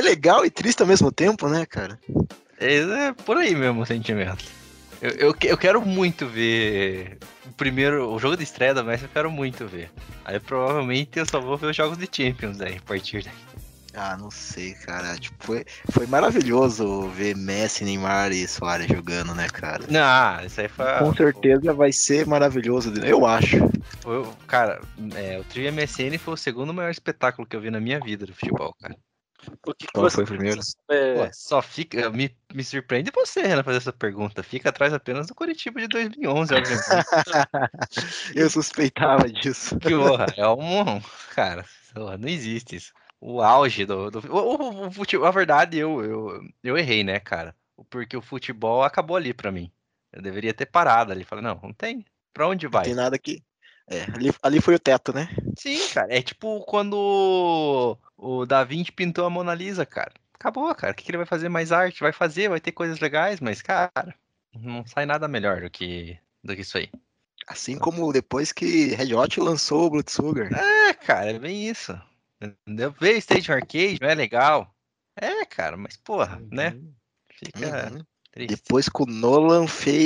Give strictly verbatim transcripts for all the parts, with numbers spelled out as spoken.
legal e triste ao mesmo tempo, né, cara? É, é por aí mesmo o sentimento. Eu, eu, eu quero muito ver o primeiro, o jogo de estreia da Messi, eu quero muito ver. Aí provavelmente eu só vou ver os jogos de Champions aí, a partir daí. Ah, não sei, cara. Tipo, foi, foi maravilhoso ver Messi, Neymar e Suárez jogando, né, cara? Não, isso aí foi... Com certeza vai ser maravilhoso, eu acho. Foi, cara, é, o Trio M S N foi o segundo maior espetáculo que eu vi na minha vida do futebol, cara. O que, que Qual você foi o primeiro? É... Pô, só fica... Me, me surpreende você, Renan, fazer essa pergunta. Fica atrás apenas do Curitiba de dois mil e onze, obviamente. Eu suspeitava disso. Que porra, é um... Cara, porra, não existe isso. O auge do... do o, o, o futebol, a verdade, eu, eu, eu errei, né, cara? Porque o futebol acabou ali pra mim. Eu deveria ter parado ali. Falei, não, não tem. Pra onde Não vai? tem nada aqui. É, ali, ali foi o teto, né? Sim, cara. É tipo quando o Da Vinci pintou a Mona Lisa, cara. Acabou, cara. O que, que ele vai fazer mais arte? Vai fazer, vai ter coisas legais, mas, cara, não sai nada melhor do que, do que isso aí. Assim como depois que Red Hot lançou o Blood Sugar. É, cara, é bem isso. Entendeu? Ver Station Arcade não é legal. É, cara, mas porra, Uhum, né? Fica uhum. triste. Depois que o Nolan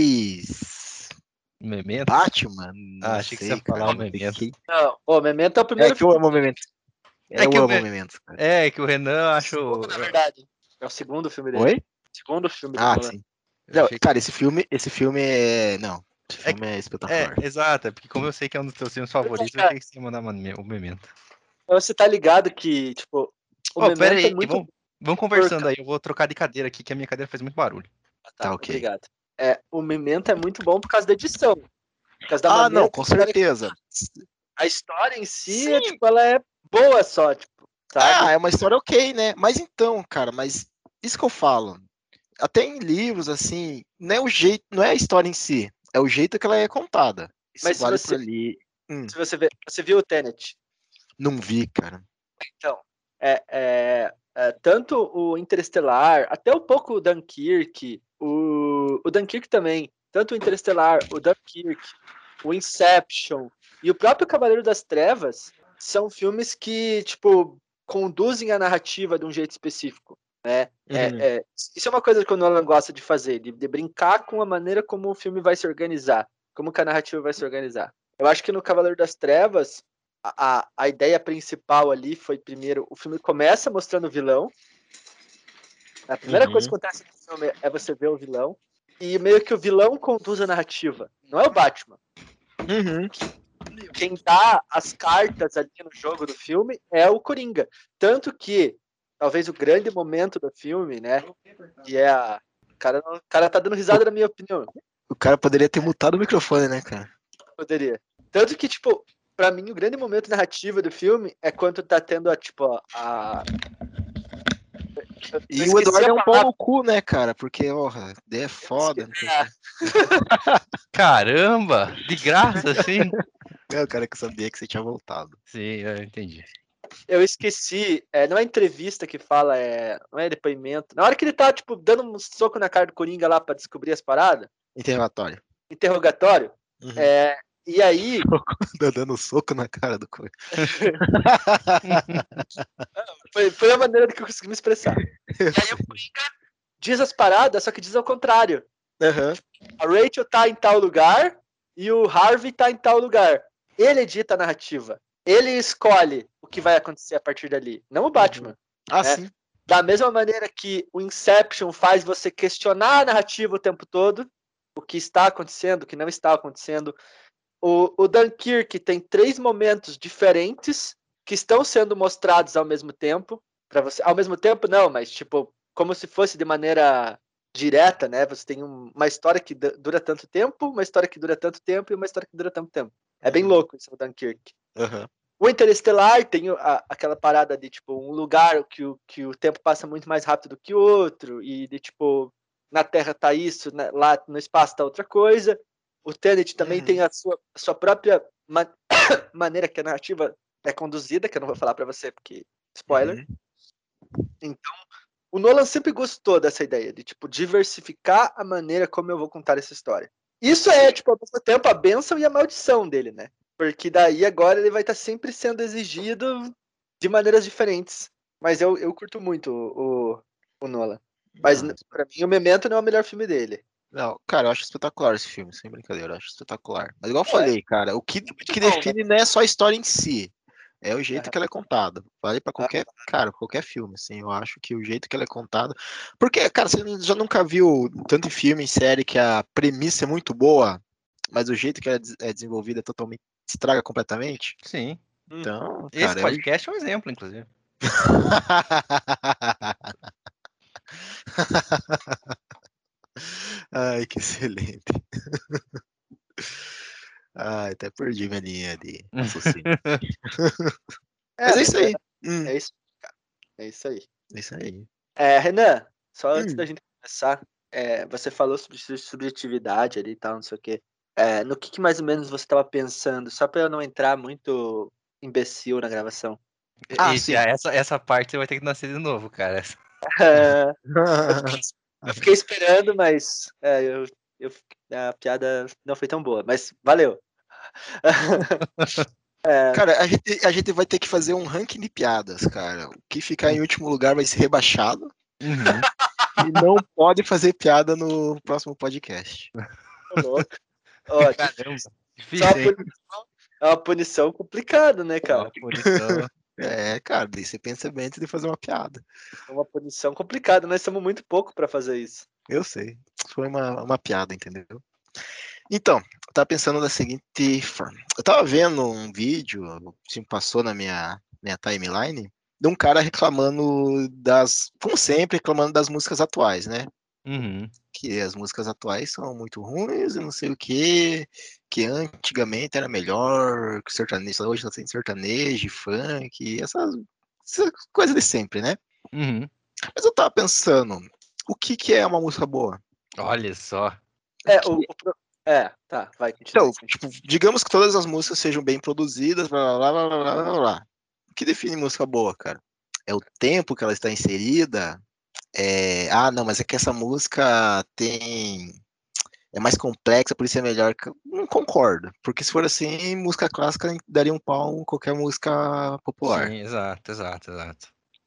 fez Memento? Batman, Ah, não achei que você sei, ia falar cara. o Eu Memento. fiquei... Não, o Memento é o É primeiro que eu filme. amo o Memento. É Eu que o, amo o Me- Memento, cara. é que o Renan, eu acho. Segundo, na verdade. É o segundo filme dele. Oi? Segundo filme do Ah, Nolan. sim. Eu Não, achei que. cara, esse filme, esse filme é. Não, esse É, filme é é, espetacular. exato, é porque como eu sei que é um dos teus filmes favoritos, eu achei que você ia mandar o Memento. Você tá ligado que, tipo, o Ô, pera Memento é aí, muito. vamos, vamos conversando aí. Eu vou trocar de cadeira aqui, que a minha cadeira faz muito barulho. Tá, Tá, ok. obrigado. É, o Memento é muito bom por causa da edição. Por causa da Ah, maneira não, que com a história- certeza. A história em si, é, Sim. tipo, ela é boa só, tipo, sabe? Ah, é uma história ok, né? Mas então, cara, mas isso que eu falo. Até em livros, assim, não é o jeito, não é a história em si, é o jeito que ela é contada. Isso Mas se vale você, por ali. Hum, se você vê, você viu o Tenet. não vi, cara. Então, é, é, é, tanto o Interestelar, até um pouco o Dunkirk, o, o Dunkirk também, tanto o Interestelar, o Dunkirk, o Inception e o próprio Cavaleiro das Trevas são filmes que, tipo, conduzem a narrativa de um jeito específico, né? É, Uhum. é, isso é uma coisa que o Nolan gosta de fazer, de, de brincar com a maneira como o filme vai se organizar, como que a narrativa vai se organizar. Eu acho que no Cavaleiro das Trevas, a, a ideia principal ali foi, primeiro, o filme começa mostrando o vilão. A primeira coisa que Uhum. acontece no filme é você ver o vilão. E meio que o vilão conduz a narrativa. Não é o Batman. Uhum. Quem dá as cartas ali no jogo do filme é o Coringa. Tanto que, talvez o grande momento do filme, né? Que é a. O cara, o cara tá dando risada na minha opinião. O cara poderia ter mutado o microfone, né, cara? Poderia. Tanto que, tipo, pra mim, o grande momento narrativo do filme é quando tá tendo a, tipo, a. Eu E o esqueci Eduardo a é um pau palavra. no cu, né, cara? Porque, porra, ideia é foda, não sei o quê. Caramba! De graça, assim? É, o cara que sabia que você tinha voltado. Sim, eu entendi. Eu esqueci, é, não é entrevista que fala, é, não é depoimento. Na hora que ele tá, tipo, dando um soco na cara do Coringa lá pra descobrir as paradas, Interrogatório. interrogatório, Uhum. é, e aí, Tá dando soco na cara do coisa. foi, foi a maneira que eu consegui me expressar. E aí o Coringa diz as paradas, só que diz ao contrário. Uhum. A Rachel tá em tal lugar e o Harvey tá em tal lugar. Ele edita a narrativa. Ele escolhe o que vai acontecer a partir dali, não o Batman. Ah, né? sim. Da mesma maneira que o Inception faz você questionar a narrativa o tempo todo, o que está acontecendo, o que não está acontecendo. O, o Dunkirk tem três momentos diferentes que estão sendo mostrados ao mesmo tempo. Para você, ao mesmo tempo não, mas tipo como se fosse de maneira direta, né? Você tem um, uma história que dura tanto tempo, uma história que dura tanto tempo e uma história que dura tanto tempo. É bem louco isso, o Dunkirk. Uhum. O Interestelar tem a, aquela parada de, tipo, um lugar que o, que o tempo passa muito mais rápido que o outro, e de, tipo, na Terra tá isso, né, lá no espaço tá outra coisa. O Tenet também Uhum. tem a sua, a sua própria ma maneira que a narrativa é conduzida, que eu não vou falar pra você, porque spoiler. Uhum. Então, o Nolan sempre gostou dessa ideia, de, tipo, diversificar a maneira como eu vou contar essa história. Isso é, tipo, ao mesmo tempo, a bênção e a maldição dele, né? Porque daí agora ele vai estar sempre sendo exigido de maneiras diferentes. Mas eu, eu curto muito o, o, o Nolan. Mas Não, pra mim o Memento não é o melhor filme dele. não, cara, eu acho espetacular esse filme, sem brincadeira, eu acho espetacular. Mas igual eu Não, é falei, cara, o que, o muito que bom, né? define não é só a história em si, é o jeito Aham. que ela é contada. Vale pra Ah, qualquer, cara, qualquer filme, assim, eu acho que o jeito que ela é contada. Porque, cara, você já nunca viu tanto em filme, em série, que a premissa é muito boa, mas o jeito que ela é des- é desenvolvida é totalmente estraga completamente? Sim. hum. Então, Esse cara, é o. podcast é um exemplo, inclusive. Ai, que excelente. Ai, até perdi minha linha de raciocínio. É, Mas é mas isso é, aí. Hum, é isso, cara. É isso aí. é isso aí. É, Renan, só antes da Hum. gente começar, é, você falou sobre su- subjetividade ali e tal, não sei o quê. É, no que, que mais ou menos você estava pensando, só para eu não entrar muito imbecil na gravação? Ah, Esse, sim. essa, essa parte você vai ter que nascer de novo, cara. É, eu fiquei, eu fiquei esperando, mas é, eu, eu- a piada não foi tão boa, mas valeu. Cara, a gente, a gente vai ter que fazer um ranking de piadas, cara. O que ficar em último lugar vai ser rebaixado Uhum. e não pode fazer piada no próximo podcast. Ô, louco. Ó, difícil. Caramba. Isso é uma Difícil, hein? punição, é uma punição complicada, né, É uma cara? punição. É, cara, daí você pensa bem antes de fazer uma piada. É uma punição complicada. Nós somos muito pouco para fazer isso. Eu sei. Foi uma, uma piada, entendeu? Então, eu tava pensando da seguinte forma. Eu tava vendo um vídeo, assim, passou na minha, minha timeline, de um cara reclamando das, como sempre, reclamando das músicas atuais, né? Uhum. Que as músicas atuais são muito ruins e não sei o que, que antigamente era melhor, que sertanejo, hoje não tem sertanejo, funk, essas, essas coisas de sempre, né? Uhum. Mas eu tava pensando, o que que é uma música boa? Olha só. O É, o, que o pro- é, tá, vai, continua Então, aí. tipo, digamos que todas as músicas sejam bem produzidas, blá blá blá blá blá blá blá. O que define música boa, cara? É o tempo que ela está inserida? É... Ah, não, mas é que essa música tem. É mais complexa, por isso é melhor. Não concordo. Porque se for assim, música clássica daria um pau em qualquer música popular. Sim, exato, exato, exato.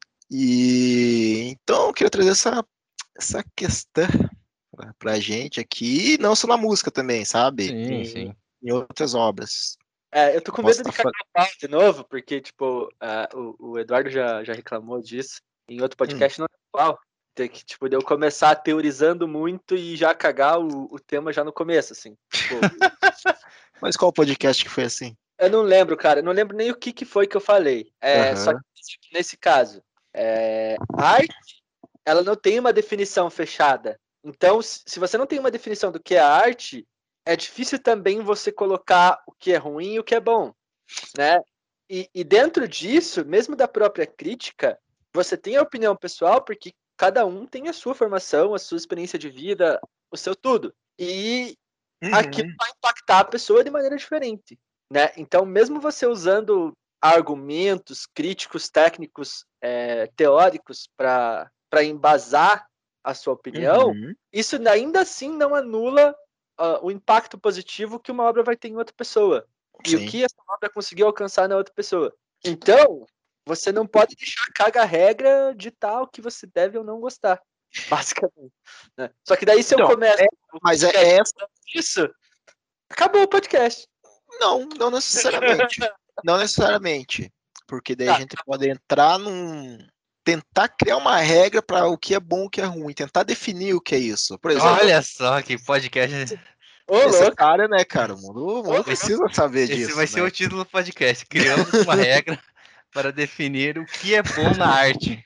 E então eu queria trazer essa, essa questão pra, pra gente aqui, e não só na música também, sabe? Sim, Em, sim. em outras obras. É, eu tô com Posso medo de estar cagar o pau de novo, porque, tipo, ah, o, o Eduardo já, já reclamou disso. Em outro Hum. podcast não é igual. Tem que, tipo, de eu começar teorizando muito e já cagar o, o tema já no começo, assim. Tipo, Mas qual podcast que foi assim? eu não lembro, cara. Eu não lembro nem o que, que foi que eu falei. É, só que Aham. nesse caso, é, a arte, ela não tem uma definição fechada. Então, se se você não tem uma definição do que é arte, é difícil também você colocar o que é ruim e o que é bom, né? E, e dentro disso, mesmo da própria crítica, você tem a opinião pessoal, porque cada um tem a sua formação, a sua experiência de vida, o seu tudo. E aquilo Uhum. vai impactar a pessoa de maneira diferente, né? Então, mesmo você usando argumentos críticos, técnicos, é, teóricos para para embasar a sua opinião, Uhum. isso ainda assim não anula uh, o impacto positivo que uma obra vai ter em outra pessoa e o Sim. que essa obra conseguiu alcançar na outra pessoa. Então, você não pode deixar caga-regra ditar o que você deve ou não gostar, basicamente. Né? Só que daí, se eu Então, começo é, o mas é podcast essa. falando isso, acabou o podcast. Não, não necessariamente. Não necessariamente. Porque daí a Tá, gente pode entrar num. Tentar criar uma regra para o que é bom e o que é ruim. Tentar definir o que é isso. Por exemplo, Olha só que podcast. ô louco, necessário, né, cara? O mundo, o ô mundo louco. precisa saber Esse vai disso, ser né? o título do podcast. Criamos uma regra para definir o que é bom na arte.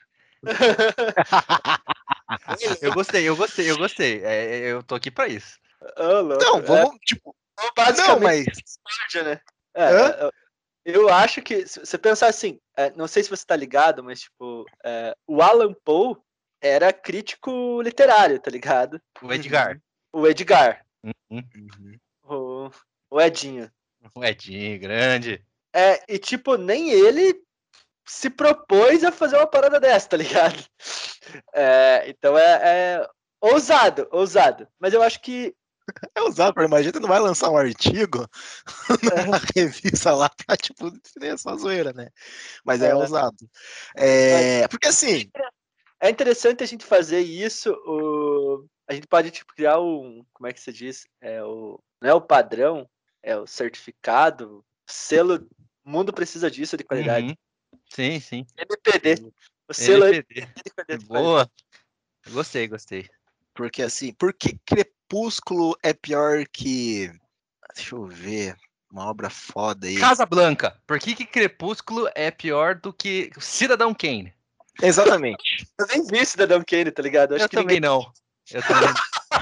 Eu gostei, eu gostei, eu gostei. É, é, eu tô aqui pra isso. Ô louco. Não, É, vamos, tipo. Não, basicamente, mas. discórdia, né? É, Hã? é, eu acho que, se você pensar assim, é, não sei se você tá ligado, mas, tipo, é, o Alan Poe era crítico literário, tá ligado? O Edgar. Uhum, O Edgar, Uhum. uhum. o, o Edinho. O Edinho, grande. É, e, tipo, nem ele se propôs a fazer uma parada dessa, tá ligado? É, então é, é ousado, ousado. Mas eu acho que É usado, mas a gente não vai lançar um artigo numa revista lá pra, tipo, definir essa zoeira, né? Mas é, é usado. É, porque assim... É interessante a gente fazer isso, o... a gente pode tipo, criar um, como é que se diz? É o... Não é o padrão, é o certificado, selo, o mundo precisa disso de qualidade. Uhum. Sim, sim. M P D. O selo L P D. M P D de qualidade. Boa. Gostei, gostei. Porque assim, por que Crepúsculo é pior que... Deixa eu ver, uma obra foda aí. Casablanca. Por que que Crepúsculo é pior do que Cidadão Kane? Exatamente. Eu nem vi Cidadão Kane, tá ligado? Eu, Acho que também ninguém... não. Eu também.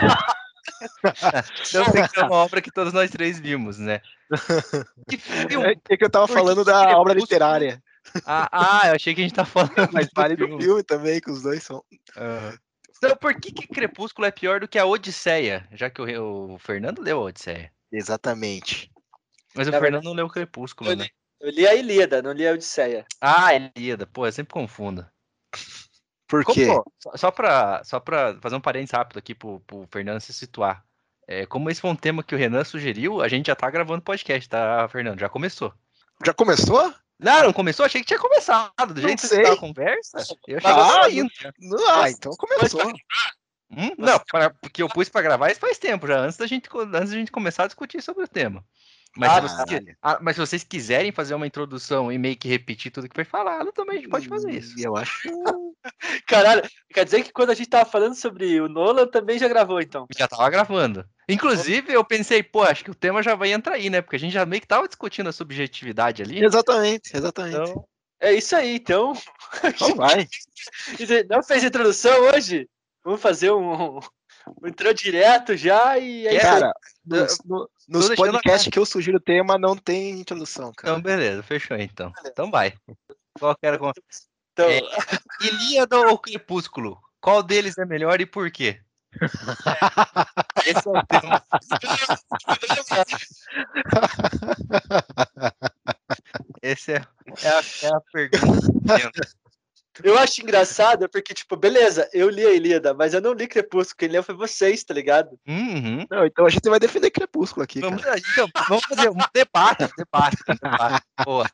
Eu sei que é uma obra que todos nós três vimos, né? Que filme? É que eu tava Por que falando que da Crepúsculo... obra literária. Ah, ah, eu achei que a gente tá falando Mas do vale do filme. filme também, que os dois são. Uhum. Então, por que que Crepúsculo é pior do que a Odisseia? Já que o, o Fernando leu a Odisseia. Exatamente. Mas o Na Fernando verdade, não leu Crepúsculo, eu né? li, eu li a Ilíada, não li a Odisseia. Ah, Ilíada. Pô, eu sempre confundo. Por Como, quê? só, só pra, só pra fazer um parênteses rápido aqui pro, pro Fernando se situar. É, como esse foi um tema que o Renan sugeriu, a gente já tá gravando podcast, tá, Fernando? Já começou. Já começou? Não, não começou? Achei que tinha começado. Do Não jeito que você tá sei. a conversa, eu achei Mas que você- Ah, tava não, indo. não- ah, Você- então começou. Hum? Não, pra- porque eu pus pra gravar isso faz tempo, já antes da gente, co- antes da gente começar a discutir sobre o tema. Mas, se Ah, vocês, que- Caralho. ah, mas se vocês quiserem fazer uma introdução e meio que repetir tudo que foi falado, também a gente pode fazer isso. Eu acho. caralho, quer dizer que quando a gente tava falando sobre o Nolan, também já gravou, então. Já tava gravando. Inclusive, eu pensei, pô, acho que o tema já vai entrar aí, né? Porque a gente já meio que tava discutindo a subjetividade ali. Exatamente, exatamente. Então, É isso aí, então. Então vai. Não fez introdução hoje? Vamos fazer um, um entrou direto já e é isso aí. Cara, nos, no- nos tô deixando a podcasts que eu sugiro o tema não tem introdução, então, cara. beleza, fechou então. Então vai. Qual que era com... Então, É, Ilíada ou Crepúsculo? Qual deles é melhor e por quê? Esse é o tema. Esse é, é, a, é a pergunta. eu acho engraçado porque, tipo, beleza, eu li a Ilíada, mas eu não li Crepúsculo, quem leu foi vocês, tá ligado? Uhum. Não, então a gente vai defender Crepúsculo aqui, Vamos, cara. então, vamos fazer um debate, um debate, um debate. Boa.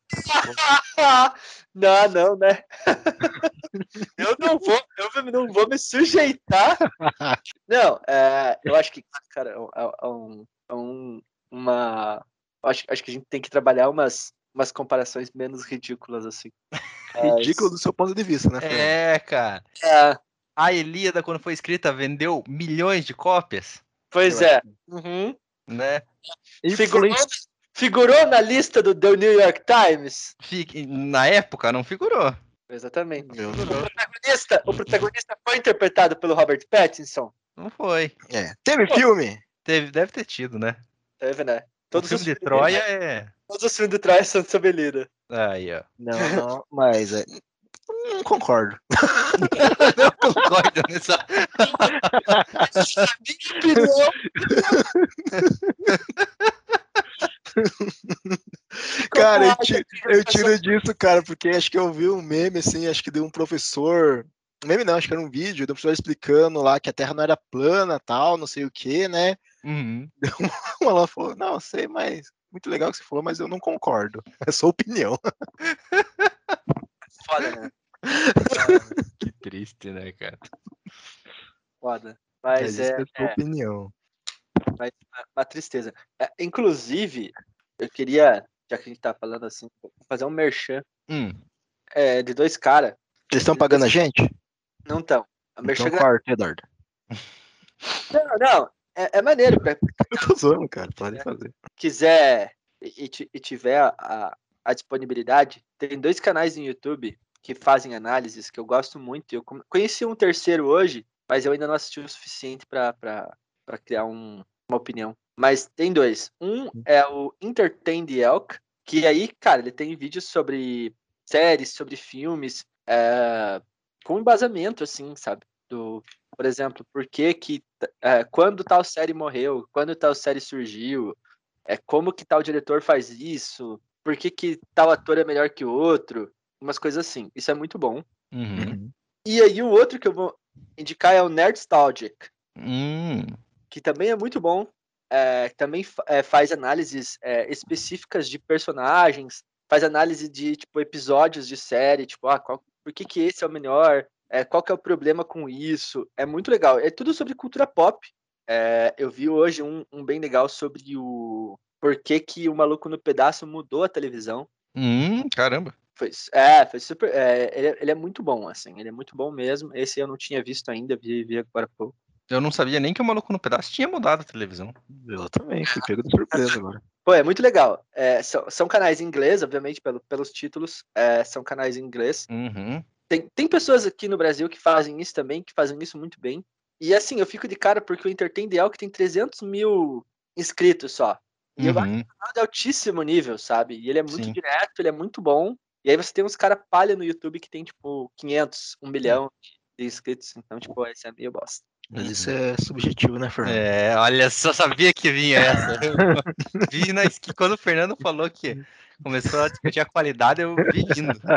não, não, né? eu não vou, eu não vou me sujeitar. Não, é, eu acho que, cara, é um, é um, uma. Acho, acho que a gente tem que trabalhar umas, umas comparações menos ridículas, assim. Ridículo do seu ponto de vista, né, Fernando? É, cara. É, A Ilíada, quando foi escrita, vendeu milhões de cópias, pois Eu é. Uhum. né? Figurou, Influência. figurou na lista do The New York Times? Fique- Na época, não figurou. Exatamente. Meu O Deus. protagonista, o protagonista foi interpretado pelo Robert Pattinson. Não foi. É. Teve filme? Teve, deve ter tido, né? Teve, né? O filme de filmes Troia é. Todos os filmes de Troia são sobre Lida. Aí, ó. Não, não, mas é, não concordo. Não concordo nessa. Cara, eu, ti- eu tiro disso, cara, porque acho que eu vi um meme, assim, acho que de um professor. Um meme não, acho que era um vídeo de um professor explicando lá que a Terra não era plana, tal, não sei o que, né? Uhum. Ela falou, não, sei, mas muito legal que você falou, mas eu não concordo. É sua opinião. Foda, né? Que triste, né, cara? Foda. Mas é, isso é sua é opinião. mas uma, uma tristeza. É, inclusive, eu queria, já que a gente tá falando assim, fazer um merchan Hum. é, de dois caras. Vocês estão pagando a gente? Não estão. A merchan Então gra- corta, Eduardo. Não, não. É, é maneiro. Pra Eu tô zoando, cara. Pode fazer. quiser e, ti- e tiver a, a, a disponibilidade, tem dois canais no YouTube que fazem análises que eu gosto muito. Eu com- conheci um terceiro hoje, mas eu ainda não assisti o suficiente para criar um- uma opinião. Mas tem dois. Um é o Entertain the Elk, que aí, cara, ele tem vídeos sobre séries, sobre filmes, é, com embasamento, assim, sabe? Do, por exemplo, por que que, é, quando tal série morreu, quando tal série surgiu, é, como que tal diretor faz isso, por que que tal ator é melhor que o outro, umas coisas assim. Isso é muito bom. Uhum. E aí o outro que eu vou indicar é o Nerdstalgic, Hum. que também é muito bom. é, também é, faz análises é, específicas de personagens, faz análise de tipo episódios de série, tipo, ah, qual, por que, que esse é o melhor, é, qual que é o problema com isso. É muito legal. É tudo sobre cultura pop. É, eu vi hoje um, um bem legal sobre o por que, que o Maluco no Pedaço mudou a televisão. Hum, caramba. Foi, é, foi super. É, ele, é- ele é muito bom, assim. Ele é muito bom mesmo. Esse eu não tinha visto ainda, vi, vi agora há pouco. Eu não sabia nem que o Maluco no Pedaço tinha mudado a televisão. Eu também, fui pego de surpresa agora. Pô, é muito legal. É, são, são canais em inglês, obviamente, pelo, pelos títulos. É, são canais em inglês. Uhum. Tem, tem pessoas aqui no Brasil que fazem isso também, que fazem isso muito bem. E assim, eu fico de cara porque o Entertain The que tem trezentos mil inscritos só. E eu acho Uhum. que é de altíssimo nível, sabe? E ele é muito Sim. direto, ele é muito bom. E aí você tem uns caras palha no YouTube que tem, tipo, quinhentos, um milhão de inscritos. Então, tipo, esse é meio bosta. Mas isso Uhum. é subjetivo, né, Fernando? É, olha, só sabia que vinha essa. Eu vi na esqui- quando o Fernando falou que começou a discutir a qualidade, eu vi vindo. Tá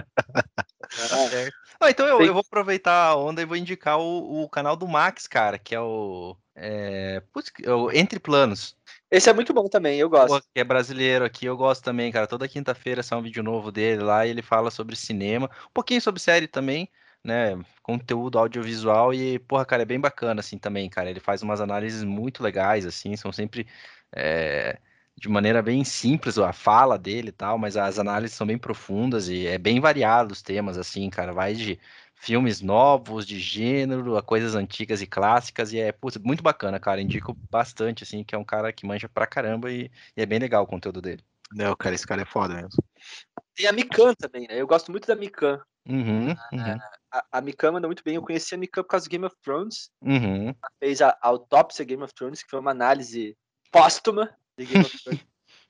certo. Ah, então eu, Tem- eu vou aproveitar a onda e vou indicar o, o canal do Max, cara, que é o, é, putz, é o Entre Planos. Esse é muito bom também, eu Pô, gosto. que é brasileiro aqui, eu gosto também, cara. Toda quinta-feira sai um vídeo novo dele lá e ele fala sobre cinema, um pouquinho sobre série também, né? Conteúdo audiovisual e, porra, cara, é bem bacana assim também, cara. Ele faz umas análises muito legais, assim, são sempre é, de maneira bem simples a fala dele e tal, mas as análises são bem profundas e é bem variado os temas, assim, cara. Vai de filmes novos, de gênero, a coisas antigas e clássicas, e é, putz, muito bacana, cara. Indico bastante, assim, que é um cara que manja pra caramba e, e é bem legal o conteúdo dele. Não, cara, esse cara é foda mesmo. Tem a Mikan também, né? Eu gosto muito da Mikan. Uhum, uhum, A, a Mikan manda muito bem. Eu conheci a Mikan por causa do Game of Thrones. uhum. Ela fez a, a autópsia Game of Thrones, que foi uma análise póstuma de Game of Thrones.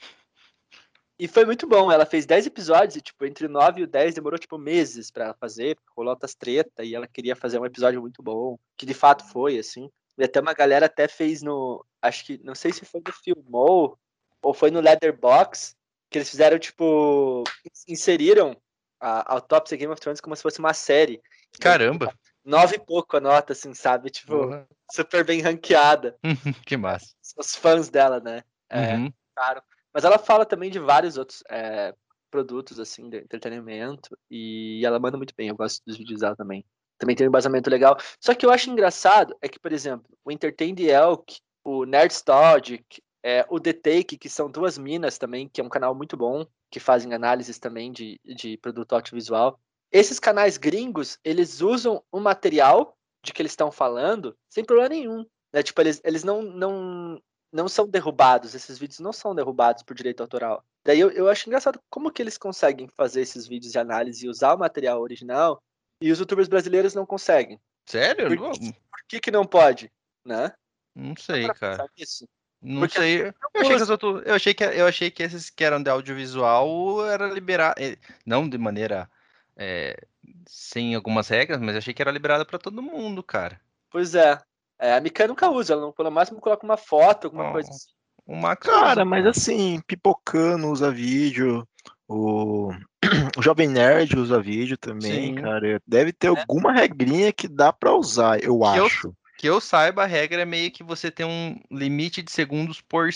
E foi muito bom. Ela fez dez episódios e, tipo, entre o nove e o dez demorou, tipo, meses pra fazer, porque rolou outras treta e ela queria fazer um episódio muito bom, que de fato foi, assim. E até uma galera até fez no. Acho que. Não sei se foi no Filmou ou foi no Letterboxd, que eles fizeram, tipo. Inseriram a, a autópsia Game of Thrones como se fosse uma série. E aí, tipo, Caramba! nove e pouco a nota, assim, sabe? Tipo, Porra. super bem ranqueada. Que massa. Os fãs dela, né? É, Uhum. claro. Mas ela fala também de vários outros é, produtos, assim, de entretenimento. E ela manda muito bem. Eu gosto dos vídeos dela também. Também tem um embasamento legal. Só que eu acho engraçado é que, por exemplo, o Entertain the Elk, o Nerdstalgic, é, o The Take, que são duas minas também, que é um canal muito bom, que fazem análises também de, de produto audiovisual. Esses canais gringos, eles usam o material de que eles estão falando sem problema nenhum. Né? Tipo, eles, eles não, não, não são derrubados, esses vídeos não são derrubados por direito autoral. Daí eu, eu acho engraçado como que eles conseguem fazer esses vídeos de análise e usar o material original e os youtubers brasileiros não conseguem. Sério? Por, Não, por que que não pode? Né? não Dá sei, pra cara. pensar nisso? Não Porque sei. Eu não achei que os usa. outros, eu achei que eu achei que esses que eram de audiovisual era liberar, eh, não de maneira é, sem algumas regras, mas eu achei que era liberado pra todo mundo, cara. Pois é. É, a Mikan nunca usa, ela não, pelo máximo coloca uma foto, alguma coisa Ó, assim. o Max Cara, usa, mas cara. assim, Pipocano usa vídeo, o, o Jovem Nerd usa vídeo também, Sim. cara. Deve ter alguma regrinha que dá pra usar, eu Que eu, acho. que eu saiba, a regra é meio que você tem um limite de segundos por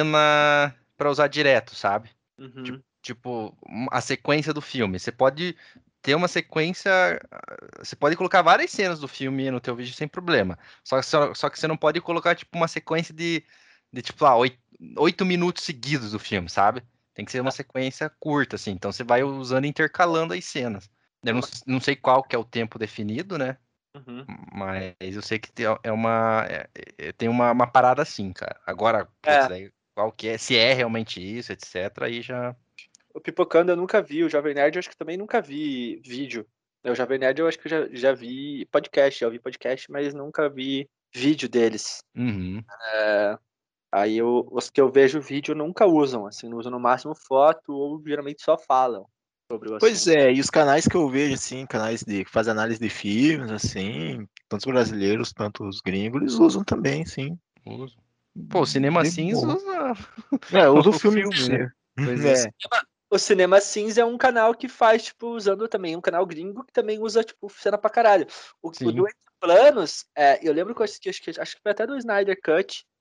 cena pra usar direto, sabe? Ti- Uhum. Tipo, um- a sequência do filme. Você pode ter uma sequência. ah, Você pode colocar várias cenas do filme no teu vídeo sem problema. Só, que- só, só que você não pode colocar, tipo, uma sequência de, de tipo, ah, oito, oito minutos seguidos do filme, sabe? Tem que ser uma sequência curta, assim. Então você vai usando, intercalando as cenas. Eu não, não sei qual que é o tempo definido, né? Uhum. Mas eu sei que tem- é uma. É, é- tem uma, uma parada assim, cara. Agora, putz, É, daí, qual que é? Se é realmente isso, etcétera. Aí já. o Pipocando eu nunca vi, o Jovem Nerd eu acho que também nunca vi vídeo. O Jovem Nerd eu acho que eu já, já vi podcast, já ouvi podcast, mas nunca vi vídeo deles. Uhum. É, aí eu, os que eu vejo vídeo nunca usam, assim, não usam no máximo foto ou geralmente só falam sobre o Pois assunto. é, e os canais que eu vejo, assim, canais de, que fazem análise de filmes, assim, tanto os brasileiros quanto os gringos, eles usam também, sim. Uso. Pô, o Cinema De Sims boa. usa É, usa o o filme. filme, né? Pois O é. É, Cinema, o Cinema Sins é um canal que faz, tipo, usando também, um canal gringo que também usa, tipo, cena pra caralho. O, o do Sim. Entre Planos, é, eu lembro que eu assisti, acho que, acho que foi até do Snyder Cut,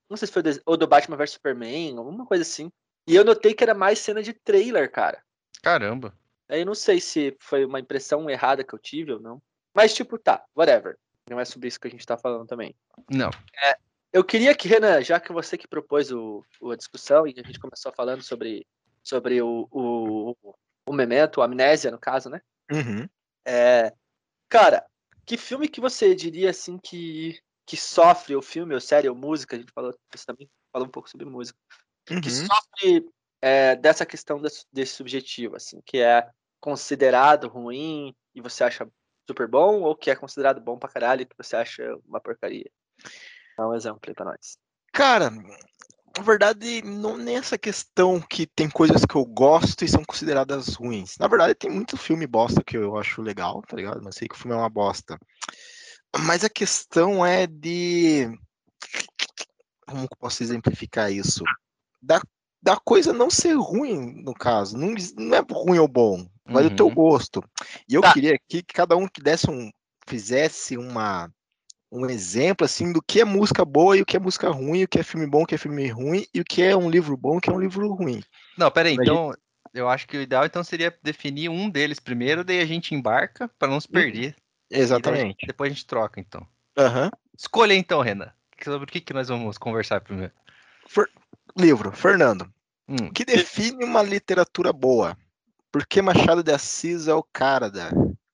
Não sei se foi o des- ou do Batman versus Superman, alguma coisa assim. E eu notei que era mais cena de trailer, cara. Caramba. Aí eu não sei se foi uma impressão errada que eu tive ou não. Mas, tipo, tá, whatever. Não é sobre isso que a gente tá falando também. Não. Eu queria que, Renan, já que você que propôs o, o- a discussão e a gente começou falando sobre, sobre o, o, o Memento, a Amnésia, no caso, né? Uhum. É, cara, que filme que você diria, assim, que, que sofre, o filme, ou série, ou música, a gente falou, você também falou um pouco sobre música, que Uhum. sofre é, dessa questão desse, desse subjetivo, assim, que é considerado ruim e você acha super bom, ou que é considerado bom pra caralho e que você acha uma porcaria? Dá um exemplo aí pra nós. Cara, na verdade, não nessa questão que tem coisas que eu gosto e são consideradas ruins. Na verdade, tem muito filme bosta que eu acho legal, tá ligado? Mas sei que o filme é uma bosta. Mas a questão é de. Como que eu posso exemplificar isso? Da, da coisa não ser ruim, no caso. Não, não é ruim ou bom. Vai do teu Uhum. gosto. E eu Tá. queria aqui que cada um que desse um. Fizesse uma, um exemplo assim do que é música boa e o que é música ruim, o que é filme bom, o que é filme ruim, e o que é um livro bom, o que é um livro ruim. Não, pera aí, Pra gente... então eu acho que o ideal então seria definir um deles primeiro, daí a gente embarca pra não se Hum, perder. E daí exatamente. depois a gente troca, então. Aham. Escolha então, Renan. Sobre o que, que nós vamos conversar primeiro? Fer- Livro, Fernando. O Hum. que define uma literatura boa? Por que Machado de Assis é o cara da.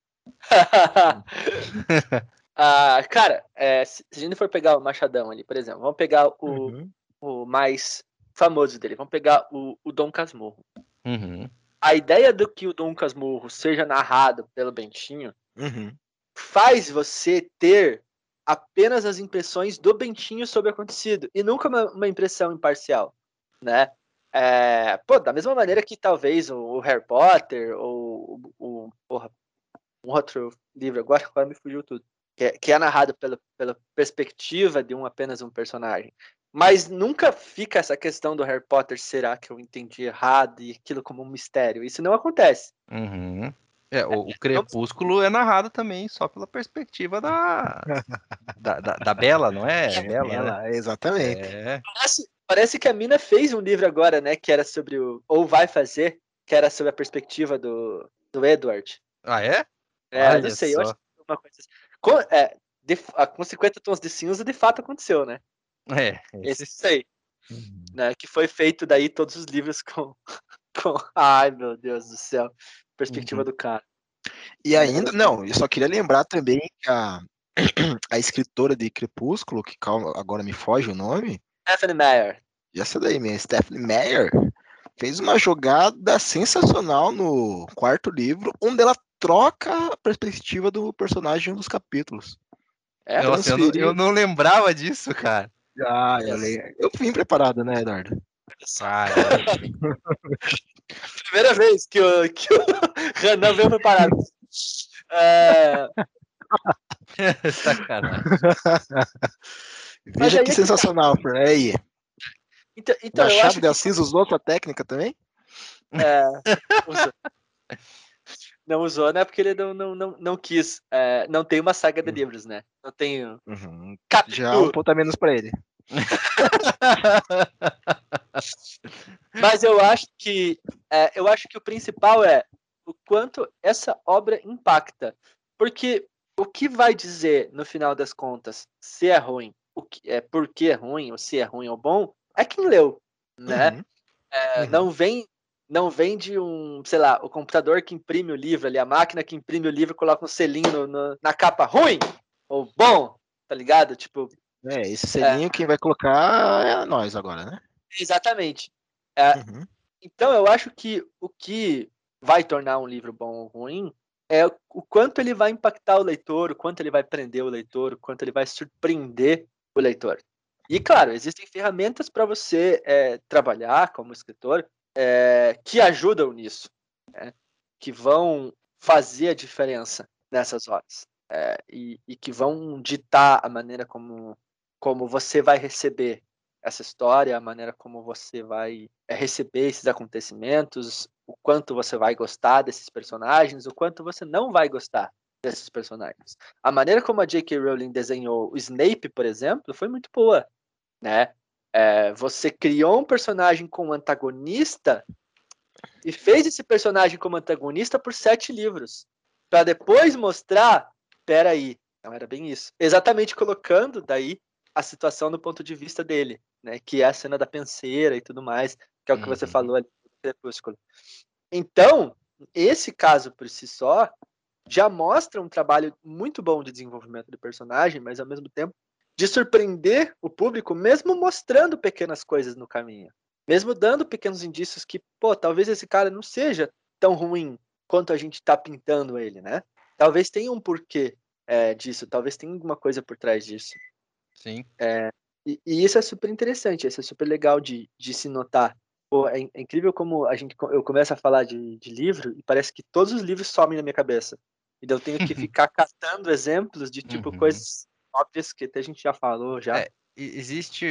Ah, cara, é, se se a gente for pegar o Machadão ali, por exemplo, vamos pegar o, Uhum, o mais famoso dele, vamos pegar o, o Dom Casmurro. Uhum. A ideia do que o Dom Casmurro seja narrado pelo Bentinho uhum, faz você ter apenas as impressões do Bentinho sobre o acontecido e nunca uma, uma impressão imparcial, né? É, pô, da mesma maneira que talvez o, o Harry Potter ou o, o porra, um outro livro agora, agora me fugiu tudo, que é, que é narrado pela, pela perspectiva de um apenas um personagem. Mas nunca fica essa questão do Harry Potter, será que eu entendi errado e aquilo como um mistério? Isso não acontece. Uhum. É, o, o Não, Crepúsculo é narrado também só pela perspectiva da, da, da, da Bela, não é? É Bela, né? ela, exatamente. É. parece, parece que a Mina fez um livro agora, né? Que era sobre o. Ou vai fazer, que era sobre a perspectiva do, do Edward. Ah, é? É, não Olha sei, eu acho só. que uma coisa assim. Com, é, de, a, com cinquenta tons de cinza, de fato aconteceu, né? É, Esse esse. sei, Uhum. né? Que foi feito daí todos os livros com. com ai, meu Deus do céu. Perspectiva Uhum. do cara. E Uma ainda, lembrança. não, eu só queria lembrar também que a, a escritora de Crepúsculo, que calma, agora me foge o nome, Stephanie Meyer. essa daí mesmo, Stephanie Meyer, fez uma jogada sensacional no quarto livro, onde ela troca a perspectiva do personagem em um dos capítulos. É? Nossa, eu não, eu Transferiu. não lembrava disso, cara. Ah, eu, Yes. le- eu vim preparado, né, Eduardo? Caramba. Primeira vez que o, que o Renan veio preparado. É, Sacanagem. mas Veja aí que é que tá. sensacional, Fer. Aí. Então, então eu Machado acho de que Assis usou sua técnica também? é, usou. Não usou, né? Porque ele não, não, não, não quis. É, não tem uma saga de livros, né? Não tem o Uhum. Já um capítulo. ponto a menos para ele. Mas eu acho que é, eu acho que o principal é o quanto essa obra impacta. Porque o que vai dizer, no final das contas, se é ruim, o que, é por que é ruim, ou se é ruim ou bom, é quem leu, né? Uhum. É, Uhum. não vem não vem de um, sei lá, o computador que imprime o livro ali, a máquina que imprime o livro, coloca um selinho no, no, na capa ruim ou bom, tá ligado? Tipo, É, esse é, selinho quem vai colocar é nós agora, né? exatamente. É, Uhum. então eu acho que o que vai tornar um livro bom ou ruim é o quanto ele vai impactar o leitor, o quanto ele vai prender o leitor, o quanto ele vai surpreender o leitor. E claro, existem ferramentas para você é, trabalhar como escritor é, que ajudam nisso, né? Que vão fazer a diferença nessas horas é, e, e que vão ditar a maneira como, como você vai receber essa história, a maneira como você vai é, receber esses acontecimentos, o quanto você vai gostar desses personagens, o quanto você não vai gostar desses personagens. A maneira como a J K. Rowling desenhou o Snape, por exemplo, foi muito boa, né? É, você criou um personagem como antagonista e fez esse personagem como antagonista por sete livros. Pra depois mostrar, peraí, não era bem isso. Exatamente colocando daí a situação do ponto de vista dele, né? Que é a cena da penseira e tudo mais, que é o que você Uhum. falou ali no Crepúsculo. Então, esse caso por si só já mostra um trabalho muito bom de desenvolvimento do personagem, mas ao mesmo tempo de surpreender o público, mesmo mostrando pequenas coisas no caminho. Mesmo dando pequenos indícios que, pô, talvez esse cara não seja tão ruim quanto a gente tá pintando ele, né? Talvez tenha um porquê é, disso, talvez tenha alguma coisa por trás disso. Sim. É, e, e isso é super interessante, isso é super legal de, de se notar. Pô, é, é incrível como a gente, eu começo a falar de, de livro e parece que todos os livros somem na minha cabeça. E daí eu tenho que ficar catando exemplos de tipo Uhum. coisas óbvias que até a gente já falou já. É, e- existe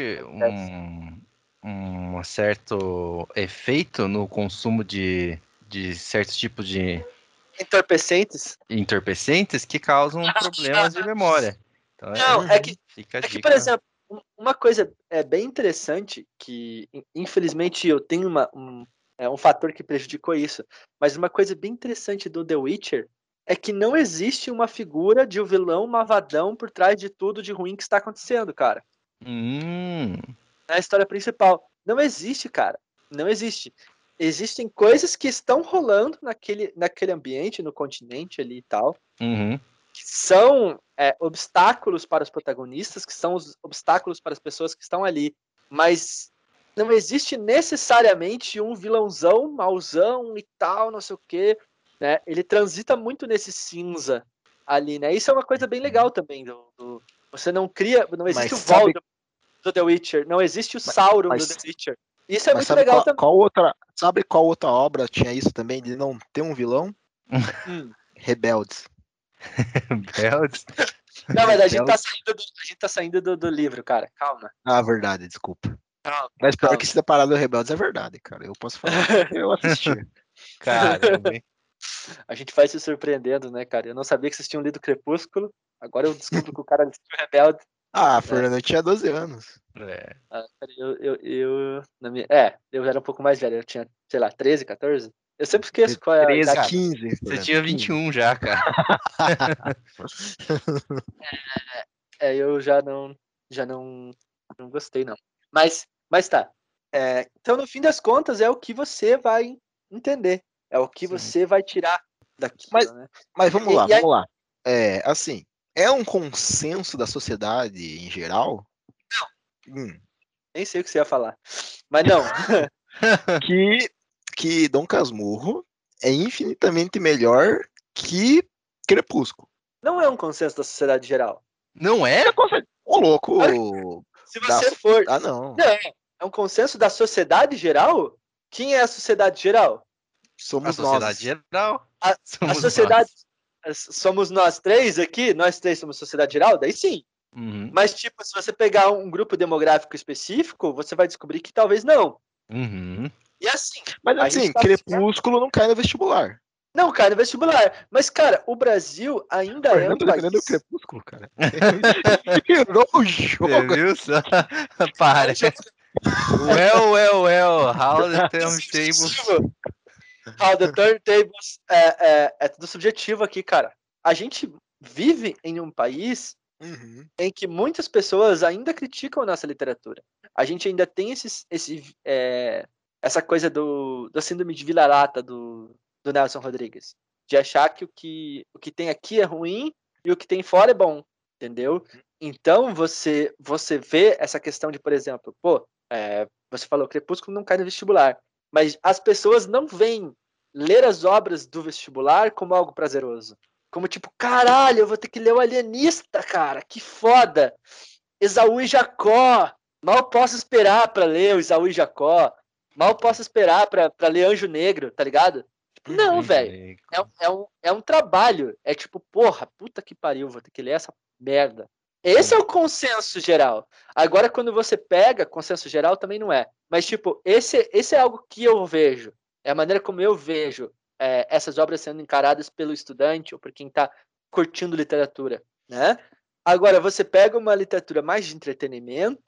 um, um certo efeito no consumo de, de certos tipos de Entorpecentes. entorpecentes que causam problemas de memória. Então, é, Não, é que, fica a é que, por dica. exemplo, um- uma coisa é bem interessante que, in- infelizmente, eu tenho uma, um, é um fator que prejudicou isso, mas uma coisa bem interessante do The Witcher é que não existe uma figura de um vilão malvadão por trás de tudo de ruim que está acontecendo, cara. Hum, Na história principal. Não existe, cara. Não existe. Existem coisas que estão rolando naquele, naquele ambiente, no continente ali e tal, uhum, que são é, obstáculos para os protagonistas, que são os obstáculos para as pessoas que estão ali. Mas não existe necessariamente um vilãozão, mauzão e tal, não sei o quê. Né? Ele transita muito nesse cinza ali, né? Isso é uma coisa bem legal também. Do, do- você não cria. Não existe Mas o sabe, Voldemort do The Witcher. Não existe o mas, Sauron do mas, The Witcher. Isso é mas muito sabe legal qual, também. qual outra, sabe qual outra obra tinha isso também, de não ter um vilão? Hum. Rebeldes. Belts. Não, mas a gente tá Rebeldes. saindo do, a gente tá saindo do, do livro, cara. Calma. Ah, verdade, desculpa. Calma, Mas pior calma. que se separar do Rebeldes é verdade, cara. Eu posso falar porque eu assisti. Caramba, hein? A gente vai se surpreendendo, né, cara? Eu não sabia que vocês tinham lido Crepúsculo. Agora eu descubro que o cara assistiu Rebelde. Ah, É. Fernando, eu tinha doze anos. É. Ah, cara, eu, eu, eu, na minha, é, eu era um pouco mais velho. Eu tinha, sei lá, treze, catorze. Eu sempre esqueço qual é a treze, idade. quinze, Você Fernando, tinha vinte e quinze. um já, cara. É, eu já não, já não, não gostei, não. Mas, mas tá. É, então, no fim das contas, é o que você vai entender. É o que Sim. você vai tirar Mas, daquilo, né? mas vamos E, lá, e aí, vamos lá. É, assim, é um consenso da sociedade em geral hum, nem sei o que você ia falar. Mas não. que, que Dom Casmurro é infinitamente melhor que Crepúsculo. Não é um consenso da sociedade geral. Não é? Você consegue. Ô, louco! Se Da... você for. Ah, não. Não, é um consenso da sociedade geral? Quem é a sociedade geral? A Somos sociedade nós. geral. A, a Somos sociedade. nós. Somos nós três aqui? Nós três somos sociedade geral? Daí sim. Uhum. Mas, tipo, se você pegar um grupo demográfico específico, você vai descobrir que talvez não. Uhum. E assim, Mas a gente assim, tá certo. Crepúsculo não cai no vestibular. Não cai no vestibular. Mas, cara, o Brasil ainda é um Fernando defendendo o país. Crepúsculo, cara. Virou o Você jogo. viu só? Para. Well, well, well. How the turntables. How the turntables. É, é, é tudo subjetivo aqui, cara. A gente vive em um país Uhum. em que muitas pessoas ainda criticam a nossa literatura. A gente ainda tem esse, esse, é, essa coisa do, do síndrome de vira-lata do, do Nelson Rodrigues. De achar que o, que o que tem aqui é ruim e o que tem fora é bom. Entendeu? Então você, você vê essa questão de, por exemplo, pô, é, você falou Crepúsculo não cai no vestibular. Mas as pessoas não veem ler as obras do vestibular como algo prazeroso. Como tipo, caralho, eu vou ter que ler o Alienista, cara, que foda. Esaú e Jacó. Mal posso esperar pra ler o Esaú e Jacó. Mal posso esperar pra, pra ler Anjo Negro, tá ligado? Tipo, não, Anjo velho. Negro. É, é, um, é um trabalho. É tipo, porra, puta que pariu, vou ter que ler essa merda. Esse é o consenso geral. Agora, quando você pega, consenso geral também não é. Mas, tipo, esse, esse é algo que eu vejo. É a maneira como eu vejo é, essas obras sendo encaradas pelo estudante ou por quem está curtindo literatura, né? Agora, você pega uma literatura mais de entretenimento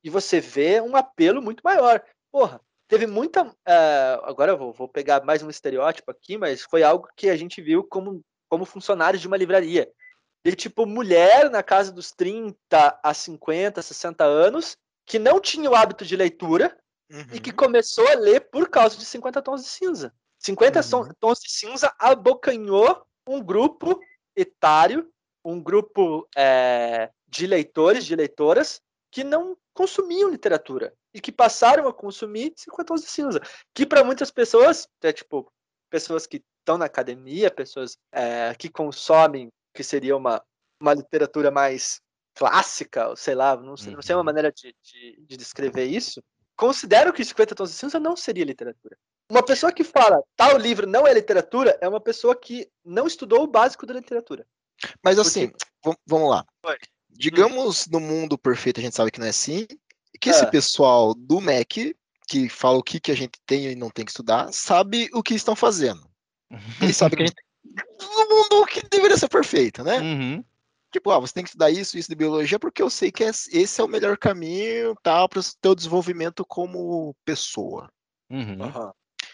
e você vê um apelo muito maior. Porra, teve muita... Uh, agora eu vou, vou pegar mais um estereótipo aqui, mas foi algo que a gente viu como, como funcionários de uma livraria. De tipo, mulher na casa dos trinta a cinquenta, sessenta anos, que não tinha o hábito de leitura, uhum. e que começou a ler por causa de cinquenta Tons de Cinza. cinquenta uhum. Tons de Cinza abocanhou um grupo etário, um grupo é, de leitores, de leitoras, que não consumiam literatura e que passaram a consumir cinquenta Tons de Cinza. Que para muitas pessoas, é tipo, pessoas que estão na academia, pessoas é, que consomem, que seria uma, uma literatura mais clássica, sei lá, não sei, uhum. não sei uma maneira de, de, de descrever isso, consideram que cinquenta Tons de Cinza não seria literatura. Uma pessoa que fala tal livro não é literatura é uma pessoa que não estudou o básico da literatura. Mas assim, Porque... vamos lá. Foi. Digamos, hum. no mundo perfeito, a gente sabe que não é assim, que esse ah. pessoal do M E C, que fala o que, que a gente tem e não tem que estudar, sabe o que estão fazendo. Eles sabem que a gente no mundo que deveria ser perfeito, né? Uhum. Tipo, ah, você tem que estudar isso, isso de biologia, porque eu sei que esse é o melhor caminho, tá, para o teu desenvolvimento como pessoa. Uhum. Uhum.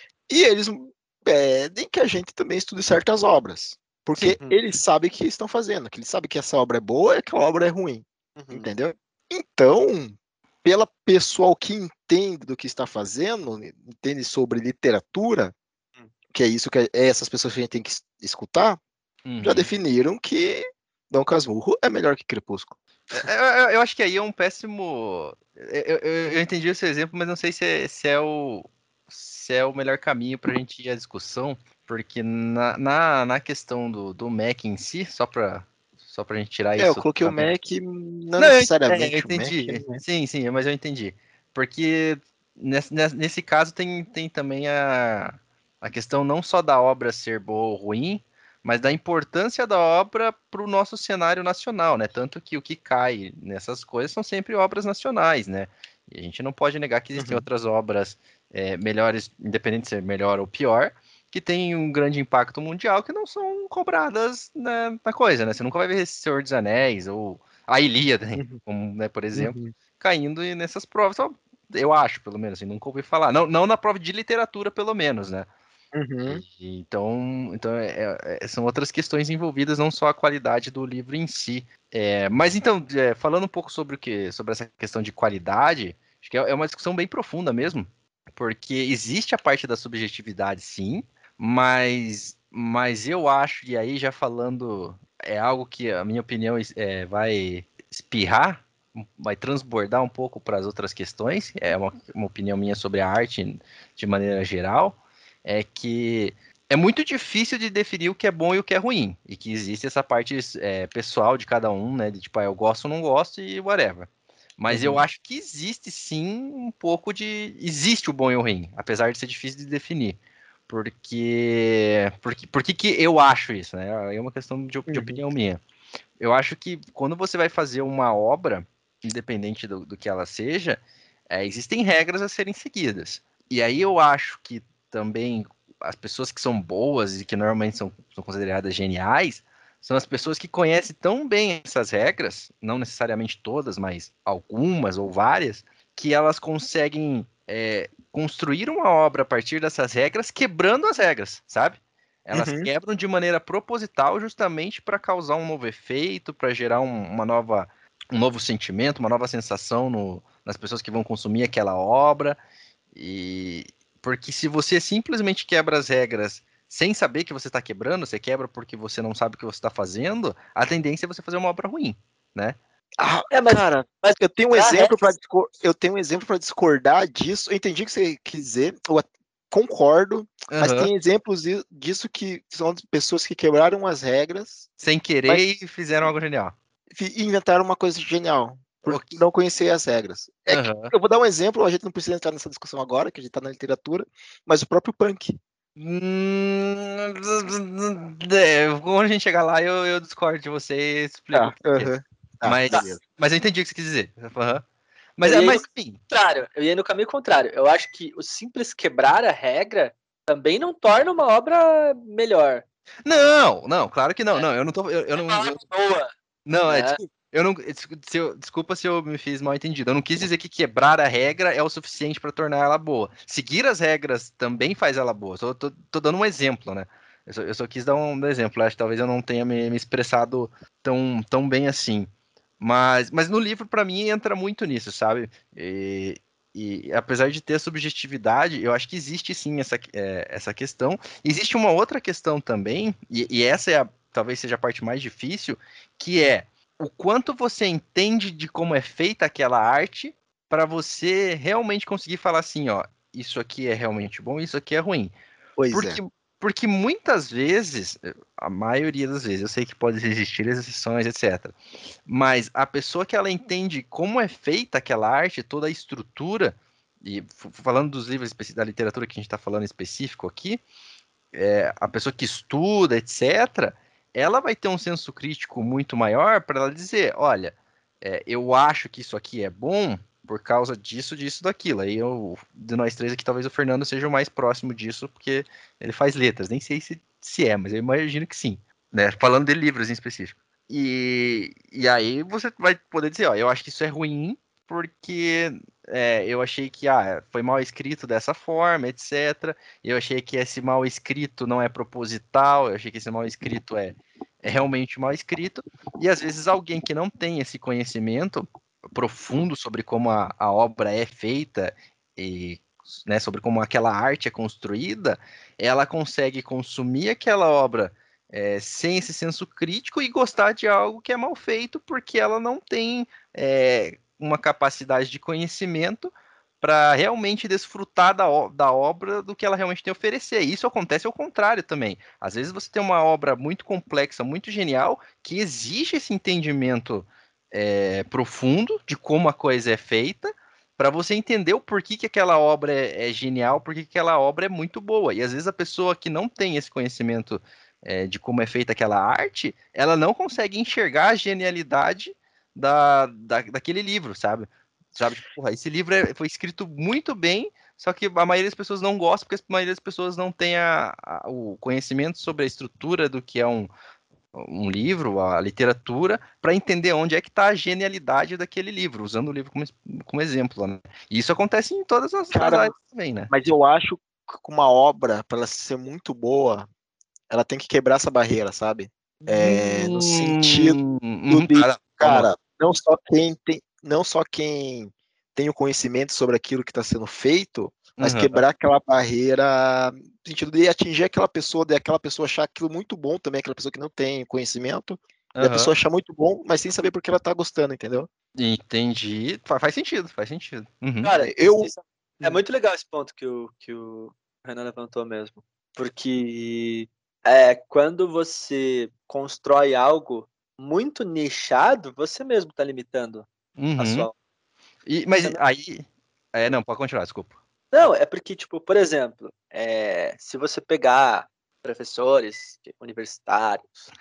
E eles pedem que a gente também estude certas obras, porque Sim. eles sabem o que estão fazendo, que eles sabem que essa obra é boa e que a obra é ruim, uhum. entendeu? Então, pela pessoal que entende do que está fazendo, entende sobre literatura, uhum. que é isso que é essas pessoas que a gente tem que escutar, uhum. já definiram que Dom Casmurro é melhor que Crepúsculo. Eu, eu, eu acho que aí é um péssimo... Eu, eu, eu entendi o seu exemplo, mas não sei se é, se é, o, se é o melhor caminho para a gente ir à discussão, porque na, na, na questão do, do M E C em si, só para só pra gente tirar é, isso... É, eu coloquei o M E C não, não necessariamente eu, é, eu entendi. o M E C, né? Sim, sim, mas eu entendi. Porque nesse, nesse caso tem, tem também a, a questão não só da obra ser boa ou ruim, mas da importância da obra para o nosso cenário nacional, né? Tanto que o que cai nessas coisas são sempre obras nacionais, né? E a gente não pode negar que existem uhum. outras obras é, melhores, independente de ser melhor ou pior, que têm um grande impacto mundial que não são cobradas né, na coisa, né? Você nunca vai ver Senhor dos Anéis ou a Ilíada, uhum. como, né, por exemplo, uhum. caindo nessas provas. Eu acho, pelo menos, assim, nunca ouvi falar. Não, não na prova de literatura, pelo menos, né? Uhum. E, então, então é, é, são outras questões envolvidas, não só a qualidade do livro em si. É, mas então, é, falando um pouco sobre o que, sobre essa questão de qualidade, acho que é, é uma discussão bem profunda mesmo, porque existe a parte da subjetividade, sim, mas, mas eu acho, e aí já falando, é algo que a minha opinião é, vai espirrar, vai transbordar um pouco para as outras questões, é uma, uma opinião minha sobre a arte de maneira geral, é que é muito difícil de definir o que é bom e o que é ruim, e que existe essa parte é, pessoal de cada um, né, de tipo, ah, eu gosto ou não gosto e whatever. Mas uhum. eu acho que existe sim um pouco de... Existe o bom e o ruim, apesar de ser difícil de definir. Porque... Porque, porque que eu acho isso, né? É uma questão de, de opinião uhum. minha. Eu acho que quando você vai fazer uma obra, independente do, do que ela seja, é, existem regras a serem seguidas. E aí eu acho que também as pessoas que são boas e que normalmente são, são consideradas geniais são as pessoas que conhecem tão bem essas regras, não necessariamente todas, mas algumas ou várias, que elas conseguem é, construir uma obra a partir dessas regras, quebrando as regras, sabe? Elas uhum. quebram de maneira proposital justamente para causar um novo efeito, para gerar um, uma nova, um novo sentimento, uma nova sensação no, nas pessoas que vão consumir aquela obra. E porque se você simplesmente quebra as regras sem saber que você está quebrando, você quebra porque você não sabe o que você está fazendo, a tendência é você fazer uma obra ruim, né? Ah, é, mas, cara, mas eu tenho um exemplo para eu tenho um exemplo para discordar disso. Eu entendi o que você quis dizer, eu concordo, uhum. mas tem exemplos disso que são pessoas que quebraram as regras sem querer e fizeram algo genial. E inventaram uma coisa genial. Por okay. não conhecer as regras. É uhum. que, eu vou dar um exemplo, a gente não precisa entrar nessa discussão agora, que a gente está na literatura, mas o próprio punk. Hum, quando a gente chegar lá, eu, eu discordo de você e explico ah, por quê. Uhum. Ah, mas, beleza. mas eu entendi o que você quis dizer. Uhum. Mas, eu, ia mas enfim. Contrário, eu ia no caminho contrário. Eu acho que o simples quebrar a regra também não torna uma obra melhor. Não, não, claro que não. É. Não, eu não tô. Eu, eu não, eu, boa. não, é, é. desculpa. Eu não, se eu- desculpa se eu me fiz mal entendido. Eu não quis dizer que quebrar a regra é o suficiente para tornar ela boa. Seguir as regras também faz ela boa. Só tô, tô dando um exemplo, né? Eu só, eu só quis dar um exemplo. Acho que talvez eu não tenha me, me expressado tão, tão bem assim. Mas, mas no livro, para mim, entra muito nisso, sabe? E, e apesar de ter a subjetividade, eu acho que existe sim essa, é, essa questão. Existe uma outra questão também, e, e essa é a, talvez seja a parte mais difícil, que é o quanto você entende de como é feita aquela arte para você realmente conseguir falar assim, ó, isso aqui é realmente bom, isso aqui é ruim. Pois é. Porque, porque muitas vezes, a maioria das vezes, eu sei que pode existir exceções, etcétera. Mas a pessoa que ela entende como é feita aquela arte, toda a estrutura, e f- falando dos livros especi- da literatura que a gente está falando específico aqui, é, a pessoa que estuda, etcétera, ela vai ter um senso crítico muito maior para ela dizer, olha, é, eu acho que isso aqui é bom por causa disso, disso, daquilo. Aí eu, de nós três aqui, talvez o Fernando seja o mais próximo disso, porque ele faz letras. Nem sei se, se é, mas eu imagino que sim, né? Falando de livros em específico. E, e aí você vai poder dizer, ó, eu acho que isso é ruim porque é, eu achei que ah, foi mal escrito dessa forma, etcétera. Eu achei que esse mal escrito não é proposital, eu achei que esse mal escrito é, é realmente mal escrito. E às vezes alguém que não tem esse conhecimento profundo sobre como a, a obra é feita e né, sobre como aquela arte é construída, ela consegue consumir aquela obra é, sem esse senso crítico e gostar de algo que é mal feito porque ela não tem é, uma capacidade de conhecimento para realmente desfrutar da, da obra do que ela realmente tem a oferecer. E isso acontece ao contrário também. Às vezes você tem uma obra muito complexa, muito genial, que exige esse entendimento é, profundo de como a coisa é feita, para você entender o porquê que aquela obra é, é genial, porquê que aquela obra é muito boa. E às vezes a pessoa que não tem esse conhecimento é, de como é feita aquela arte, ela não consegue enxergar a genialidade da, da, daquele livro, sabe? Sabe, tipo, porra, esse livro é- foi escrito muito bem, só que a maioria das pessoas não gosta, porque a maioria das pessoas não tem a, a- o conhecimento sobre a estrutura do que é um, um livro, a literatura, para entender onde é que está a genialidade daquele livro, usando o livro como, como exemplo, né? E isso acontece em todas as, as Cara, áreas também, né? mas eu acho que uma obra, para ela ser muito boa, ela tem que quebrar essa barreira, sabe? É, no sentido Hum, uhum, de, cara, vamos lá. cara, não só quem tem, não só quem tem o conhecimento sobre aquilo que está sendo feito, mas Uhum, quebrar aquela barreira no sentido de atingir aquela pessoa, de aquela pessoa achar aquilo muito bom também, aquela pessoa que não tem conhecimento, da uhum. pessoa achar muito bom, mas sem saber por que ela tá gostando, entendeu? Entendi. Fa- Faz sentido, faz sentido. Uhum. Cara, Eu, isso é muito legal esse ponto que o, que o Renan levantou mesmo. Porque é, quando você constrói algo muito nichado, você mesmo está limitando a Uhum. sua. E, Você mas não, aí. É, não, pode continuar, desculpa. não, é porque, tipo, por exemplo, é, se você pegar professores tipo, universitários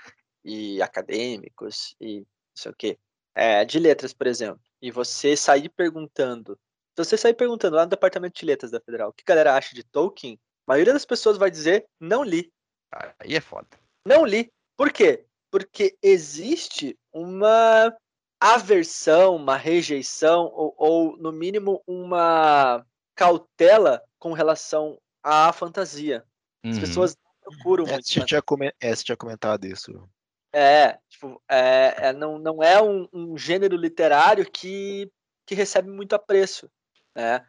e acadêmicos e não sei o quê, é, de letras, por exemplo, e você sair perguntando, se você sair perguntando lá no departamento de letras da Federal, o que a galera acha de Tolkien, a maioria das pessoas vai dizer, não li, Aí é foda. não li. Por quê? Porque existe uma aversão, uma rejeição, ou, ou no mínimo uma cautela com relação à fantasia. As Uhum. pessoas não procuram é, muito você tinha, come- é, você tinha comentado isso. é, tipo, é, é, não, não é um, um gênero literário que, que recebe muito apreço, né?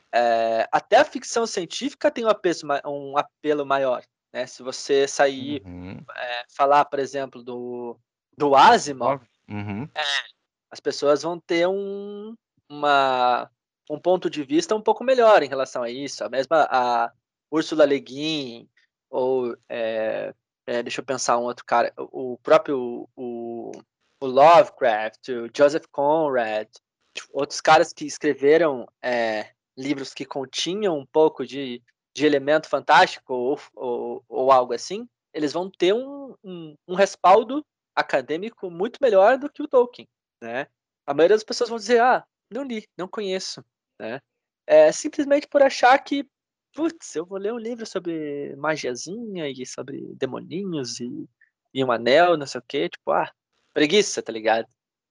É, até a ficção científica tem um, apeso, ma- um apelo maior, né? Se você sair, Uhum. é, falar, por exemplo, do, do Asimov, Uhum. as pessoas vão ter um, uma, um ponto de vista um pouco melhor em relação a isso. A mesma a Ursula Le Guin, ou é, é, deixa eu pensar um outro cara, o próprio o, o Lovecraft, o Joseph Conrad, outros caras que escreveram é, livros que continham um pouco de, de elemento fantástico ou, ou, ou algo assim, eles vão ter um, um, um respaldo acadêmico muito melhor do que o Tolkien, né? A maioria das pessoas vão dizer, ah, não li, não conheço, né? É simplesmente por achar que, putz, eu vou ler um livro sobre magiazinha e sobre demoninhos e, e um anel, não sei o quê, tipo, ah, preguiça, tá ligado?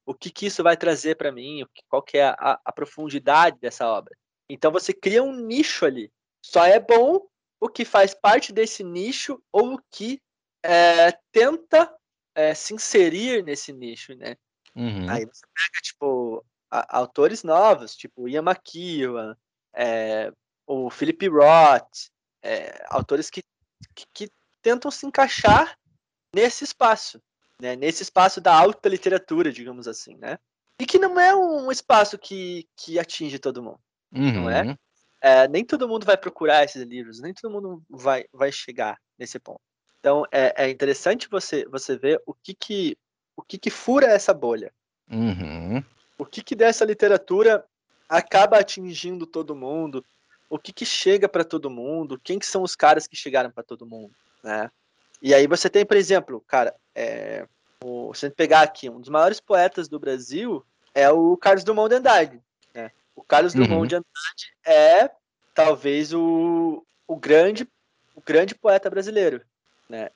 o que, que isso vai trazer para mim, o que, qual que é a, a profundidade dessa obra. Então você cria um nicho ali. Só é bom o que faz parte desse nicho ou o que é, tenta é, se inserir nesse nicho, né? Uhum. Aí você pega, tipo, a, autores novos, tipo Ian McEwan, é, o Philip Roth, é, autores que, que, que tentam se encaixar nesse espaço, né? Nesse espaço da alta literatura, digamos assim, né? E que não é um espaço que, que atinge todo mundo, não é? Uhum. É, nem todo mundo vai procurar esses livros, nem todo mundo vai, vai chegar nesse ponto. Então é, é interessante você, você ver o que que, o que que fura essa bolha. Uhum. O que que dessa literatura acaba atingindo todo mundo, o que que chega para todo mundo, quem que são os caras que chegaram para todo mundo, né? E aí você tem, por exemplo, cara, é, o, se a gente pegar aqui, um dos maiores poetas do Brasil é o Carlos Drummond de Andrade, né? O Carlos Uhum. Drummond de Andrade é talvez o, o grande o grande poeta brasileiro, né?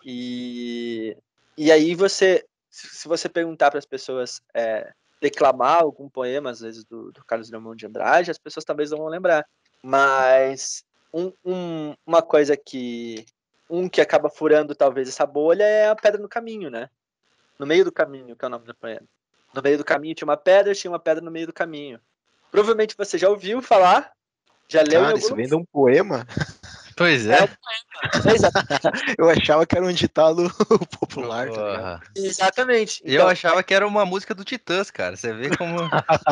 E, e aí você, se você perguntar para as pessoas é, declamar algum poema, às vezes, do, do Carlos Drummond de Andrade, as pessoas talvez não vão lembrar. Mas um, um, uma coisa que um que acaba furando talvez essa bolha é a Pedra no Caminho, né? No meio do caminho, que é o nome do poema. No meio do caminho tinha uma pedra, tinha uma pedra no meio do caminho. Provavelmente você já ouviu falar, já leu em Cara, algum isso vem de lugar. um poema? Pois É é. um poema. Exatamente. Eu achava que era um ditado popular, tá ligado? Porra. Exatamente. Eu Então, achava que era uma música do Titãs, cara. Você vê como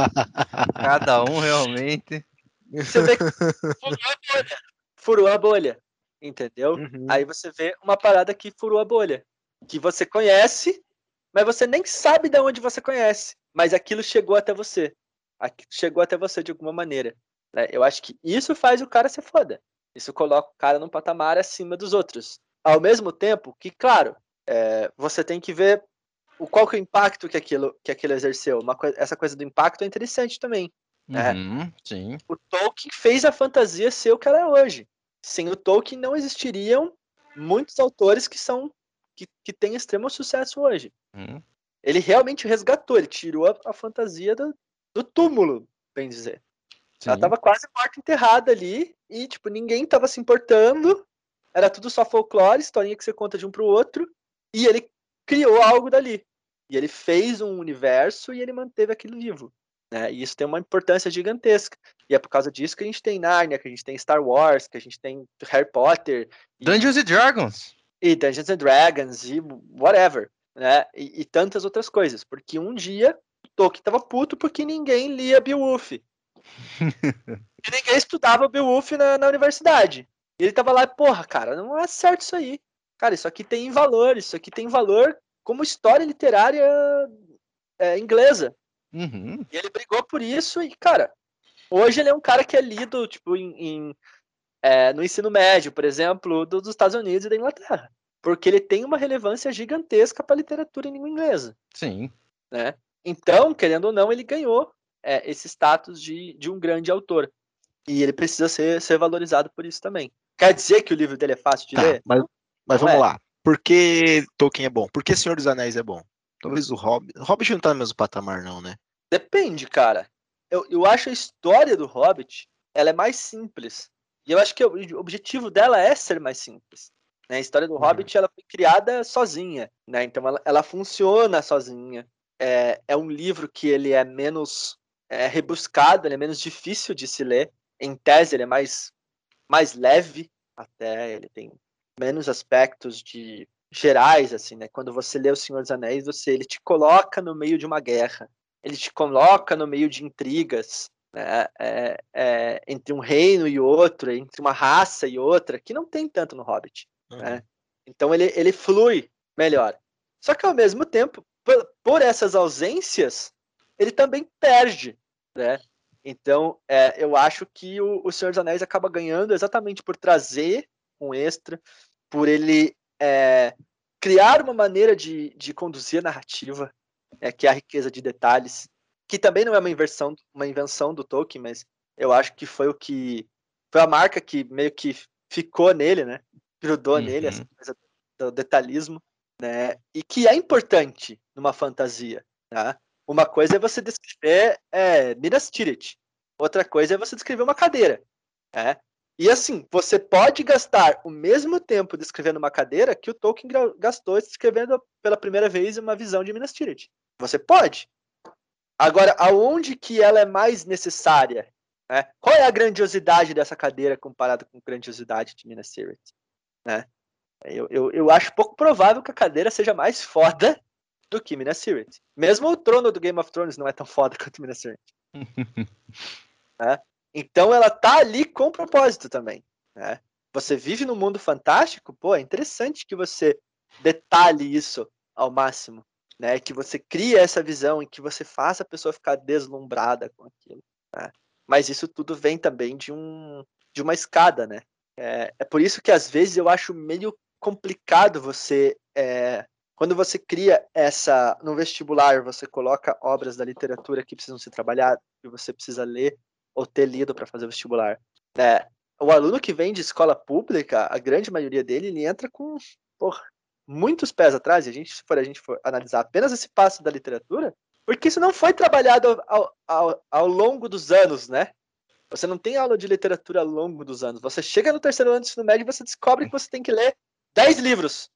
cada um realmente. você vê que furou a bolha. Furou a bolha. Entendeu? Uhum. Aí você vê uma parada que furou a bolha. Que você conhece, mas você nem sabe de onde você conhece. Mas aquilo chegou até você. Aquilo chegou até você de alguma maneira. Né? Eu acho que isso faz o cara ser foda. Isso coloca o cara num patamar acima dos outros. Ao mesmo tempo que, claro, é, você tem que ver o, qual que é o impacto que aquilo, que aquilo exerceu. Uma coi- essa coisa do impacto é interessante também. Né? Uhum, sim. O Tolkien fez a fantasia ser o que ela é hoje. Sem o Tolkien não existiriam muitos autores que são que, que têm extremo sucesso hoje. Uhum, Ele realmente resgatou, ele tirou a, a fantasia do, do túmulo, bem dizer. Ela sim. estava quase morta, enterrada ali, e tipo, ninguém estava se importando. Era tudo só folclore, historinha que você conta de um para o outro, e ele criou algo dali. E ele fez um universo e ele manteve aquilo vivo. Né? E isso tem uma importância gigantesca. E é por causa disso que a gente tem Narnia, que a gente tem Star Wars, que a gente tem Harry Potter, e, Dungeons and Dragons. e Dungeons and Dragons, e whatever. Né? E, e tantas outras coisas. Porque um dia o Tolkien tava puto porque ninguém lia Beowulf. E ninguém estudava Beowulf na, na universidade. E ele tava lá, porra, cara, não é certo isso aí. Cara, isso aqui tem valor, isso aqui tem valor como história literária é, inglesa. Uhum, E ele brigou por isso e, cara, hoje ele é um cara que é lido, tipo, em, em, é, no ensino médio, por exemplo, do, dos Estados Unidos e da Inglaterra. Porque ele tem uma relevância gigantesca para a literatura em língua inglesa. sim. Né? Então, querendo ou não, ele ganhou é, esse status de, de um grande autor. E ele precisa ser, ser valorizado por isso também. Quer dizer que o livro dele é fácil de Tá, ler? mas, mas Não vamos é. lá. Por que Tolkien é bom? Por que Senhor dos Anéis é bom? Talvez o Hobbit. O Hobbit não tá no mesmo patamar, não, né? Depende, cara. Eu, eu acho a história do Hobbit ela é mais simples. E eu acho que o objetivo dela é ser mais simples. Né? A história do Uhum. Hobbit ela foi criada sozinha. Né? Então ela, ela funciona sozinha. É, é um livro que ele é menos é, rebuscado, ele é menos difícil de se ler. Em tese, ele é mais, mais leve até. Ele tem menos aspectos de gerais, assim, né? Quando você lê O Senhor dos Anéis, você, ele te coloca no meio de uma guerra. Ele te coloca no meio de intrigas, né? é, é, entre um reino e outro, entre uma raça e outra, que não tem tanto no Hobbit. Uhum. Né? Então ele, ele flui melhor. Só que ao mesmo tempo, por, por essas ausências, ele também perde. Né? Então é, eu acho que o, o Senhor dos Anéis acaba ganhando exatamente por trazer um extra, por ele é, criar uma maneira de, de conduzir a narrativa, é, que é a riqueza de detalhes, que também não é uma inversão, uma invenção do Tolkien, mas eu acho que foi o que foi a marca que meio que ficou nele, né? Grudou nele essa Uhum, coisa do detalhismo, né? E que é importante numa fantasia, tá? Uma coisa é você descrever é, Minas Tirith. Outra coisa é você descrever uma cadeira. É. E assim, você pode gastar o mesmo tempo descrevendo uma cadeira que o Tolkien gastou descrevendo pela primeira vez uma visão de Minas Tirith. Você pode. Agora, aonde que ela é mais necessária? Né? Qual é a grandiosidade dessa cadeira comparada com a grandiosidade de Minas Tirith? Né? Eu, eu, eu acho pouco provável que a cadeira seja mais foda do que Minas Tirith. Mesmo o trono do Game of Thrones não é tão foda quanto Minas Tirith. Né? Então ela tá ali com propósito também. Né? Você vive num mundo fantástico, pô, é interessante que você detalhe isso ao máximo. Né? Que você crie essa visão e que você faça a pessoa ficar deslumbrada com aquilo. Né? Mas isso tudo vem também de, um, de uma escada, né? É, é por isso que às vezes eu acho meio complicado você... É, quando você cria essa... No vestibular, você coloca obras da literatura que precisam ser trabalhadas, que você precisa ler ou ter lido para fazer o vestibular. É, o aluno que vem de escola pública, a grande maioria dele, ele entra com... Porra, muitos pés atrás, e a gente, se for, a gente for analisar apenas esse passo da literatura, porque isso não foi trabalhado ao, ao, ao longo dos anos, né? Você não tem aula de literatura ao longo dos anos. Você chega no terceiro ano do ensino médio e você descobre que você tem que ler dez livros.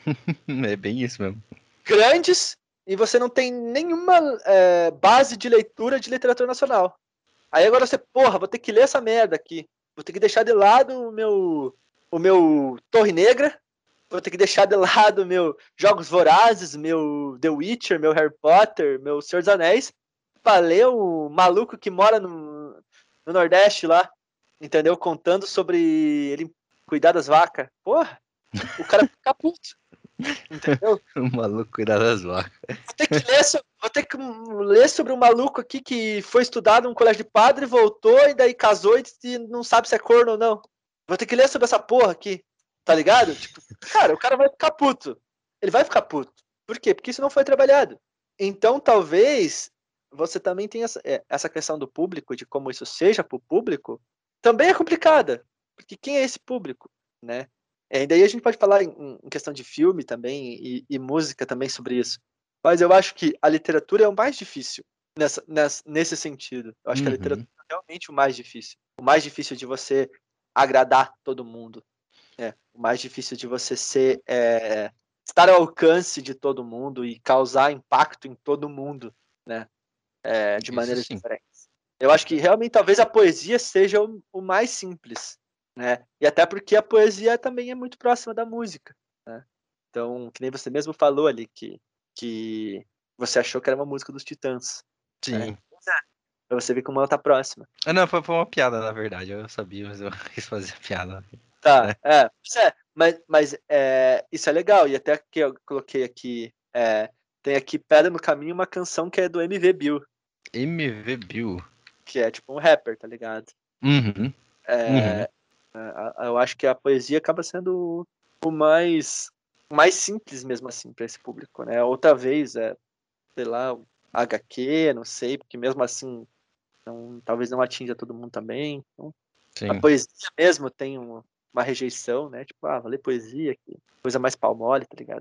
É bem isso mesmo. Grandes, e você não tem nenhuma é, base de leitura de literatura nacional. Aí agora você, porra, vou ter que ler essa merda aqui. Vou ter que deixar de lado o meu, o meu Torre Negra. Vou ter que deixar de lado meu Jogos Vorazes, meu The Witcher, meu Harry Potter, meu Senhor dos Anéis, pra ler o maluco que mora no, no Nordeste lá, entendeu? Contando sobre ele cuidar das vacas. Porra, o cara fica puto, entendeu? O maluco cuidar das vacas. Vou ter que ler, so- vou ter que ler sobre um maluco aqui que foi estudado num colégio de padre, voltou e daí casou e não sabe se é corno ou não. Vou ter que ler sobre essa porra aqui. Tá ligado? Tipo, cara, o cara vai ficar puto. Ele vai ficar puto. Por quê? Porque isso não foi trabalhado. Então, talvez você também tenha essa, é, essa questão do público, de como isso seja pro público, também é complicada. Porque quem é esse público, né? É, e daí a gente pode falar em, em questão de filme também e, e música também sobre isso. Mas eu acho que a literatura é o mais difícil nessa, nessa, nesse sentido. Eu acho que a literatura Uhum. é realmente o mais difícil. O mais difícil de você agradar todo mundo. É, o mais difícil de você ser é, estar ao alcance de todo mundo e causar impacto em todo mundo, né? É, de Isso maneiras sim. diferentes. Eu acho que realmente talvez a poesia seja o, o mais simples, né? E até porque a poesia também é muito próxima da música, né? Então, que nem você mesmo falou ali que, que você achou que era uma música dos Titãs, né? Sim. Pra você ver como ela tá próxima. Ah, não, foi, foi uma piada, na verdade. Eu sabia, mas eu quis fazer a piada. Tá, Né? é, pois é, mas, mas é, isso é legal, e até que eu coloquei aqui, é, tem aqui Pedra no Caminho, uma canção que é do M V Bill, M V Bill. que é tipo um rapper, tá ligado? Uhum. Uhum. É, a- a- eu acho que a poesia acaba sendo o mais, o mais simples mesmo assim para esse público, né? Outra vez, é, sei lá, o H Q, não sei, porque mesmo assim não, talvez não atinja todo mundo também. Então, a Sim. poesia mesmo tem um- uma rejeição, né? Tipo, ah, vou ler poesia aqui, coisa mais palmole, tá ligado?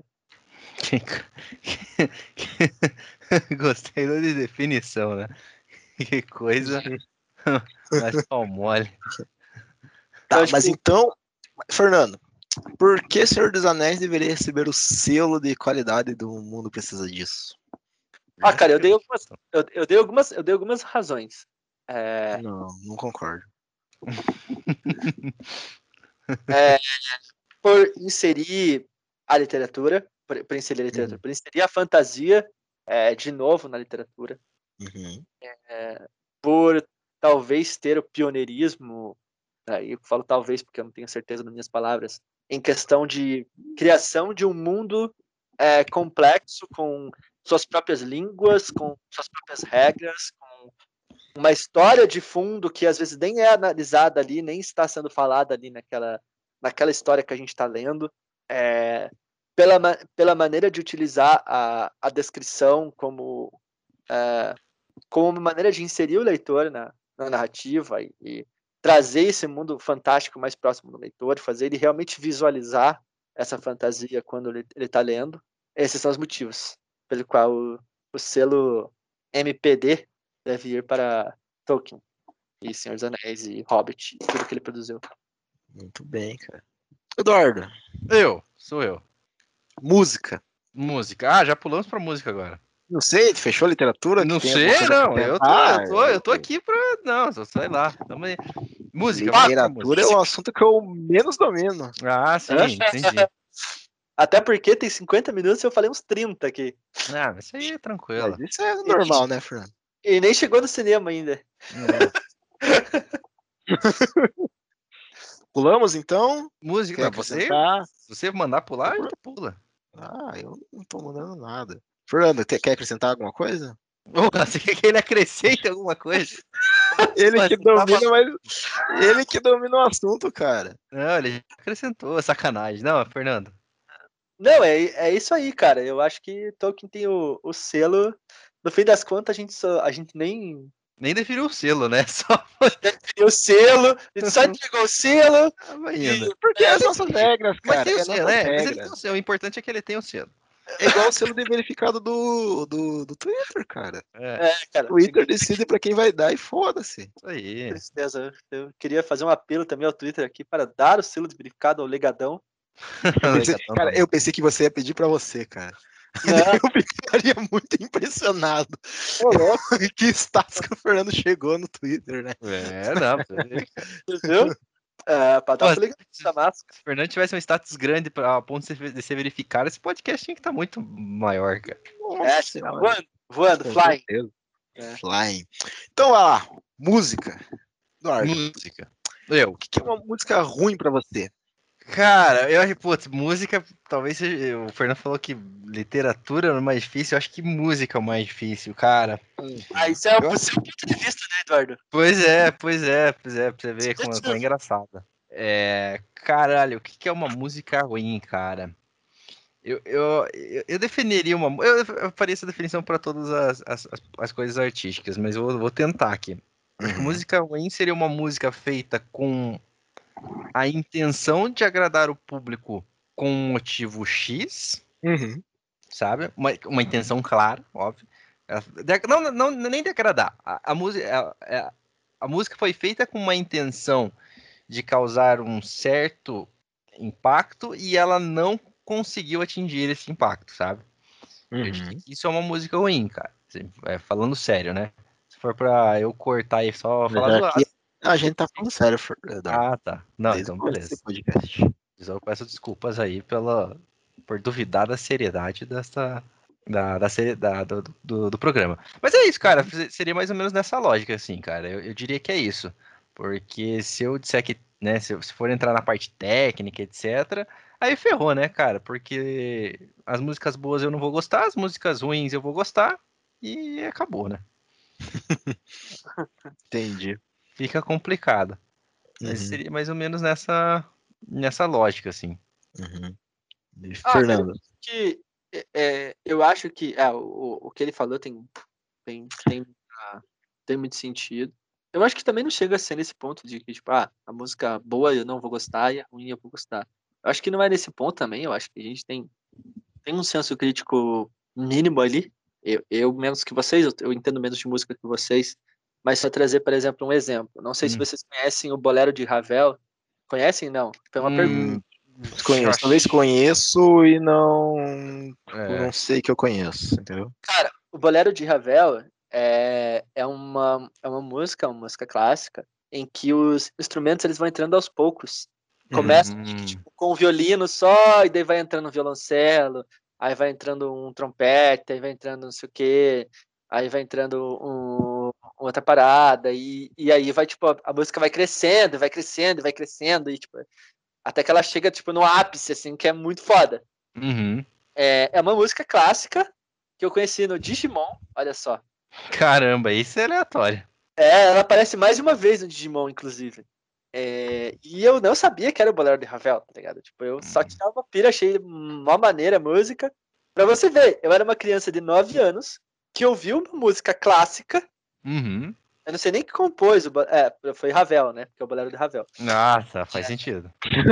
Gostei da definição, né? Que coisa mais pau mole. Tá, Então, mas tipo, então, Fernando, por que Senhor dos Anéis deveria receber o selo de qualidade do Mundo Precisa Disso? ah, Já cara, eu dei escrevi. algumas, eu, eu dei algumas, eu dei algumas razões. É, Não, não concordo. é, por inserir a literatura, por, por inserir a literatura, Uhum. por inserir a fantasia é, de novo na literatura, Uhum. é, por talvez ter o pioneirismo, aí eu falo talvez porque eu não tenho certeza das minhas palavras, em questão de criação de um mundo é, complexo, com suas próprias línguas, com suas próprias regras, com uma história de fundo que às vezes nem é analisada ali, nem está sendo falada ali naquela, naquela história que a gente está lendo, é, pela, pela maneira de utilizar a, a descrição como, é, como uma maneira de inserir o leitor na, na narrativa e, e trazer esse mundo fantástico mais próximo do leitor, fazer ele realmente visualizar essa fantasia quando ele está lendo. Esses são os motivos pelo qual o, o selo M P D deve ir para Tolkien e Senhor dos Anéis e Hobbit, tudo que ele produziu. Muito bem, cara. Eduardo, Eu, sou eu. música. Música. Ah, já pulamos pra música agora. Não sei, fechou a literatura? Não que tem sei, alguma coisa pra não. Eu tô, tentar? eu tô, eu tô aqui pra. Não, sei lá. Tamo aí. Música, vamos pra Literatura é música. um assunto que eu menos domino. Ah, sim, Hã? entendi. Até porque tem cinquenta minutos e eu falei uns trinta aqui. Ah, mas isso aí é tranquilo. Mas isso é normal, né, Fernando? E nem chegou no cinema ainda. É. Pulamos, então? Música, Quer não, você, acrescentar? se você mandar pular, a gente pula. Ah, eu não tô mandando nada. Fernando, te- quer acrescentar alguma coisa? Ô, você quer que ele acrescente alguma coisa? Ele Mas que você tava- domina, mas ele que domina o assunto, cara. Não, ele já acrescentou, sacanagem. Não, Fernando. Não, é, é isso aí, cara. Eu acho que Tolkien tem o, o selo. No fim das contas, a gente, só, a gente nem Nem definiu o selo, né? Só definiu o selo, a gente só entregou o selo. tava indo. Porque é as Mas, nossas regras, mas cara. tem o É selo, nossas né? Mas ele tem regras. o selo. O importante é que ele tem o selo. É igual o selo de verificado do, do, do Twitter, cara. É, É, cara, O Twitter decide pra quem vai dar e foda-se. isso aí. tristeza. Eu queria fazer um apelo também ao Twitter aqui para dar o selo de verificado ao legadão. Eu pensei- Legal, cara, tá eu pensei que você ia pedir pra você, cara. Não, Eu ficaria muito impressionado. ô louco, Que status que o Fernando chegou no Twitter, né? bom. É, não. Você vê, cara. viu? É, para dar Pô, pro legadão da máscara. se o Fernando tivesse um status grande pra, a ponto de ser, de ser verificado, esse podcast tinha que estar muito maior, cara. É, Nossa tá senhora. voando, voando, Com flying. certeza. É. Flying. Então vai lá. Música. Eduardo, Música. Eu. o que que é uma música ruim pra você? Cara, eu acho, putz, música, talvez seja, o Fernando falou que literatura é o mais difícil, eu acho que música é o mais difícil, cara. Ah, isso é Eu- o seu ponto de vista, né, Eduardo? Pois é, pois é, pois é, pra você ver como, como é engraçado. É, caralho, o que que é uma música ruim, cara? Eu, eu, eu, eu definiria uma. Eu, eu faria essa definição para todas as, as, as- as coisas artísticas, mas eu vou, vou tentar aqui. Acho que Uhum. música ruim seria uma música feita com a intenção de agradar o público com um motivo X, Uhum. sabe? Uma, uma intenção clara, óbvio. Ela- de- Não, não, não nem de agradar. A, a, música, a, a- a música foi feita com uma intenção de causar um certo impacto e ela não conseguiu atingir esse impacto, sabe? Eu diria Uhum. que isso é uma música ruim, cara. Assim, é, falando sério, né? Se for pra eu cortar e só Mas falar zoado. aqui a gente tá falando sério, Fer- Eduardo. Ah, tá. Não, Desde então o começo beleza. desse podcast. Eu peço desculpas aí pela, por duvidar da seriedade dessa, da, da, seri- da- do, do, do programa. Mas é isso, cara. se- Seria mais ou menos nessa lógica, assim, cara. Eu, eu diria que é isso. Porque se eu disser que, né, se, eu- se for entrar na parte técnica, etcétera, aí ferrou, né, cara? Porque as músicas boas eu não vou gostar, as músicas ruins eu vou gostar e acabou, né? Entendi. Fica complicado. Mas Uhum. seria mais ou menos nessa, nessa lógica, assim. Uhum. E Ah, Fernando. que é, é, eu acho que é, o, o que ele falou tem, tem, tem, ah, tem muito sentido. Eu acho que também não chega a ser nesse ponto de que, tipo, ah, a música boa eu não vou gostar e a ruim eu vou gostar. Eu acho que não é nesse ponto também. Eu acho que a gente tem, tem um senso crítico mínimo ali. Eu, eu menos que vocês, eu, eu entendo menos de música que vocês. Mas só trazer, por exemplo, um exemplo. Não sei se Hum. vocês conhecem o Bolero de Ravel. Conhecem? Não. Foi uma pergunta. Hum, Conheço. Talvez conheço e não. É. Não sei que eu conheço, entendeu? Cara, o Bolero de Ravel é, é, uma, é uma música, uma música clássica, em que os instrumentos eles vão entrando aos poucos. Começa Hum. tipo, com o violino só, e daí vai entrando um violoncelo, aí vai entrando um trompete, aí vai entrando não sei o quê, aí vai entrando um, outra parada, e, e aí vai, tipo, a, a música vai crescendo, vai crescendo, vai crescendo, e, tipo, até que ela chega, tipo, no ápice, assim, que é muito foda. Uhum. É, é uma música clássica que eu conheci no Digimon, olha só. Caramba, isso é aleatório. É, ela aparece mais de uma vez no Digimon, inclusive. É, e eu não sabia que era o Bolero de Ravel, tá ligado? Tipo, eu só tirava uma pira, achei uma maneira a música. Pra você ver, eu era uma criança de nove anos que ouviu uma música clássica. Uhum. Eu não sei nem que compôs o. É, foi Ravel, né? Porque é o Bolero de Ravel. Nossa, faz sentido.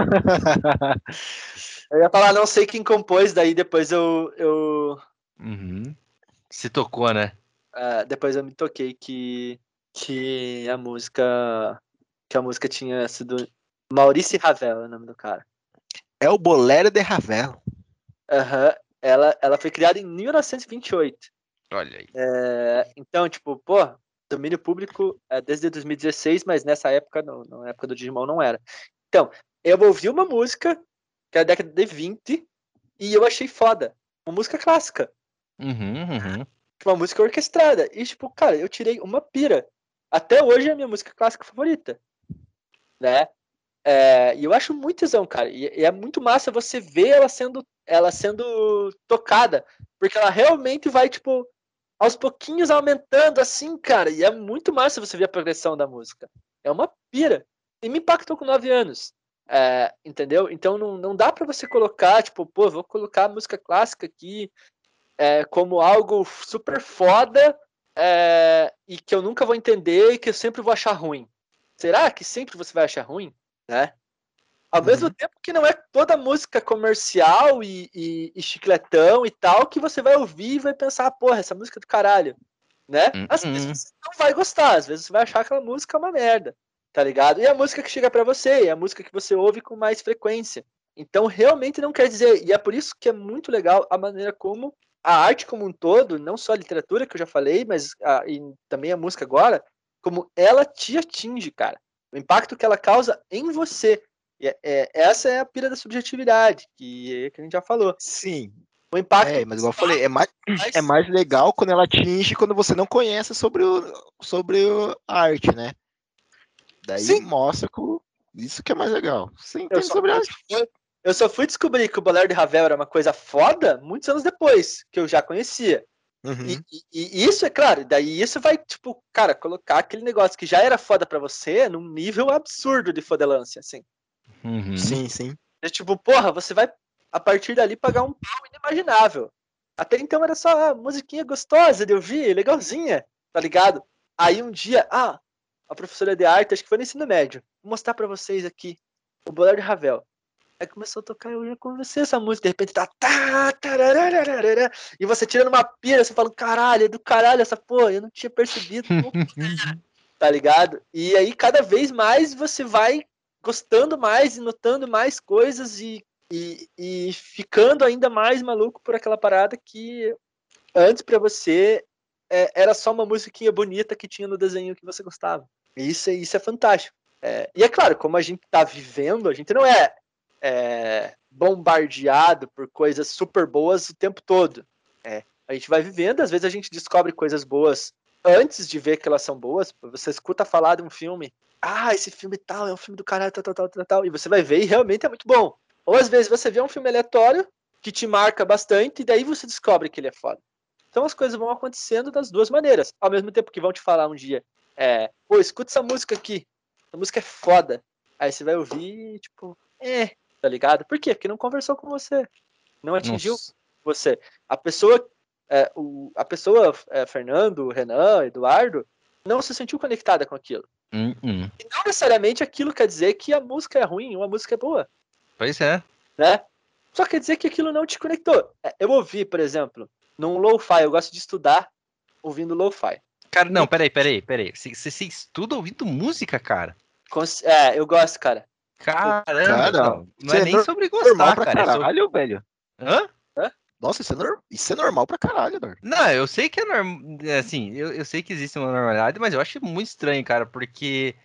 Eu ia falar, não sei quem compôs, daí depois eu. eu... Uhum. Se tocou, né? uh, depois eu me toquei que, que a música que a música tinha sido Maurice Ravel, é o nome do cara. É o Bolero de Ravel. Aham. Uhum. Ela, ela foi criada em mil novecentos e vinte e oito. Olha aí. É, então, tipo, pô, domínio público é desde dois mil e dezesseis, mas nessa época, no, na época do Digimon, não era. Então, eu ouvi uma música que é da década de vinte e eu achei foda. Uma música clássica. Uhum, uhum. Uma música orquestrada. E, tipo, cara, eu tirei uma pira. Até hoje é a minha música clássica favorita. Né? É, e eu acho muito tesão, cara. E, e é muito massa você ver ela sendo, ela sendo tocada. Porque ela realmente vai, tipo, aos pouquinhos aumentando assim, cara. E é muito massa você ver a progressão da música. É uma pira. E me impactou com nove anos. É, entendeu? Então não, não dá pra você colocar, tipo, pô, vou colocar a música clássica aqui é, como algo super foda é, e que eu nunca vou entender e que eu sempre vou achar ruim. Será que sempre você vai achar ruim? Né? Ao uhum. mesmo tempo que não é toda música comercial e, e, e chicletão e tal que você vai ouvir e vai pensar, porra, essa música é do caralho. Né? Uhum. Às vezes você não vai gostar, às vezes você vai achar aquela música uma merda, tá ligado? E a música que chega pra você, é a música que você ouve com mais frequência. Então, realmente não quer dizer, e é por isso que é muito legal a maneira como a arte como um todo, não só a literatura que eu já falei, mas a, e também a música agora, como ela te atinge, cara. O impacto que ela causa em você. É, é, essa é a pira da subjetividade, que, que a gente já falou. Sim. O impacto. É, mas igual eu falei, é mais, é mais legal quando ela atinge quando você não conhece sobre, o, sobre a arte, né? Daí Sim. mostra que o, isso que é mais legal. Você entende sobre a arte. Eu, eu só fui descobrir que o Bolero de Ravel era uma coisa foda muitos anos depois, que eu já conhecia. Uhum. E, e, e isso, é claro, daí isso vai, tipo, cara, colocar aquele negócio que já era foda pra você num nível absurdo de fodelância, assim. Uhum. Sim, sim. É tipo, porra, você vai, a partir dali, pagar um pau inimaginável. Até então era só ah, musiquinha gostosa de ouvir, legalzinha, tá ligado? Aí um dia, ah, a professora de arte, acho que foi no ensino médio, vou mostrar pra vocês aqui o Bolero de Ravel. Aí começou a tocar, eu já conheci essa música, de repente tá, tá, tararararara, e você tirando uma pira, você fala, caralho, é do caralho essa porra, eu não tinha percebido. Tá ligado? E aí cada vez mais você vai gostando mais e notando mais coisas e, e, e ficando ainda mais maluco por aquela parada que antes pra você é, era só uma musiquinha bonita que tinha no desenho que você gostava. E isso, isso é fantástico. É, e é claro, como a gente tá vivendo, a gente não é, é bombardeado por coisas super boas o tempo todo. É, a gente vai vivendo, às vezes a gente descobre coisas boas antes de ver que elas são boas. Você escuta falar de um filme, ah, esse filme tal, é um filme do caralho, tal, tal, tal, tal, tal, e você vai ver e realmente é muito bom. Ou às vezes você vê um filme aleatório que te marca bastante e daí você descobre que ele é foda. Então as coisas vão acontecendo das duas maneiras. Ao mesmo tempo que vão te falar um dia, é, pô, escuta essa música aqui, a música é foda. Aí você vai ouvir, tipo, é, tá ligado? Por quê? Porque não conversou com você, não atingiu Nossa. você. A pessoa, é, o, a pessoa, é, Fernando, Renan, Eduardo, não se sentiu conectada com aquilo. Uh-uh. E não necessariamente aquilo quer dizer que a música é ruim ou a música é boa. Pois é. Né? Só quer dizer que aquilo não te conectou. Eu ouvi, por exemplo, num lo-fi, eu gosto de estudar ouvindo lo-fi. Cara, não, peraí, peraí, peraí. Você, você estuda ouvindo música, cara? É, eu gosto, cara. Caramba, cara, não, não é, é nem sobre gostar, pra cara. Caralho, é sobre... velho. Hã? Hã? Nossa, isso é, norm... isso é normal pra caralho, Eduardo. Não, eu sei que é normal. Assim, eu, eu sei que existe uma normalidade, mas eu acho muito estranho, cara, porque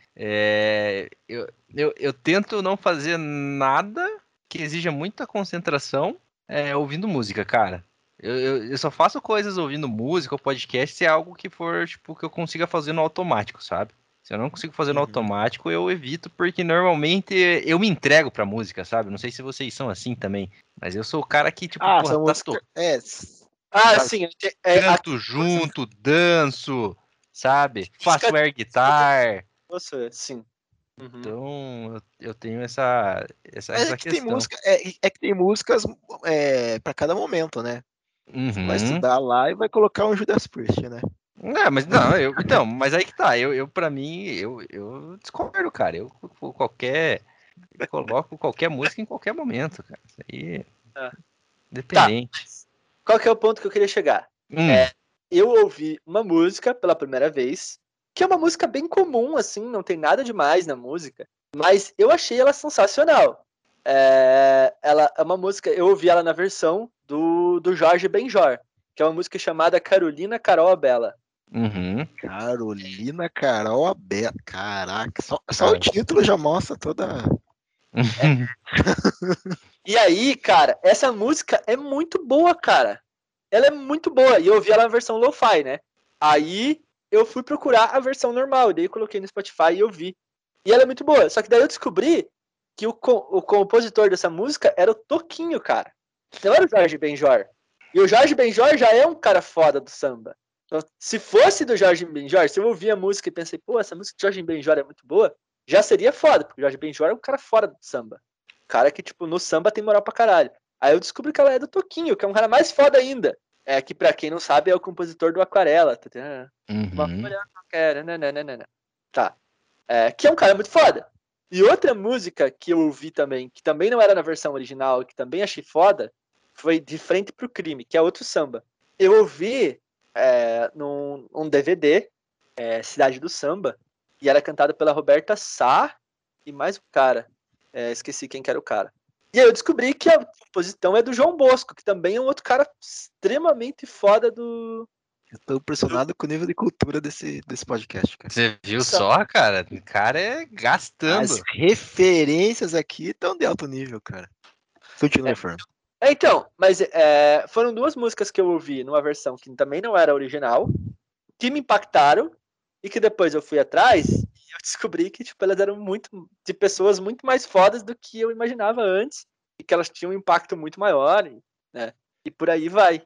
é, eu, eu, eu tento não fazer nada que exija muita concentração é, ouvindo música, cara. Eu, eu, eu só faço coisas ouvindo música ou podcast se é algo que for, tipo, que eu consiga fazer no automático, sabe? Se eu não consigo fazer no uhum. automático, eu evito, porque normalmente eu me entrego pra música, sabe? Não sei se vocês são assim também, mas eu sou o cara que, tipo, ah, porra, tá música... to... é... Ah, tá... sim. É, canto a... junto, danço, sabe? Faço air guitar. Você, sim. Uhum. Então, eu, eu tenho essa, essa, essa é que questão. Tem música, é, é que tem músicas é, pra cada momento, né? Uhum. Você vai estudar lá e vai colocar um Judas Priest, né? Não, mas não, eu, então, mas aí que tá, eu, eu pra mim, eu, eu discordo, cara, eu qualquer, eu coloco qualquer música em qualquer momento, cara, isso aí, ah. dependente. Tá. Qual que é o ponto que eu queria chegar? Hum. É, eu ouvi uma música pela primeira vez, que é uma música bem comum, assim, não tem nada demais na música, mas eu achei ela sensacional. É, ela é uma música, eu ouvi ela na versão do, do Jorge Benjor, que é uma música chamada Carolina Carol Bela. Uhum. Carolina Carol Abel. Caraca, só, só Cara. o título já mostra toda. E aí, cara, essa música é muito boa, cara. Ela é muito boa. E eu ouvi ela na versão lo-fi, né? Aí eu fui procurar a versão normal. Daí eu coloquei no Spotify e eu vi. E ela é muito boa. Só que daí eu descobri que o, co- o compositor dessa música era o Toquinho, cara. Não era o Jorge Benjor. E o Jorge Benjor já é um cara foda do samba. Então, se fosse do Jorge Benjor, se eu ouvir a música e pensei, pô, essa música do Jorge Benjor é muito boa, já seria foda, porque o Jorge Benjor é um cara fora do samba. Cara que, tipo, no samba tem moral pra caralho. Aí eu descobri que ela é do Toquinho, que é um cara mais foda ainda. É que, pra quem não sabe, é o compositor do Aquarela. Tá entendendo? Uma Uhum. folha qualquer, nananana. Tá. É, que é um cara muito foda. E outra música que eu ouvi também, que também não era na versão original, que também achei foda, foi De Frente pro Crime, que é outro samba. Eu ouvi é, num um D V D, é, Cidade do Samba, e era cantada pela Roberta Sá e mais um cara. É, esqueci quem que era o cara. E aí eu descobri que a composição é do João Bosco, que também é um outro cara extremamente foda do, Eu tô impressionado com o nível de cultura desse, desse podcast, cara. Você viu samba. só, cara? O cara é As gastando. referências aqui estão de alto nível, cara. Continue, Fernando. É, então, mas é, foram duas músicas que eu ouvi numa versão que também não era original, que me impactaram, e que depois eu fui atrás e eu descobri que tipo, elas eram muito de pessoas muito mais fodas do que eu imaginava antes, e que elas tinham um impacto muito maior, né? E por aí vai.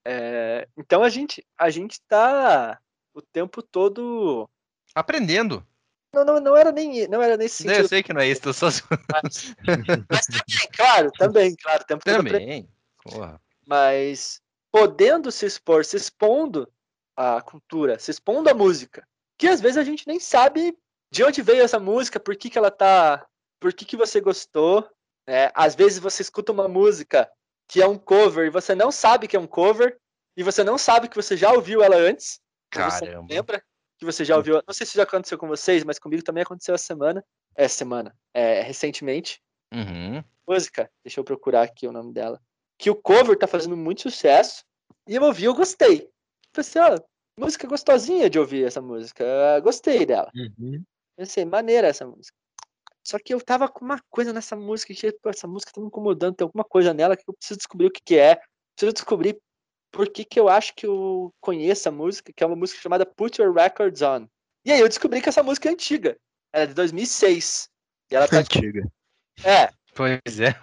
É, então a gente a gente tá o tempo todo. Aprendendo. Não, não, não era nem não era nesse Eu sentido. sei que não é isso, tô só. Mas, mas também, claro, também, claro, o tempo todo aprendendo. Também. Porra. Mas podendo se expor, se expondo à cultura, se expondo à música, que às vezes a gente nem sabe de onde veio essa música, por que, que ela tá, por que, que você gostou, né? Às vezes você escuta uma música que é um cover e você não sabe que é um cover e você não sabe que você já ouviu ela antes, ou você não Caramba. lembra que você já ouviu. Não sei se já aconteceu com vocês, mas comigo também aconteceu essa semana, é semana, é recentemente. Uhum. Música, deixa eu procurar aqui o nome dela, que o cover tá fazendo muito sucesso, e eu ouvi, eu gostei. Pensei, ó, música gostosinha de ouvir essa música, eu gostei dela. Uhum. Pensei, maneira essa música. Só que eu tava com uma coisa nessa música, que pô, essa música tá me incomodando, tem alguma coisa nela que eu preciso descobrir o que que é, preciso descobrir por que que eu acho que eu conheço a música, que é uma música chamada Put Your Records On. E aí eu descobri que essa música é antiga, ela é de dois mil e seis, e ela tá... Antiga. É, Pois é.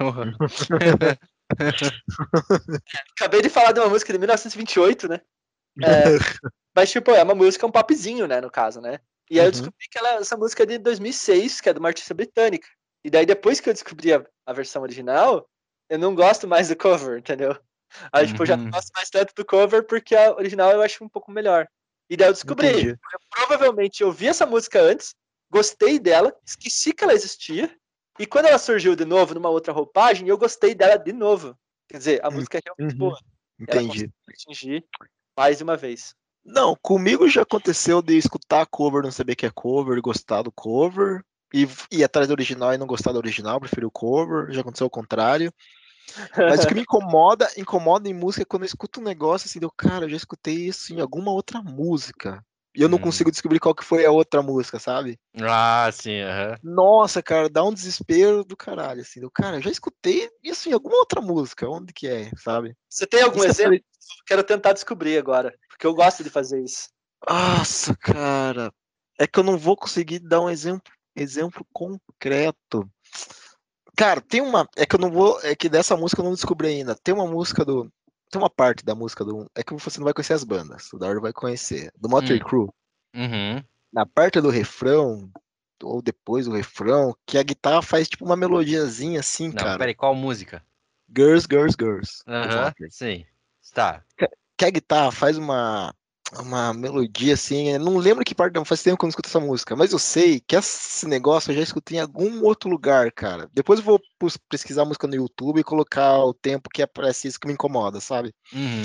acabei de falar de uma música de mil novecentos e vinte e oito, né? É, mas, tipo, é uma música, um popzinho, né, no caso, né? E aí eu Uhum. descobri que ela, essa música é de dois mil e seis, que é de uma artista britânica. E daí, depois que eu descobri a, a versão original, eu não gosto mais do cover, entendeu? Aí, tipo, eu já não Uhum. gosto mais tanto do cover, porque a original eu acho um pouco melhor. E daí eu descobri. Entendi. Eu provavelmente ouvi essa música antes, gostei dela, esqueci que ela existia, e quando ela surgiu de novo numa outra roupagem, eu gostei dela de novo. Quer dizer, a música é realmente Uhum. boa. Ela conseguiu Entendi. atingir mais de uma vez. Não, comigo já aconteceu de escutar cover, não saber que é cover, gostar do cover, e ir atrás do original e não gostar do original, prefiro o cover, já aconteceu o contrário. Mas o que me incomoda, incomoda em música é quando eu escuto um negócio assim, deu, cara, eu já escutei isso em alguma outra música. E eu não Hum. consigo descobrir qual que foi a outra música, sabe? Ah, sim, aham. Nossa, cara, dá um desespero do caralho, assim, do cara, eu já escutei isso em alguma outra música, onde que é, sabe? Você tem algum Isso é exemplo? pare- Quero tentar descobrir agora, porque eu gosto de fazer isso. Nossa, cara, é que eu não vou conseguir dar um exemplo, exemplo concreto. Cara, tem uma, é que eu não vou, é que dessa música eu não descobri ainda. Tem uma música do, tem uma parte da música do, é que você não vai conhecer as bandas, o Dario vai conhecer, do Motley Hum. Crue. Uhum. Na parte do refrão, ou depois do refrão, que a guitarra faz tipo uma melodiazinha assim, Não, cara. peraí, qual música? Girls, Girls, Girls, do Aham, Motley. sim. Tá. Que a guitarra faz uma, uma melodia assim, eu não lembro que parte, não faz tempo que eu não escuto essa música, mas eu sei que esse negócio eu já escutei em algum outro lugar, cara. Depois eu vou pus- pesquisar a música no YouTube e colocar o tempo que aparece isso que me incomoda, sabe? Uhum.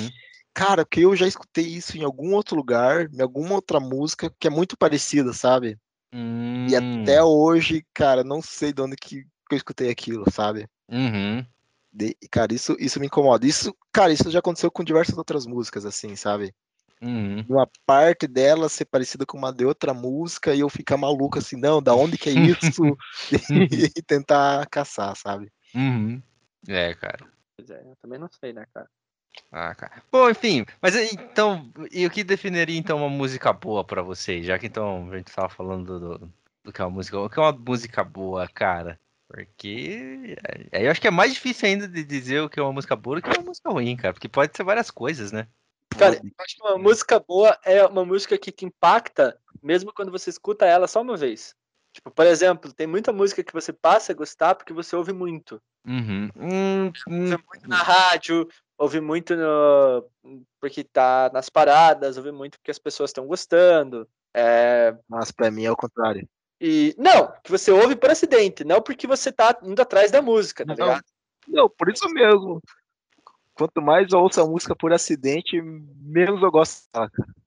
Cara, porque eu já escutei isso em algum outro lugar, em alguma outra música que é muito parecida, sabe? E até Hum, hoje, cara, não sei de onde que, que eu escutei aquilo, sabe? uhum, De- cara, isso, isso me incomoda. Isso, cara, isso já aconteceu com diversas outras músicas, assim, sabe? uhum. Uma parte dela ser parecida com uma de outra música e eu ficar maluco assim, não, da onde que é isso? E tentar caçar, sabe? Uhum. É, cara. Pois é, eu também não sei, né, cara? Ah, cara. Bom, enfim, mas aí, então, e o que definiria então uma música boa pra vocês? Já que então a gente tava falando do, do que é uma música, o que é uma música boa, cara? Porque aí eu acho que é mais difícil ainda de dizer o que é uma música boa do que uma música ruim, cara, porque pode ser várias coisas, né? Cara, eu Pode. acho que uma música boa é uma música que te impacta, mesmo quando você escuta ela só uma vez. Tipo, por exemplo, tem muita música que você passa a gostar porque você ouve muito. Uhum. Hum, hum, Ouve muito na rádio, ouve muito no... porque tá nas paradas, ouve muito porque as pessoas estão gostando. É... Mas pra mim é o contrário. E não, que você ouve por acidente, não porque você tá indo atrás da música, tá Não, ligado? não, por isso mesmo. Quanto mais eu ouço a música por acidente, menos eu gosto dela.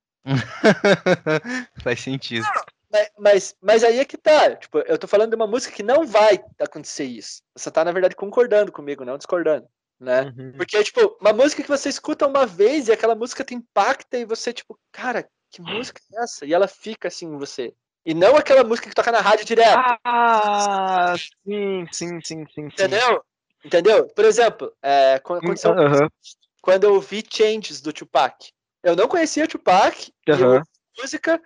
Faz sentido. Mas, mas, mas aí é que tá. Tipo, eu tô falando de uma música que não vai acontecer isso. Você tá, na verdade, concordando comigo, não discordando, né? Uhum. Porque, tipo, uma música que você escuta uma vez e aquela música te impacta e você, tipo, cara, que música é essa? E ela fica assim em você. E não aquela música que toca na rádio direto. Ah, sim, sim, sim, sim, sim. Entendeu? Entendeu? Por exemplo, é, quando Hum, aconteceu Aham, quando eu ouvi Changes do Tupac. Eu não conhecia Tupac e eu aham. ouvi a música.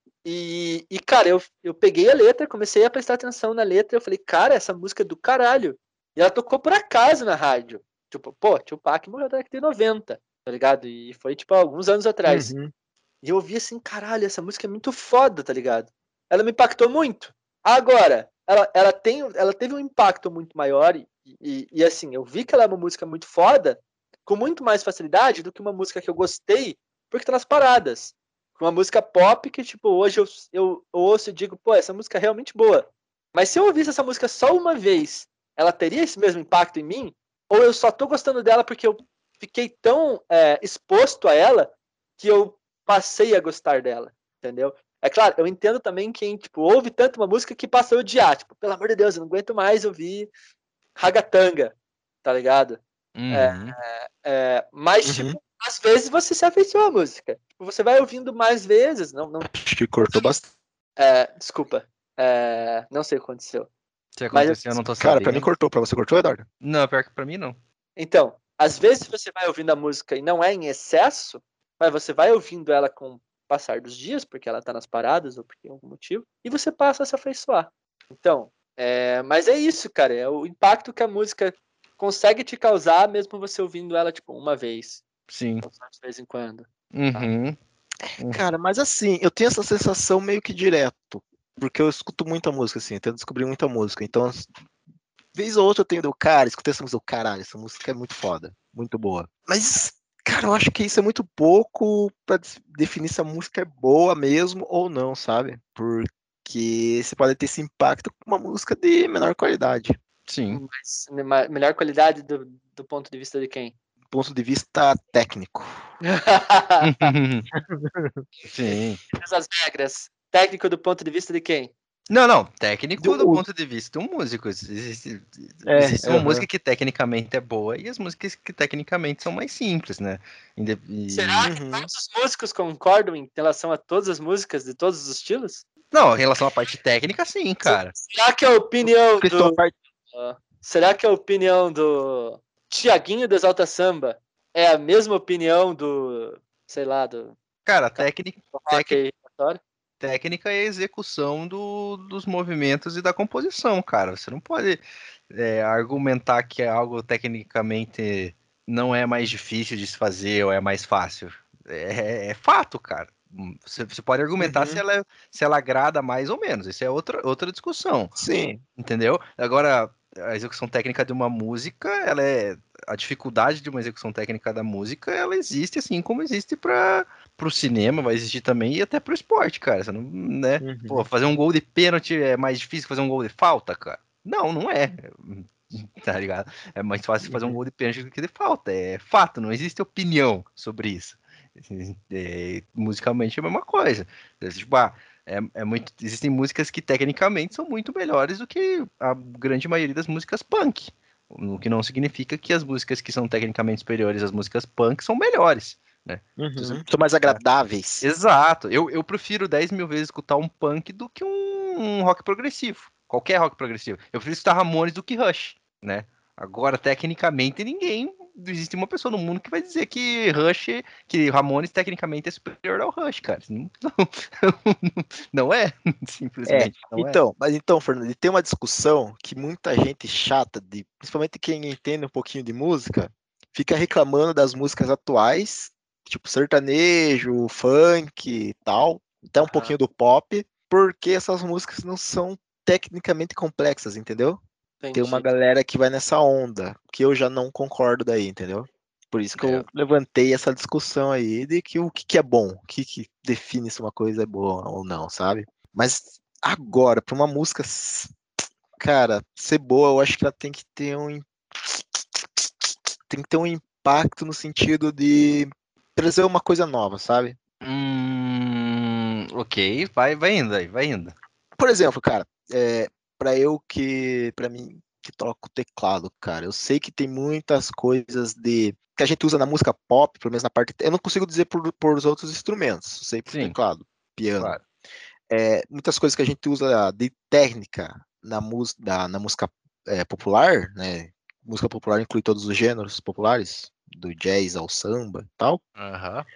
E, e, cara, eu, eu peguei a letra, comecei a prestar atenção na letra, eu falei, cara, essa música é do caralho. E ela tocou por acaso na rádio. Tipo, pô, Tupac morreu na década de noventa, tá ligado? E foi, tipo, alguns anos atrás. Uhum. E eu ouvi assim, caralho, essa música é muito foda, tá ligado? Ela me impactou muito. Agora, ela, ela, tem, ela teve um impacto muito maior e, e, e, assim, eu vi que ela é uma música muito foda com muito mais facilidade do que uma música que eu gostei porque tá nas paradas. Uma música pop que, tipo, hoje eu, eu, eu ouço e digo, pô, essa música é realmente boa. Mas se eu ouvisse essa música só uma vez, ela teria esse mesmo impacto em mim? Ou eu só tô gostando dela porque eu fiquei tão é, exposto a ela que eu passei a gostar dela, entendeu? É claro, eu entendo também quem, tipo, ouve tanto uma música que passa a odiar, tipo, pelo amor de Deus, eu não aguento mais ouvir ragatanga, tá ligado? É, Uhum. é, mas, Uhum. tipo, às vezes você se afeiçoa à música. Tipo, você vai ouvindo mais vezes, não, não, Acho que cortou bastante. é, desculpa, é, não sei o que aconteceu. Se Mas, acontecer, eu não tô Cara, pra mim sabendo. cortou. Pra você cortou, Eduardo? Não, pior que pra mim não. então, às vezes você vai ouvindo a música e não é em excesso, mas você vai ouvindo ela com o passar dos dias, porque ela tá nas paradas ou por algum motivo, e você passa a se afeiçoar. Então, é, mas é isso, cara, é o impacto que a música consegue te causar, mesmo você ouvindo ela, tipo, uma vez, Sim. ou só de vez em quando. Tá? Uhum. Cara, mas assim, eu tenho essa sensação meio que direto. Porque eu escuto muita música, assim, eu tento descobrir muita música. Então, vez ou outra eu tenho do cara, escutei essa música, caralho, essa música é muito foda, muito boa. Mas, cara, eu acho que isso é muito pouco pra des- definir se a música é boa mesmo ou não, sabe? Porque você pode ter esse impacto com uma música de menor qualidade. Sim. Mas me- melhor qualidade do, do ponto de vista de quem? Do ponto de vista técnico. Sim. Essas regras. Técnico do ponto de vista de quem? Não, não. De um Técnico do músico. ponto de vista de um músico. Existe, É, existe uma música aham. que tecnicamente é boa e as músicas que tecnicamente são mais simples, né? Inde- Será E... que Uhum. todos os músicos concordam em relação a todas as músicas de todos os estilos? Não, em relação à parte técnica, sim, cara. Será que a opinião Questão a do. parte. uh, será que a opinião do Tiaguinho do Exalta Samba é a mesma opinião do. Sei lá, do. Cara, técnica, Rock tec, aí, aleatório? técnica é a execução do, dos movimentos e da composição, cara. Você não pode é, argumentar que é algo tecnicamente não é mais difícil de se fazer ou é mais fácil. É, é fato, cara. Você, você pode argumentar se Uhum. ela, se ela agrada mais ou menos. Isso é outra, outra discussão. Sim. Entendeu? Agora, a execução técnica de uma música, ela é a dificuldade de uma execução técnica da música, ela existe assim como existe para o cinema, vai existir também e até para o esporte, cara. Você não, né? Pô, Uhum. fazer um gol de pênalti é mais difícil que fazer um gol de falta, cara? Não, não é. Tá ligado? É mais fácil fazer um gol de pênalti do que de falta. É fato, não existe opinião sobre isso. É, musicalmente é a mesma coisa. Tipo, ah, é, é muito, existem músicas que tecnicamente são muito melhores do que a grande maioria das músicas punk. O que não significa que as músicas que são tecnicamente superiores às músicas punk são melhores, né? Uhum. São mais agradáveis. Exato. Eu, eu prefiro dez mil vezes escutar um punk do que um, um rock progressivo. Qualquer rock progressivo. Eu prefiro escutar Ramones do que Rush, né? Agora, tecnicamente, ninguém. Não existe uma pessoa no mundo que vai dizer que Rush, que Ramones tecnicamente é superior ao Rush, cara. Não, não, não é. É, Simplesmente não é. então, mas então, Fernando, tem uma discussão que muita gente chata, de, principalmente quem entende um pouquinho de música, fica reclamando das músicas atuais, tipo sertanejo, funk e tal, até um Aham. pouquinho do pop, porque essas músicas não são tecnicamente complexas, entendeu? Tem uma Entendi. galera que vai nessa onda, que eu já não concordo daí, entendeu? Por isso que É. eu levantei essa discussão aí de que o que, que é bom, o que, que define se uma coisa é boa ou não, sabe? Mas agora, para uma música, s- cara, ser boa, eu acho que ela tem que ter um, im- tem que ter um impacto no sentido de trazer uma coisa nova, sabe? Hum, ok, vai, vai indo aí, vai indo. Por exemplo, cara, é, para eu que, para mim que toco teclado, cara, eu sei que tem muitas coisas de que a gente usa na música pop, pelo menos na parte, eu não consigo dizer por, por os outros instrumentos, eu sei por Sim, teclado, piano. claro. É, muitas coisas que a gente usa de técnica na, mus, da, na música é, popular, né? Música popular inclui todos os gêneros populares, do jazz ao samba e tal, Aham.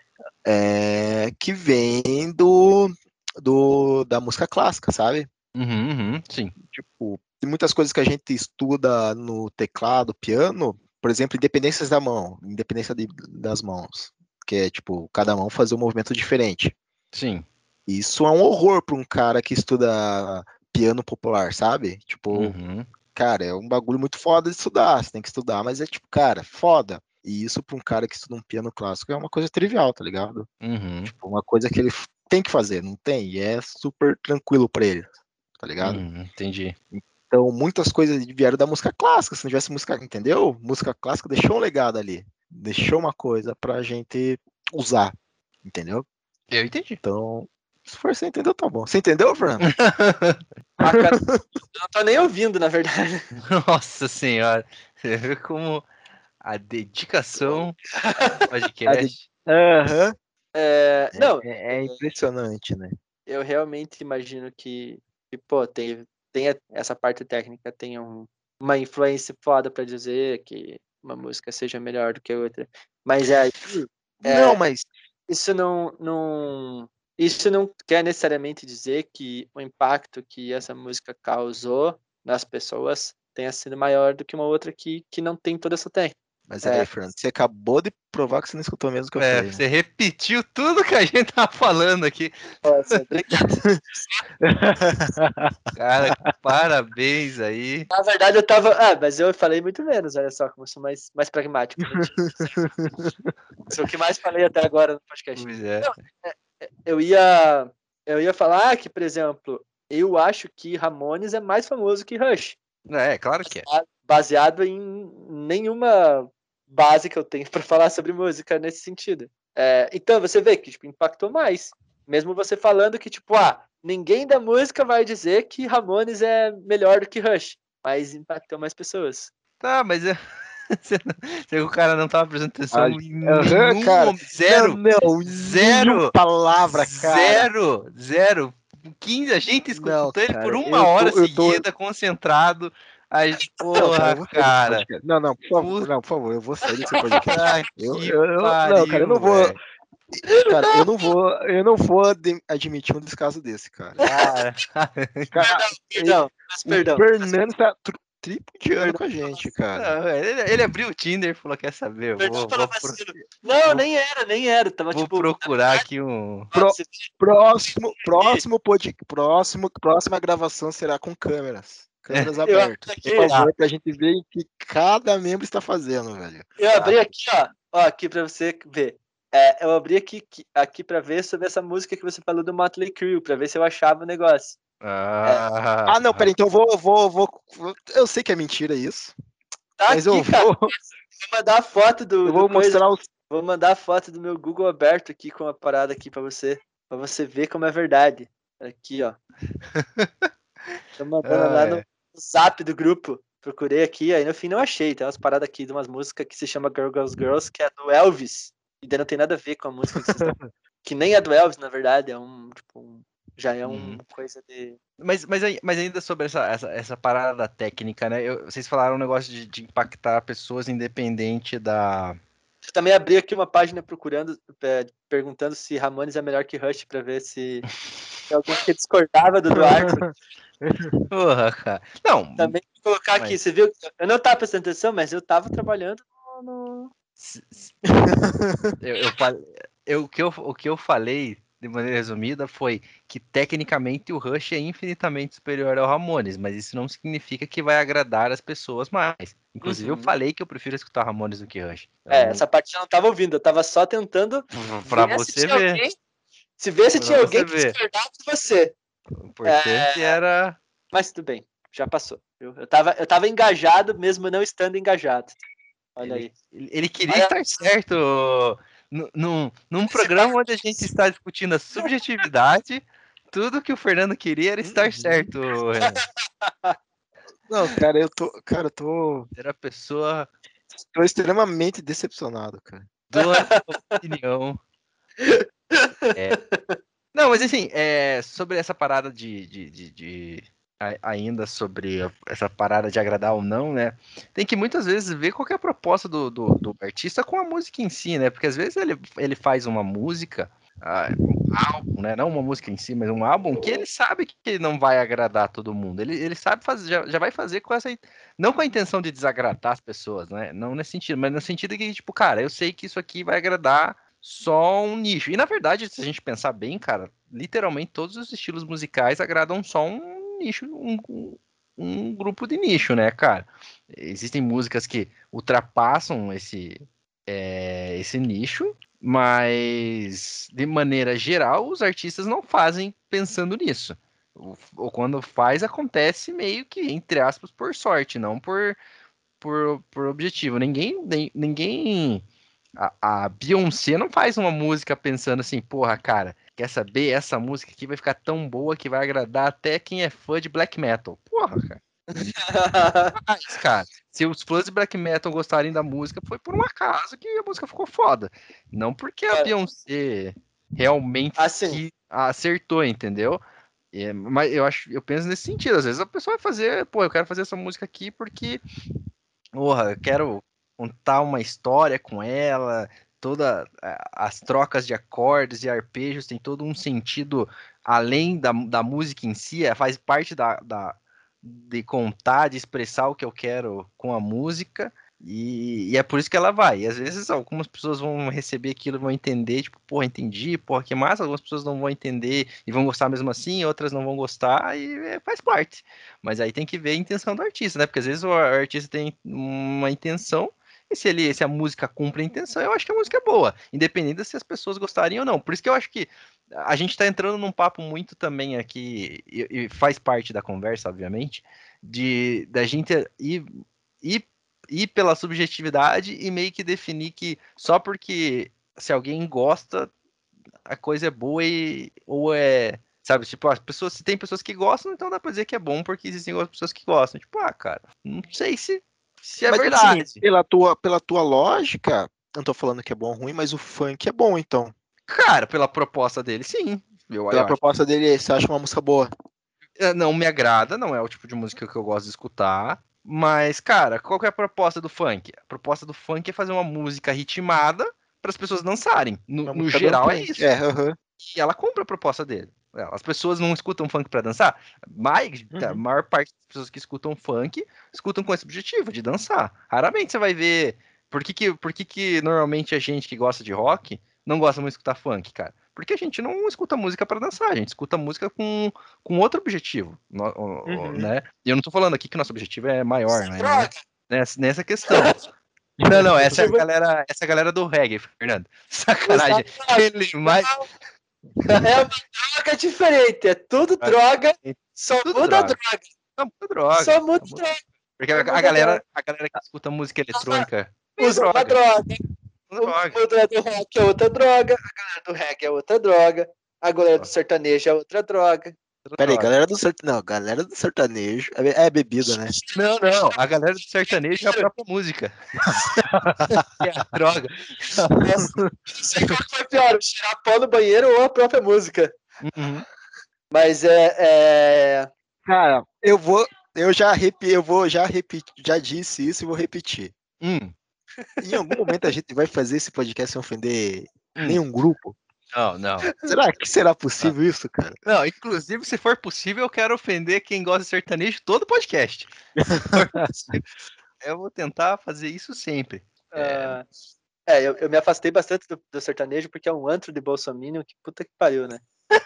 é, que vem do, do, da música clássica, sabe? Uhum, uhum, sim. Tipo, tem muitas coisas que a gente estuda no teclado, piano, por exemplo, independências da mão, independência de, das mãos, que é tipo, cada mão fazer um movimento diferente. Sim. Isso é um horror para um cara que estuda piano popular, sabe? Tipo, Uhum, cara, é um bagulho muito foda de estudar, você tem que estudar, mas é tipo, cara, foda. E isso para um cara que estuda um piano clássico é uma coisa trivial, tá ligado? uhum, Tipo, uma coisa que ele tem que fazer, não tem, e é super tranquilo para ele, tá ligado? uhum, entendi. Então, muitas coisas vieram da música clássica, se não tivesse música, entendeu? Música clássica deixou um legado ali, deixou uma coisa pra gente usar, entendeu? Eu entendi. Então, se for você entendeu, tá bom. Você entendeu, Fernando? Ah, cara, eu não tô nem ouvindo, na verdade. Nossa senhora, você vê como a dedicação do A de- podcast. Aham. É, É, não, é- é impressionante, né? eu realmente imagino que, que pô, tem, tem a- essa parte técnica, tem um, uma influência foda pra dizer que uma música seja melhor do que a outra. Mas é, Não, mas isso não, não, isso não quer necessariamente dizer que o impacto que essa música causou nas pessoas tenha sido maior do que uma outra que, que não tem toda essa técnica. mas É, aí, Fernando, você acabou de provar que você não escutou mesmo o que eu É, falei, né? você repetiu tudo que a gente tava falando aqui. nossa, obrigado. Cara, parabéns aí. Na verdade, eu tava. Ah, mas eu falei muito menos, olha só, como eu sou mais, mais pragmático. Mentira. Isso é o que mais falei até agora no podcast. Pois é. Não, é, é, eu ia, eu ia falar que, por exemplo, eu acho que Ramones é mais famoso que Rush. É, claro que é. Baseado em nenhuma base que eu tenho para falar sobre música nesse sentido. É, então você vê que tipo, impactou mais. Mesmo você falando que, tipo, ah, ninguém da música vai dizer que Ramones é melhor do que Rush, mas impactou mais pessoas. Tá, mas é... você não- você- o cara não tava prestando Ah, atenção em aham, nenhum cara. momento. Não, Zero. não, nenhuma Zero. palavra, cara. Zero. Zero. quinze, a gente Não, escutou ele por cara, uma eu hora tô, eu tô. seguida, concentrado. Aí, Não, cara, porra, eu vou sair desse cara. podcast. Não, não, por favor, Puta não, por favor, eu vou sair desse podcast. Eu, que eu, eu- não, cara, eu não pariu, vou. velho. Cara, eu não vou, eu não vou ad- admitir um descaso desse, cara. Cara. Cara, e- Perdão, peço o perdão. Fernando tá tru- tripudiando Perdão, com a gente, cara. Não, ele, ele abriu o Tinder e falou: Quer saber? Eu perdão vou, pelo vou, pro- vacilo. Não, vou, nem era, nem era. Tava vou tipo. procurar aqui um. Ó, Pro- você- próximo, próximo, pod, próximo, próxima gravação será com câmeras. Câmeras Eu abri abertas. Por aqui, favor, pra gente ver o que cada membro está fazendo, velho. eu abri aqui, ó, ó, aqui pra você ver. É, eu abri aqui, aqui, aqui pra ver sobre essa música que você falou do Motley Crue, pra ver se eu achava o negócio. Ah, Ah, não, peraí, então eu vou, vou, vou, vou- eu sei que é mentira isso, Tá mas aqui, eu cara. vou, Vou mandar a foto do, eu do vou coisa. mostrar os... Vou mandar a foto do meu Google aberto aqui com a parada aqui pra você. Pra você ver como é verdade. Aqui, ó. Tô mandando ah, lá no é. zap do grupo. Procurei aqui, aí no fim não achei. Tem umas paradas aqui de umas músicas que se chama Girl Girls Girls, que é do Elvis. E daí não tem nada a ver com a música que vocês estão. Que nem é do Elvis, na verdade. É um, tipo, um- já é Uhum. uma coisa de. Mas, mas, aí- mas ainda sobre essa, essa, essa parada da técnica, né? Eu- vocês falaram um negócio de, de impactar pessoas independente da. Eu também abri aqui uma página procurando, é, perguntando se Ramones é melhor que Rush pra ver se tem alguém que discordava do Duarte. Porra, cara. Não, Também vou colocar aqui, mas você viu? Eu não tava prestando atenção, mas eu tava trabalhando no. no- se- se- eu, eu, fal- eu- o, que eu, o que eu falei, de maneira resumida, foi que tecnicamente o Rush é infinitamente superior ao Ramones, mas isso não significa que vai agradar as pessoas mais. Inclusive, eu Uhum. falei que eu prefiro escutar Ramones do que Rush. É, Então, essa parte eu não tava ouvindo, eu tava só tentando pra ver se você tinha ver, alguém, se ver se pra tinha alguém você que ver. discordava de você. O importante era. Mas tudo bem, já passou. viu? Eu tava, eu tava engajado mesmo não estando engajado. Olha Ele, aí. ele ele queria Olha estar certo nu- num, num esse programa onde a gente está discutindo a subjetividade. Tudo que o Fernando queria era estar Uhum. certo, Renan. Não, cara, eu tô, cara, eu tô, Era a pessoa tô extremamente decepcionado, cara. dona da opinião. É. Não, mas assim, é, sobre essa parada de, de, de- de- a- ainda sobre a- essa parada de agradar ou não, né? Tem que muitas vezes ver qual que é a proposta do, do, do artista com a música em si, né? Porque às vezes ele, ele faz uma música, ah, um álbum, né? Não uma música em si, mas um álbum que ele sabe que não vai agradar todo mundo. Ele, ele sabe fazer, já, já vai fazer com essa, não com a intenção de desagradar as pessoas, né? Não nesse sentido, mas no sentido que, tipo, cara, eu sei que isso aqui vai agradar só um nicho. E na verdade, se a gente pensar bem, cara, literalmente todos os estilos musicais agradam só um nicho, um, um, um grupo de nicho, né, cara? Existem músicas que ultrapassam esse, é, esse nicho, mas de maneira geral, os artistas não fazem pensando nisso. Ou, ou quando faz, acontece meio que, entre aspas, por sorte, não por, por, por objetivo. Ninguém, nem- ninguém a, a Beyoncé não faz uma música pensando assim, porra, cara, quer saber? Essa música aqui vai ficar tão boa que vai agradar até quem é fã de black metal. Porra, cara. Mas, cara, se os fãs de black metal gostarem da música, foi por um acaso que a música ficou foda. Não porque a Cara, Beyoncé realmente assim, que acertou, entendeu? É, mas eu acho, eu penso nesse sentido. Às vezes a pessoa vai fazer, pô, eu quero fazer essa música aqui porque porra, eu quero contar uma história com ela, toda a- as trocas de acordes e arpejos tem todo um sentido além da, da música em si, é, faz parte da, da- de contar, de expressar o que eu quero com a música. E, e é por isso que ela vai. E às vezes algumas pessoas vão receber aquilo e vão entender, tipo, porra, entendi, porra, que massa. Algumas pessoas não vão entender e vão gostar mesmo assim, outras não vão gostar, e é, faz parte. Mas aí tem que ver a intenção do artista, né? Porque às vezes o artista tem uma intenção, e se ele, se a música cumpre a intenção, eu acho que a música é boa, independente se as pessoas gostarem ou não. Por isso que eu acho que a gente tá entrando num papo muito também aqui, e, e faz parte da conversa, obviamente, de da gente ir, ir, ir pela subjetividade e meio que definir que só porque se alguém gosta, a coisa é boa e, ou é. Sabe, tipo, as pessoas, se tem pessoas que gostam, então dá pra dizer que é bom porque existem outras pessoas que gostam. Tipo, ah, cara, não sei se, se é Mas assim, verdade. pela tua, pela tua lógica, não tô falando que é bom ou ruim, mas o funk é bom, então. Cara, pela proposta dele, sim. Eu, Pela eu acho. proposta dele, você acha uma música boa? É, não me agrada, não é o tipo de música que eu gosto de escutar. Mas, cara, qual que é a proposta do funk? A proposta do funk é fazer uma música ritmada para as pessoas dançarem. No, Uma no música geral, é dançante. isso. É, aham. E ela cumpre a proposta dele. É, as pessoas não escutam funk pra dançar, mas a Uhum. maior parte das pessoas que escutam funk escutam com esse objetivo, de dançar. Raramente você vai ver. Por que que, por que que normalmente a gente que gosta de rock não gosta muito de escutar funk, cara? Porque a gente não escuta música pra dançar, a gente escuta música com, com outro objetivo, no- o- o- Uhum. né? E eu não tô falando aqui que nosso objetivo é maior, sem né? droga. Nessa, nessa questão. Não, não, essa é a Tipo, galera, essa é a galera do reggae, Fernando. usar Sacanagem. droga. Ele mais, Não. É uma droga diferente, é tudo Mas- droga, só Tudo muda a droga. droga. Não, muita droga. Só muda Tá a mu- droga. Porque Só a, muda a a galera, droga. a galera que escuta música eletrônica é Usa uma droga. droga. Uma O droga. muda do rock é outra droga, a galera do reggae é outra droga, a galera do sertanejo é outra droga. Outra Pera aí, droga. galera do sertanejo. Não, galera do sertanejo. É, é bebida, né? Não, não. A galera do sertanejo é a própria música. É a droga. Nossa, não sei qual que foi pior, o cheirar pó no banheiro ou a própria música. Uhum. Mas é. é... Cara, eu vou. Eu já repi, eu vou já repetir, já disse isso e vou repetir. Hum, Em algum momento a gente vai fazer esse podcast sem ofender hum. nenhum grupo. Não, não. Será que será possível isso, cara? Não, inclusive, se for possível, eu quero ofender quem gosta de sertanejo todo podcast. Se for possível, eu vou tentar fazer isso sempre. ah, é, eu, eu me afastei bastante do, do sertanejo porque é um antro de bolsominion que puta que pariu, né?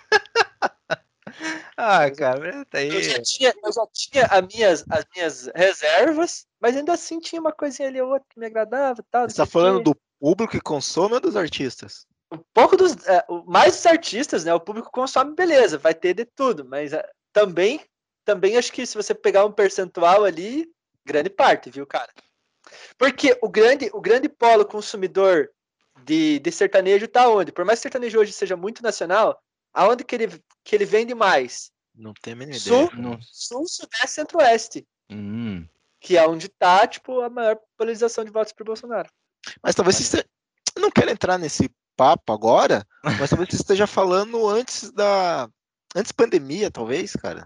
Ah, Eu- cara, tá Eu já aí. tinha, eu já tinha as, minhas, as minhas reservas, mas ainda assim tinha uma coisinha ali ou outra que me agradava e tal. não Você sei tá o falando quê. do público que consome ou dos artistas? Um pouco dos. É, o- mais dos artistas, né? O público consome, beleza, vai ter de tudo, mas é, também, também acho que se você pegar um percentual ali, grande parte, viu, cara? Porque o grande, o grande polo consumidor de, de sertanejo tá onde? Por mais que o sertanejo hoje seja muito nacional, aonde que ele, que ele vende mais? Não tenho a mínima Sul, ideia. Não. sul, sudeste, centro-oeste, Hum. que é onde tá, tipo, a maior polarização de votos pro Bolsonaro. Mas talvez você esteja... Eu não quero entrar nesse papo agora, mas talvez você esteja falando antes da. Antes pandemia, talvez, cara.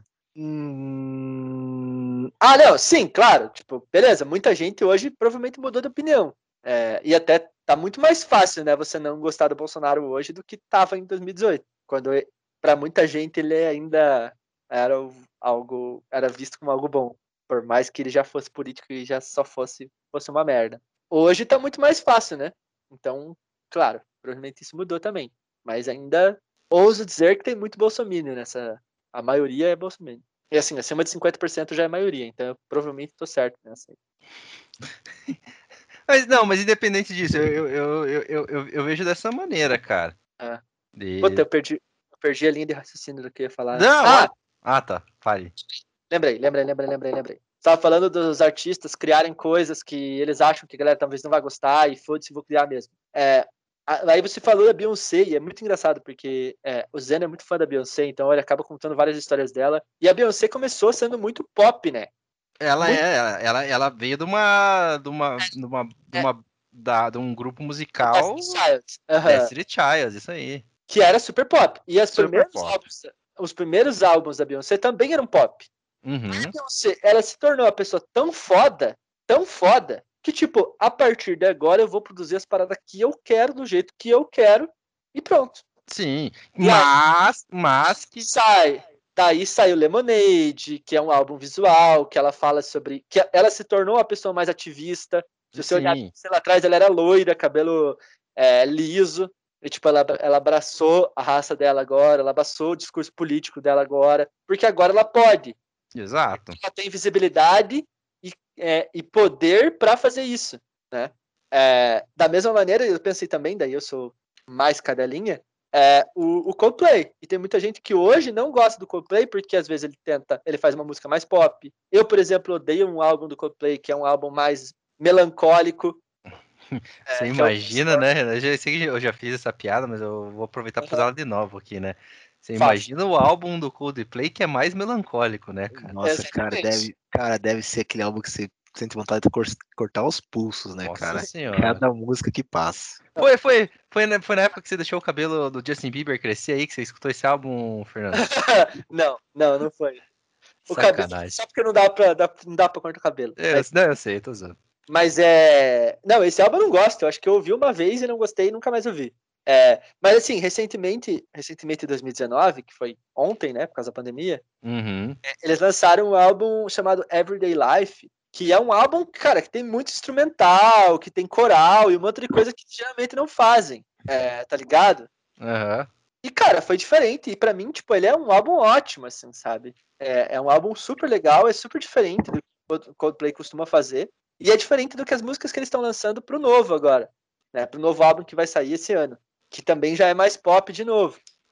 Hum... Ah, não, sim, claro. Tipo, beleza, muita gente hoje provavelmente mudou de opinião. É, e até tá muito mais fácil, né, você não gostar do Bolsonaro hoje do que tava em dois mil e dezoito, quando para muita gente ele ainda era o- algo, era visto como algo bom, por mais que ele já fosse político e já só fosse fosse uma merda. Hoje tá muito mais fácil, né? Então, claro, provavelmente isso mudou também, mas ainda ouso dizer que tem muito bolsominion nessa, a maioria é bolsominion. E assim, acima de cinquenta por cento já é maioria, então eu provavelmente tô certo nessa aí. Mas não, mas independente disso, eu, eu, eu, eu, eu, eu vejo dessa maneira, cara. Ah. De... Puta, eu perdi, eu perdi a linha de raciocínio do que eu ia falar. Não, Ah, ah, tá. Fale. lembrei, lembrei, lembrei, lembrei, lembrei. Tava falando dos artistas criarem coisas que eles acham que a galera talvez não vai gostar e foda-se, vou criar mesmo. É, aí você falou da Beyoncé e é muito engraçado porque é, o Zeno é muito fã da Beyoncé, então ele acaba contando várias histórias dela. E a Beyoncé começou sendo muito pop, né? Ela Muito- é, ela, ela, ela veio de uma, de uma, de uma, de uma, da, de um grupo musical Destiny Child. Aham. Destiny Child, isso aí. Que era super pop. E os Super primeiros, pop. álbuns, os primeiros álbuns da Beyoncé também eram pop. Uhum. A Beyoncé, ela se tornou uma pessoa tão foda, tão foda, que tipo, a partir de agora eu vou produzir as paradas que eu quero, do jeito que eu quero, e pronto. Sim, E mas, mas que Sai. Daí saiu Lemonade, que é um álbum visual, que ela fala sobre. Que ela se tornou uma pessoa mais ativista. Se você olhar sim, sei lá atrás, ela era loira, cabelo é, liso. E, tipo, ela, ela abraçou a raça dela agora, ela abraçou o discurso político dela agora, porque agora ela pode. exato. Ela tem visibilidade e, é, e poder para fazer isso, né? É, da mesma maneira, eu pensei também, daí eu sou mais cadelinha, é, o, o Coldplay. E tem muita gente que hoje não gosta do Coldplay porque às vezes ele tenta, ele faz uma música mais pop. Eu, por exemplo, odeio um álbum do Coldplay que é um álbum mais melancólico. Você É, que é o- imagina, né? Eu já sei que eu já fiz essa piada, mas eu vou aproveitar para usar ela de novo aqui, né? Você Fácil. imagina o álbum do Coldplay que é mais melancólico, né, cara? Nossa, cara, Exatamente. deve, cara, deve ser aquele álbum que você sente vontade de cor- cortar os pulsos, né, Nossa cara? senhora. Cada música que passa. Foi, foi, foi, na, foi na época que você deixou o cabelo do Justin Bieber crescer aí que você escutou esse álbum, Fernando? não, não, não foi. O cabelo, Sacanagem. só porque não dá pra, dá, não dá pra cortar o cabelo. Eu, Mas, não, eu sei, tô usando. mas é. Não, esse álbum eu não gosto. Eu acho que eu ouvi uma vez e não gostei e nunca mais ouvi. É, mas assim, recentemente, recentemente em dois mil e dezenove, que foi ontem, né, por causa da pandemia, Uhum. eles lançaram um álbum chamado Everyday Life, que é um álbum, cara, que tem muito instrumental, que tem coral e um monte de coisa que geralmente não fazem, é, tá ligado? Aham. E, cara, foi diferente. E pra mim, tipo, ele é um álbum ótimo, assim, sabe? É, é um álbum super legal, é super diferente do que o Coldplay costuma fazer. E é diferente do que as músicas que eles estão lançando pro novo agora, né? Pro novo álbum que vai sair esse ano. Que também já é mais pop de novo.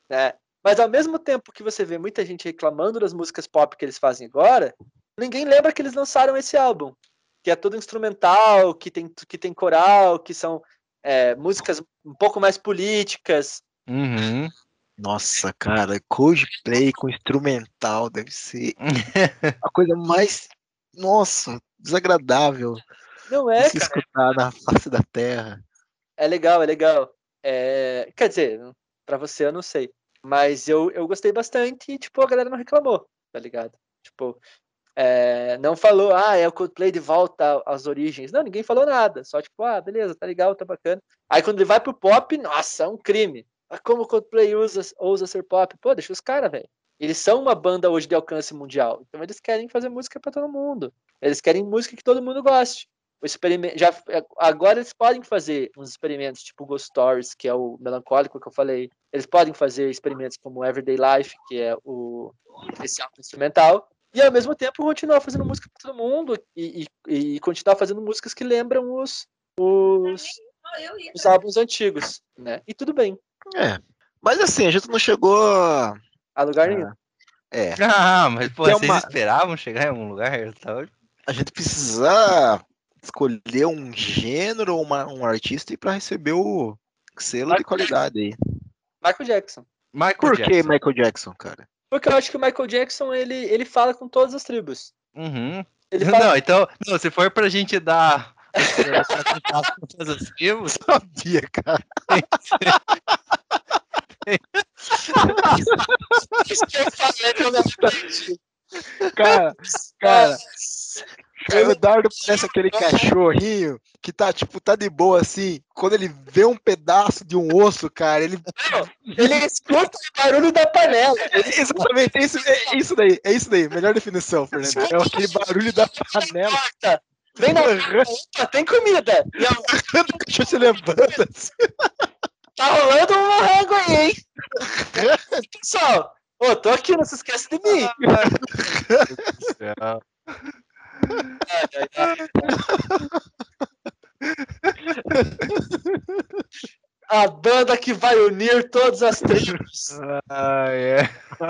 né? Mas ao mesmo tempo que você vê muita gente reclamando das músicas pop que eles fazem agora, ninguém lembra que eles lançaram esse álbum, que é todo instrumental, que tem, que tem coral, que são é, músicas um pouco mais políticas. Uhum. Nossa, cara, Coldplay com instrumental deve ser a coisa mais, nossa, desagradável Não de é, se cara. escutar na face da Terra. É legal, é legal. É, quer dizer, pra você eu não sei. Mas eu, eu gostei bastante e, tipo, a galera não reclamou, tá ligado? Tipo, é, não falou, ah, é o Coldplay de volta às origens. Não, ninguém falou nada. Só, tipo, ah, beleza, tá legal, tá bacana. Aí quando ele vai pro pop, nossa, é um crime. Mas como o Coldplay usa, ousa ser pop? Pô, deixa os caras, velho. Eles são uma banda hoje de alcance mundial. Então eles querem fazer música pra todo mundo. Eles querem música que todo mundo goste. O experimento, já, agora eles podem fazer uns experimentos tipo Ghost Stories, que é o melancólico que eu falei. Eles podem fazer experimentos como Everyday Life, que é o esse álbum instrumental. E ao mesmo tempo continuar fazendo música para todo mundo e, e, e continuar fazendo músicas que lembram os, os, os álbuns antigos, né? E tudo bem, É, mas assim, a gente não chegou a... a lugar nenhum. É, Ah, mas pô, tem vocês uma... esperavam chegar em algum lugar? Tá? a gente precisa escolher um gênero ou uma, um artista para receber o selo de Michael, qualidade aí. Michael Jackson. Michael Por que Jackson. Michael Jackson, cara? Porque eu acho que o Michael Jackson, ele, ele fala com todas as tribos. Uhum. Ele fala Não, então, não, se for pra gente dar a escolha pra tentar com todas as tribos, Sabia, cara. isso que eu falei que eu não acredito. Cara, cara, Eu o Eduardo parece aquele cachorrinho que tá, tipo, tá de boa assim. Quando ele vê um pedaço de um osso, cara, ele. Ele escuta o barulho da panela. Ele Exatamente, é isso, é isso daí, é isso daí. Melhor definição, Fernando. É aquele barulho da panela. escuta. Vem na opa, tem comida. E eu, Quando o cachorro se levanta assim. tá rolando um rango aí, hein? Pessoal, ô, tô aqui, não se esquece de mim. A banda que vai unir todas as tribos. Ah, é.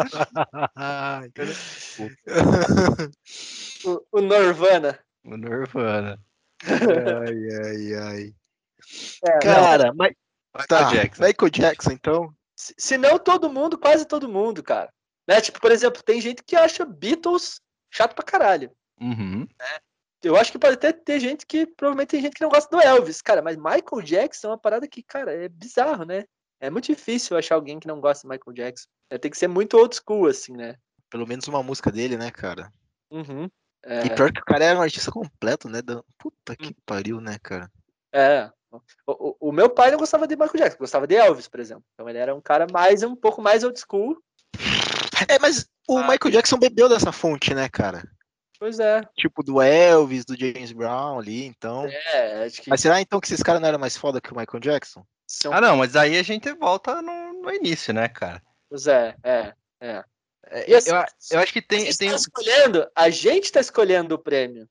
O, o Nirvana. O Nirvana. Ai, ai, ai. É, Cara, mas. Michael Tá, Jackson. Michael Jackson, então. se, se não todo mundo, quase todo mundo, cara. Né? Tipo, por exemplo, tem gente que acha Beatles chato pra caralho. Uhum. Eu acho que pode até ter gente que. Provavelmente tem gente que não gosta do Elvis, cara. Mas Michael Jackson é uma parada que, cara, é bizarro, né? É muito difícil achar alguém que não gosta de Michael Jackson. É, tem que ser muito old school, assim, né? Pelo menos uma música dele, né, cara? Uhum. E É, pior que o cara é um artista completo, né? Dan? Puta que pariu, né, cara? é. O, o, o meu pai não gostava de Michael Jackson, gostava de Elvis, por exemplo. Então ele era um cara mais, um pouco mais old school. É, mas o Michael Jackson bebeu dessa fonte, né, cara? Pois é. Tipo do Elvis, do James Brown ali, então. É, acho que Mas será então que esses caras não eram mais foda que o Michael Jackson? são. Ah, não, mas aí a gente volta no, no início, né, cara? Pois é, é, é. É, E assim, eu, eu acho que a tem. gente tem... tá escolhendo, a gente tá escolhendo o prêmio.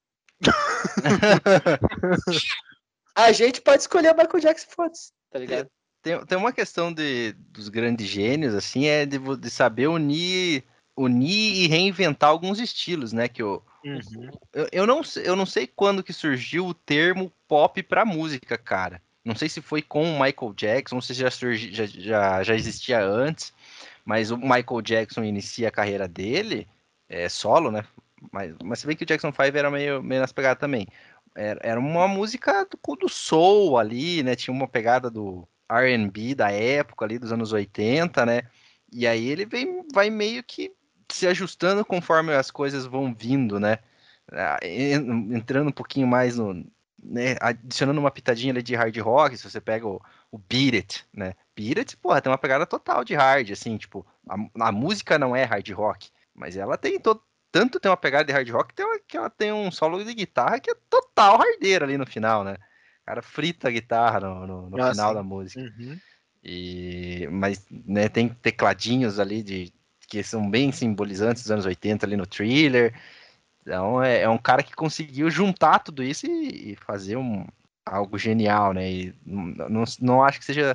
A gente pode escolher o Michael Jackson, foda-se, tá ligado? Tem, tem uma questão de, dos grandes gênios, assim, é de, vo- de saber unir, unir e reinventar alguns estilos, né? Que eu, Uhum. eu, eu, não, sei- eu não sei quando que surgiu o termo pop pra música, cara. Não sei se foi com o Michael Jackson, não sei se já, surgi, já, já, já existia antes, mas o Michael Jackson inicia a carreira dele, é, solo, né? Mas, mas se bem que o Jackson cinco era meio, meio nas pegadas também. Era, era uma música do, do soul ali, né? Tinha uma pegada do R and B da época ali, dos anos oitenta, né? E aí ele vem, vai meio que se ajustando conforme as coisas vão vindo, né? Ah, en- entrando um pouquinho mais no, né? Adicionando uma pitadinha ali de hard rock, se você pega o, o Beat It, né? Beat It, porra, tem uma pegada total de hard, assim, tipo, a, a música não é hard rock, mas ela tem todo, tanto tem uma pegada de hard rock tem uma- que ela tem um solo de guitarra que é total hardeira ali no final, né? O cara frita a guitarra no, no, no Ah, final sim. da música. Uhum. E, mas, né, tem tecladinhos ali de, que são bem simbolizantes dos anos oitenta ali no Thriller. Então, é, é um cara que conseguiu juntar tudo isso e, e fazer um, algo genial, né? E não, não, não acho que seja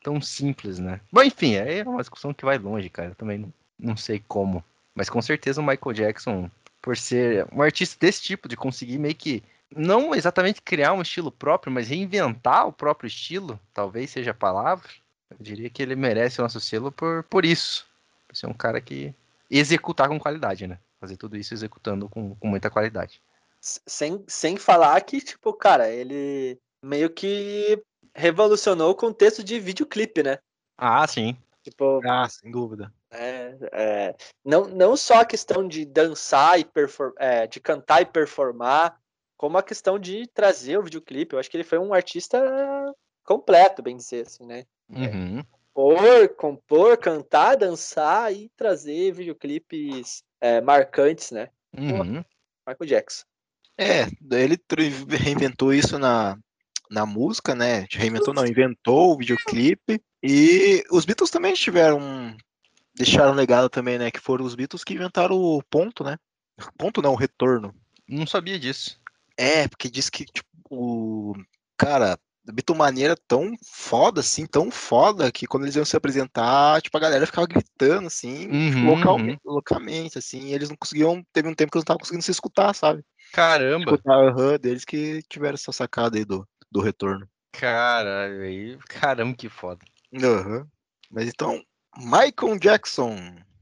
tão simples, né? Bom, enfim, é uma discussão que vai longe, cara. Eu também não, não sei como. Mas com certeza o Michael Jackson, por ser um artista desse tipo, de conseguir meio que, não exatamente criar um estilo próprio, mas reinventar o próprio estilo, talvez seja a palavra. Eu diria que ele merece o nosso selo por, por isso. Por ser um cara que executar com qualidade, né? Fazer tudo isso executando com, com muita qualidade. Sem, sem falar que, tipo, cara, ele meio que revolucionou o contexto de videoclipe, né? Ah, sim. Tipo, Ah, sem dúvida. é, é, não, não só a questão de dançar e perform, é, de cantar e performar, como a questão de trazer o videoclipe. Eu acho que ele foi um artista completo, bem dizer assim, né? Uhum. Compor, compor, cantar, dançar e trazer videoclipes é, marcantes, né? Pô, Uhum. Michael Jackson. É, ele tri- reinventou isso na, na música, né? Reinventou, não, inventou o videoclipe. E os Beatles também tiveram, um- deixaram um legado também, né? Que foram os Beatles que inventaram o ponto, né? Ponto não, o retorno. Não sabia disso. É, porque diz que, tipo, o. Cara, a Beatlemania era tão foda, assim, tão foda, que quando eles iam se apresentar, tipo, a galera ficava gritando, assim, tipo, Uhum, local, uhum. localmente, assim, e eles não conseguiam. Teve um tempo que eles não estavam conseguindo se escutar, sabe? Caramba. Escutar a aham deles que tiveram essa sacada aí do, do retorno. Caralho, aí. Caramba, que foda. Aham. Mas então, Michael Jackson.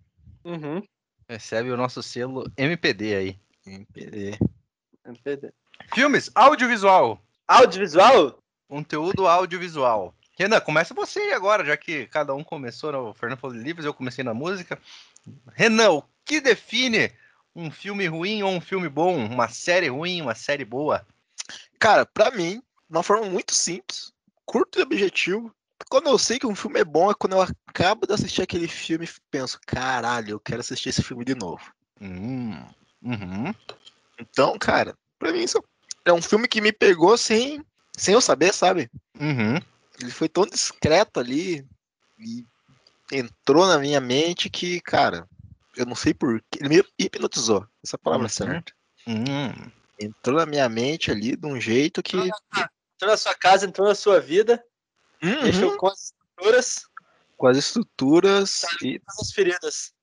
Uhum. Recebe o nosso selo M P D aí. M P D. M P D. Filmes, audiovisual. Audiovisual? Conteúdo audiovisual. Renan, começa você aí agora, já que cada um começou no Fernando falou de livros, eu comecei na música. Renan, o que define um filme ruim ou um filme bom? Uma série ruim, uma série boa? Cara, pra mim, de uma forma muito simples, curto e objetivo. Quando eu sei que um filme é bom é quando eu acabo de assistir aquele filme e penso, caralho, eu quero assistir esse filme de novo. Hum, uhum, Então, cara, pra mim isso é um filme que me pegou sem, sem eu saber, sabe? uhum. Ele foi tão discreto ali e entrou na minha mente que, cara, eu não sei porquê. Ele me hipnotizou. Essa é a palavra Uhum. certa. Hum. Entrou na minha mente ali de um jeito que. Entrou na sua casa, entrou na sua vida, mexeu Uhum, com as estruturas, com as estruturas. E com as feridas.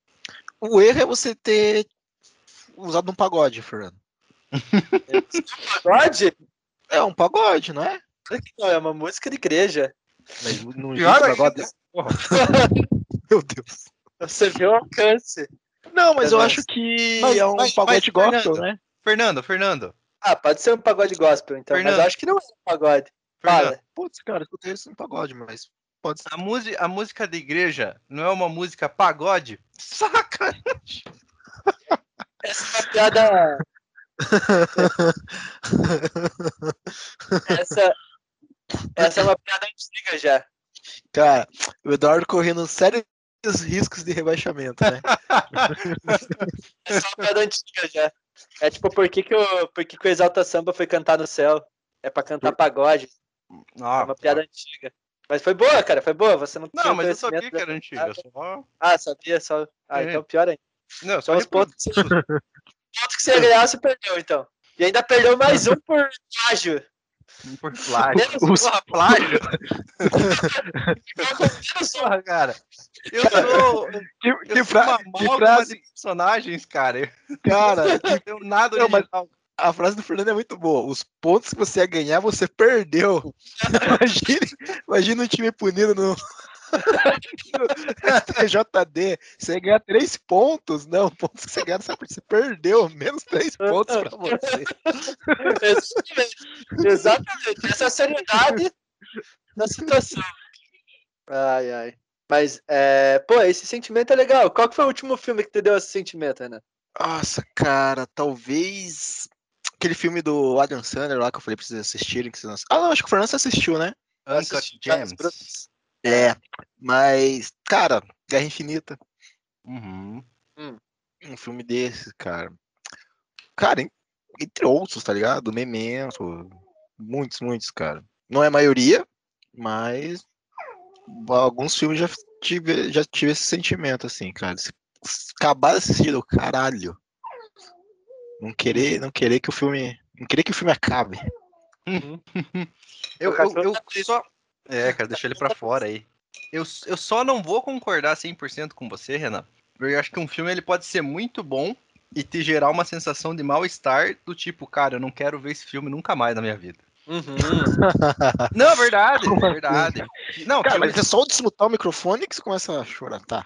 o erro é você ter usado um pagode, Fernando. Pagode? É um pagode, não é? Não, é uma música de igreja. Mas num Pior jeito ainda. pagode. Porra. Meu Deus. Você viu o alcance. Não, mas eu Também. acho que Mas, é um mas, mas, pagode gospel, Fernando, né? Fernando, Fernando, Ah, pode ser um pagode gospel, então, mas eu Fernando, acho que não é um pagode. Fernando, Fala. Putz, cara, eu escutei isso em pagode, mas pode ser. a, música, a música da igreja não é uma música pagode? Saca! Essa é uma piada. Essa, essa é uma piada antiga já. Cara, o Eduardo correndo sérios riscos de rebaixamento, né? Essa é uma piada antiga já. É tipo, por que, que, o, por que, que o Exalta Samba foi cantar no céu? É pra cantar pagode. É Ah, uma piada antiga. Mas foi boa, cara, foi boa. Você não não, tinha mas eu conhecimento sabia que era dessa antiga. piada. Só... Ah, sabia? Só... Ah, É. então pior ainda. Não, só Então os pontos, reproduzo. pontos que você ia ganhar, você perdeu, então. E ainda perdeu mais um por plágio. Por plágio. Os- Porra, plágio. Ficou com menos um. Porra, cara. Eu sou. Que, Eu que, sou fra- uma que amálgama frase, de personagens, cara. cara, que, Não tenho nada não, mas original. a frase do Fernando é muito boa. Os pontos que você ia ganhar, você perdeu. Imagine, imagine um time punido no, no T J D. Você ia ganhar três pontos. Não, pontos que você ganhou, você perdeu. Menos três pontos pra você. Exatamente. Exatamente. Essa é a seriedade da situação. Ai, ai. Mas, é, pô, esse sentimento é legal. Qual que foi o último filme que te deu esse sentimento, Renan? Nossa, cara, talvez aquele filme do Adam Sandler lá que eu falei pra vocês assistirem. Que vocês não... Ah, não, acho que o Fernando assistiu, né? Eu Uncut assisti Jonas Gems. Brothers. É, mas, cara, Guerra Infinita. Uhum. Um filme desse, cara. Cara, en- entre outros, tá ligado? Memento. Muitos, muitos, cara. Não é a maioria, mas alguns filmes já tive, já tive esse sentimento, assim, cara. Se acabar de assistir, eu, caralho. Não querer, não querer que o filme. Não querer que o filme acabe. Eu, O eu, cachorro eu tá triste. só. É, cara, deixa ele pra fora aí. Eu, eu só não vou concordar cem por cento com você, Renan. Eu acho que um filme ele pode ser muito bom e te gerar uma sensação de mal-estar do tipo, cara, eu não quero ver esse filme nunca mais na minha vida. Uhum. Não, é verdade, Como é assim? verdade. Não, Cara, filmes, mas é só desmutar o microfone que você começa a chorar, tá?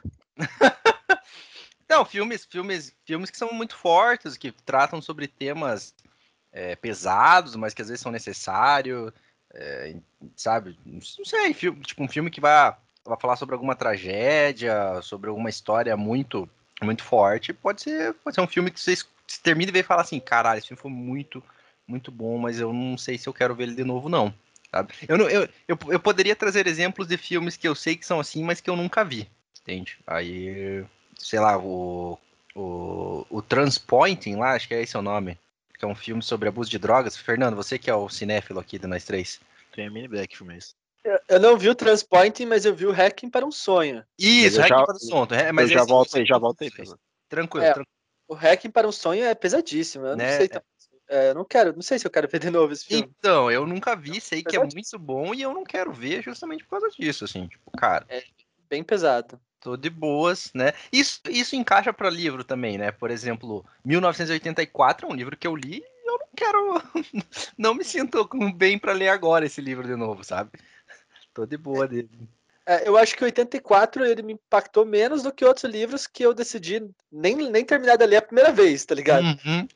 não, filmes, filmes, filmes que são muito fortes, que tratam sobre temas é, pesados, mas que às vezes são necessários, é, sabe? Não sei, filme, tipo um filme que vai, vai falar sobre alguma tragédia, sobre alguma história muito, muito forte. Pode ser, pode ser um filme que você se termina e vê e fala assim, caralho, esse filme foi muito, muito bom, mas eu não sei se eu quero ver ele de novo, não. Sabe? Eu, não, eu, eu, eu poderia trazer exemplos de filmes que eu sei que são assim, mas que eu nunca vi, entende? Aí, sei lá, o, o, o Transpointing lá, acho que é esse o nome, que é um filme sobre abuso de drogas. Fernando, você que é o cinéfilo aqui de nós três. Tem a mini black filme esse. Eu, eu não vi o Transpointing, mas eu vi o Hacking para um Sonho. Isso, eu Hack já, para o Sonto. É, eu mas já esse, volto esse aí, já volto aí. Pedro. Tranquilo, É, tranquilo. o Hacking para um Sonho é pesadíssimo. Eu não Né? sei. tam- é, eu não quero, não sei se eu quero ver de novo esse filme. Então, eu nunca vi, sei que é Pesadíssimo. muito bom e eu não quero ver justamente por causa disso, assim. Tipo, cara, É bem pesado. tô de boas, né? Isso, isso encaixa para livro também, né? Por exemplo, mil novecentos e oitenta e quatro é um livro que eu li e eu não quero, não me sinto com- bem para ler agora esse livro de novo, sabe? Tô de boa dele. É, eu acho que oitenta e quatro ele me impactou menos do que outros livros que eu decidi nem, nem terminar de ler a primeira vez, tá ligado? Uhum.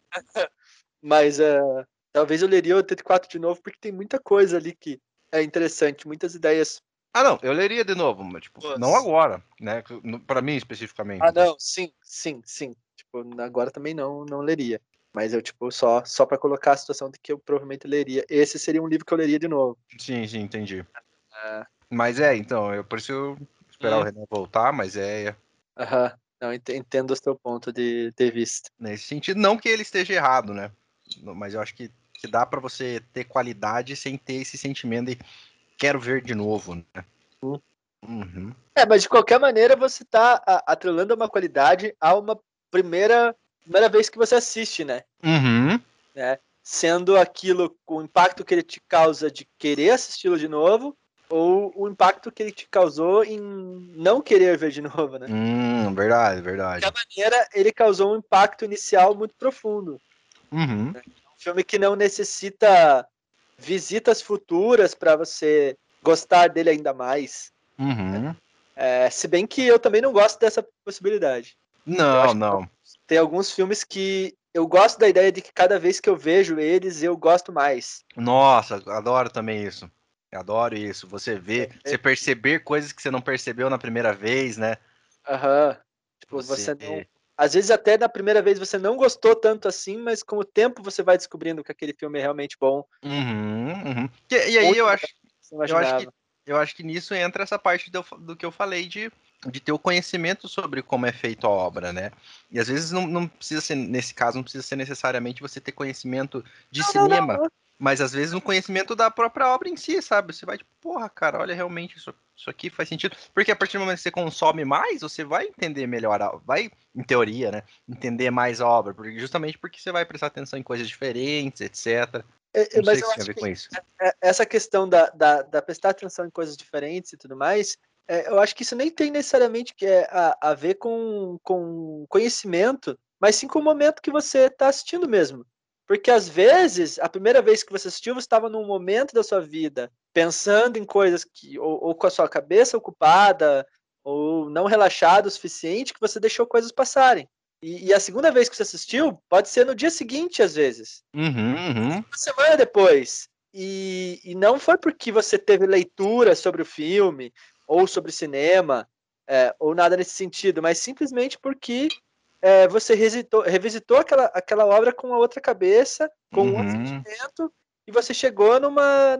Mas é, talvez eu leria o oitenta e quatro de novo, porque tem muita coisa ali que é interessante, muitas ideias Ah, não, eu leria de novo, mas, tipo, não boas. agora, né? Para mim especificamente. Ah, não, sim, sim, sim. Tipo, agora também não, não leria. Mas eu, tipo, só, só para colocar a situação de que eu provavelmente leria. Esse seria um livro que eu leria de novo. Sim, sim, entendi. É, Mas é, então, eu por isso eu esperar o hum, Renan voltar, mas é aham. Não, ent- entendo o seu ponto de, de vista. nesse sentido, não que ele esteja errado, né? Mas eu acho que, que dá para você ter qualidade sem ter esse sentimento de quero ver de novo, né? Hum. Uhum. É, mas de qualquer maneira você tá a- atrelando uma qualidade a uma primeira, primeira vez que você assiste, né? Uhum. né? Sendo aquilo o impacto que ele te causa de querer assisti-lo de novo ou o impacto que ele te causou em não querer ver de novo, né? Hum, verdade, De verdade. qualquer maneira, ele causou um impacto inicial muito profundo. Uhum. É um filme que não necessita visitas futuras para você gostar dele ainda mais. Uhum. É, se bem que eu também não gosto dessa possibilidade. Eu Não, acho que não. tem alguns filmes que eu gosto da ideia de que cada vez que eu vejo eles, eu gosto mais. Nossa, adoro também isso. Adoro isso. Você vê, É, você perceber coisas que você não percebeu na primeira vez, né? aham. Tipo, Você. você não. Às vezes, até na primeira vez você não gostou tanto assim, mas com o tempo você vai descobrindo que aquele filme é realmente bom. Uhum, uhum. E, e aí Muito eu melhor do acho, que você eu acho que imaginava. eu acho que nisso entra essa parte do, do que eu falei de, de ter o conhecimento sobre como é feito a obra, né? E às vezes não, não precisa ser, nesse caso, não precisa ser necessariamente você ter conhecimento de Não, não, cinema, não. mas às vezes um conhecimento da própria obra em si, sabe? Você vai tipo, porra, cara, olha, realmente isso, isso aqui faz sentido. Porque a partir do momento que você consome mais, você vai entender melhor, a- vai, em teoria, né? Entender mais a obra, porque, justamente porque você vai prestar atenção em coisas diferentes, etcétera. É, é, Não sei mas o eu que tem a acho ver que com isso. é- essa questão da, da, da prestar atenção em coisas diferentes e tudo mais, é, eu acho que isso nem tem necessariamente que é a, a ver com, com conhecimento, mas sim com o momento que você está assistindo mesmo. Porque às vezes, a primeira vez que você assistiu, você estava num momento da sua vida pensando em coisas que, ou, ou com a sua cabeça ocupada, ou não relaxado o suficiente, que você deixou coisas passarem. E, e a segunda vez que você assistiu, pode ser no dia seguinte, às vezes Uhum, uhum. uma semana depois. E, e não foi porque você teve leitura sobre o filme, ou sobre cinema, é, ou nada nesse sentido, mas simplesmente porque é, você revisitou, revisitou aquela, aquela obra com uma outra cabeça, com um outro Uhum. sentimento, e você chegou numa,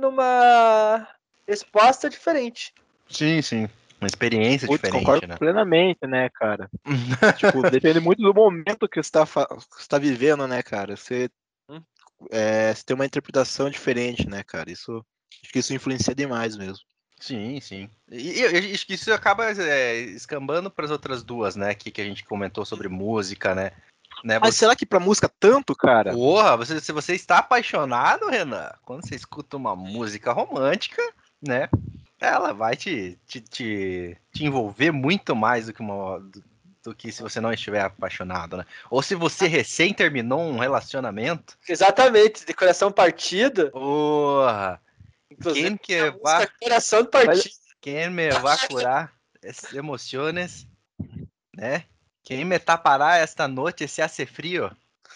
numa resposta diferente. Sim, sim. Uma experiência Putz, concordo diferente, né? plenamente, né, cara? Tipo, depende muito do momento que você tá, fa- que você tá vivendo, né, cara? Você, Hum. é, você tem uma interpretação diferente, né, cara? Isso, acho que isso influencia demais mesmo. Sim, sim. E, e eu acho que isso acaba é, escambando para as outras duas, né? Que, que a gente comentou sobre música, né? né Mas você... será que pra música tanto, cara? Porra, você, se você está apaixonado, Renan, quando você escuta uma música romântica, né? ela vai te, te, te, te envolver muito mais do que uma. Do, do que se você não estiver apaixonado, né? Ou se você recém terminou um relacionamento. Exatamente, de coração partido. Porra! Inclusive, Quem que a música vai, Coração Partido. quem me vai curar as emoções, né? Quem me tapará esta noite se hace frio?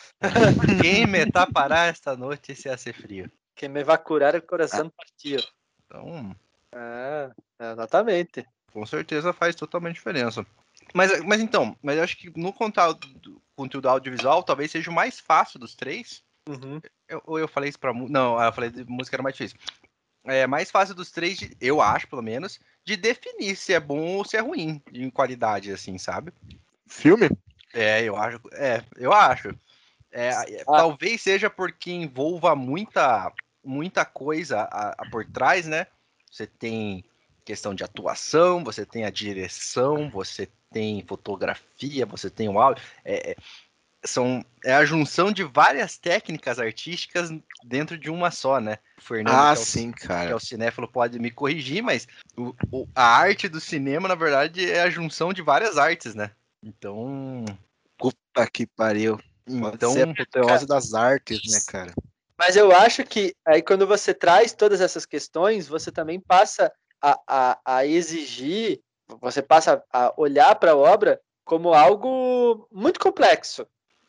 Quem me tapará esta noite se hace frio? Quem me vai curar é o coração partido. Então, Ah, exatamente. com certeza faz totalmente diferença. Mas, mas então, mas eu acho que no conteúdo, conteúdo audiovisual talvez seja o mais fácil dos três. Uhum. Eu, ou eu falei isso pra. Não, eu falei de música era mais difícil. É mais fácil dos três, de, eu acho, pelo menos, de definir se é bom ou se é ruim em qualidade, assim, sabe? Filme? É, eu acho. É, eu acho. É, é, Ah. talvez seja porque envolva muita, muita coisa a, a por trás, né? Você tem questão de atuação, você tem a direção, você tem fotografia, você tem o áudio. É, é, são, é a junção de várias técnicas artísticas dentro de uma só, né? O Fernando, Ah, que é o, sim, que cara. é o cinéfilo, pode me corrigir, mas o, o, a arte do cinema, na verdade, é a junção de várias artes, né? Então. Puta que pariu. Pode ser a Então. apoteose das artes, né, cara? Mas eu acho que aí quando você traz todas essas questões, você também passa a, a, a exigir, você passa a olhar para a obra como algo muito complexo.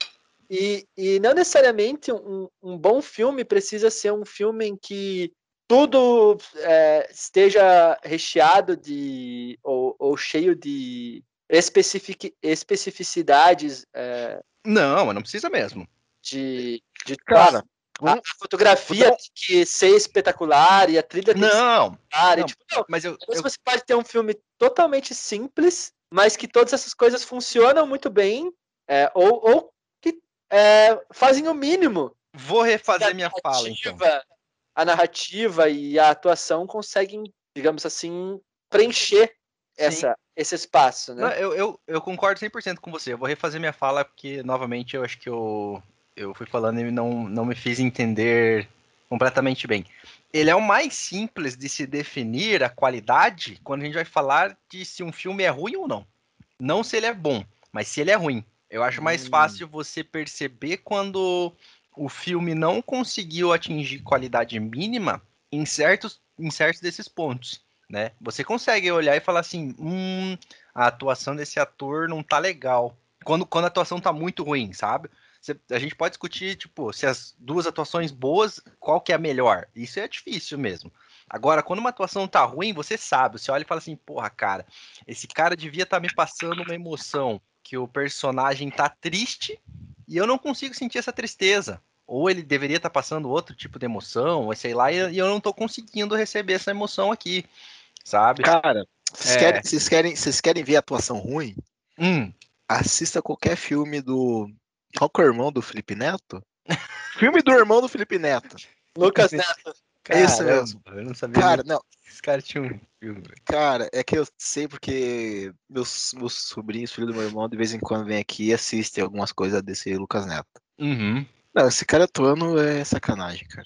E, e não necessariamente um, um bom filme precisa ser um filme em que tudo é, esteja recheado de ou, ou cheio de especific, especificidades é, Não, mas não precisa mesmo. de, de Cara, a, a vamos, vou fotografia dar um- tem que ser espetacular e a trilha tem que ser Não, espetacular. E, não, tipo, não, mas eu, às vezes eu você pode ter um filme totalmente simples, mas que todas essas coisas funcionam muito bem, é, ou, ou que é, fazem o mínimo. vou E a refazer minha fala, então. narrativa, a narrativa e a atuação conseguem, digamos assim, preencher Sim. essa, esse espaço, Não, né? eu, eu, eu concordo cem por cento com você. Eu vou refazer minha fala porque, novamente, eu acho que eu, eu fui falando e não, não me fiz entender completamente bem. Ele é o mais simples de se definir a qualidade quando a gente vai falar de se um filme é ruim ou não. Não se ele é bom, mas se ele é ruim. Eu acho mais Hum. fácil você perceber quando o filme não conseguiu atingir qualidade mínima em certos, em certos desses pontos, né? Você consegue olhar e falar assim, hum, a atuação desse ator não tá legal. Quando, quando a atuação tá muito ruim, sabe? Você, a gente pode discutir, tipo, se as duas atuações boas, qual que é a melhor? Isso é difícil mesmo. Agora, quando uma atuação tá ruim, você sabe. Você olha e fala assim, porra, cara, esse cara devia estar tá me passando uma emoção que o personagem tá triste e eu não consigo sentir essa tristeza. Ou ele deveria estar tá passando outro tipo de emoção, ou sei lá, e eu não tô conseguindo receber essa emoção aqui, sabe? Cara, vocês querem, É. vocês querem, vocês querem ver atuação ruim? Hum. Assista qualquer filme do. Qual que é o irmão do Felipe Neto? Filme do irmão do Felipe Neto. Lucas Neto. É isso mesmo. Caramba, eu não sabia nem Cara, que não, esses caras tinham um filme, velho. cara, é que eu sei porque meus, meus sobrinhos, filho do meu irmão, de vez em quando vêm aqui e assistem algumas coisas desse Lucas Neto. Uhum. Não, esse cara atuando é sacanagem, cara.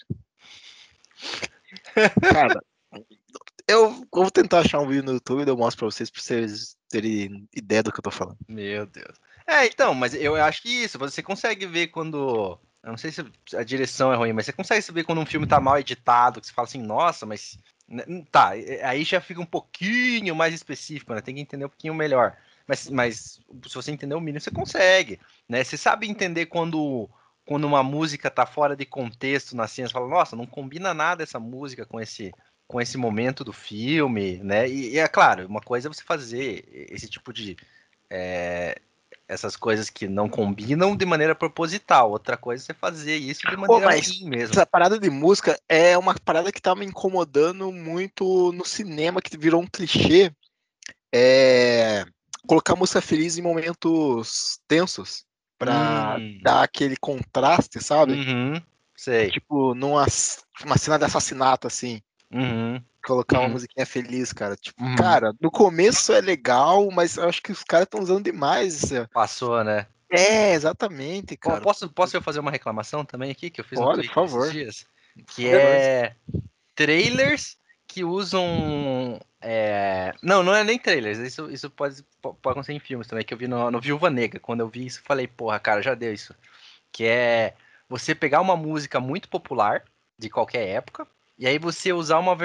Cara, eu vou tentar achar um vídeo no YouTube e eu mostro pra vocês, pra vocês terem ideia do que eu tô falando. Meu Deus. É, então, mas eu acho que isso, você consegue ver quando. Eu não sei se a direção é ruim, mas você consegue saber quando um filme tá mal editado, que você fala assim, nossa, mas. né, Tá, aí já fica um pouquinho mais específico, né? Tem que entender um pouquinho melhor. Mas, mas se você entender o mínimo, você consegue, né? Você sabe entender quando, quando uma música tá fora de contexto na cena, você fala, nossa, não combina nada essa música com esse, com esse momento do filme, né? E, e é claro, uma coisa é você fazer esse tipo de é, essas coisas que não combinam de maneira proposital. Outra coisa é você fazer isso de Ô, maneira mas ruim mesmo. essa parada de música é uma parada que tá me incomodando muito no cinema, que virou um clichê. É colocar música feliz em momentos tensos pra Hum, dar aquele contraste, sabe? uhum, sei. Tipo, numa uma cena de assassinato, assim. Uhum, Colocar uma uhum, musiquinha feliz, cara. Tipo, uhum. cara, no começo é legal, mas eu acho que os caras estão usando demais isso. Passou, né? É, exatamente, Po- cara. Posso, posso eu fazer uma reclamação também aqui, que eu fiz no Pode, por Twitter esses favor. dias? Por Que favor. é trailers que usam. é, Não, não é nem trailers. Isso, isso pode, pode acontecer em filmes também, que eu vi no, no Viúva Negra. Quando eu vi isso, eu falei, porra, cara, já deu isso. Que é você pegar uma música muito popular, de qualquer época, e aí você usar uma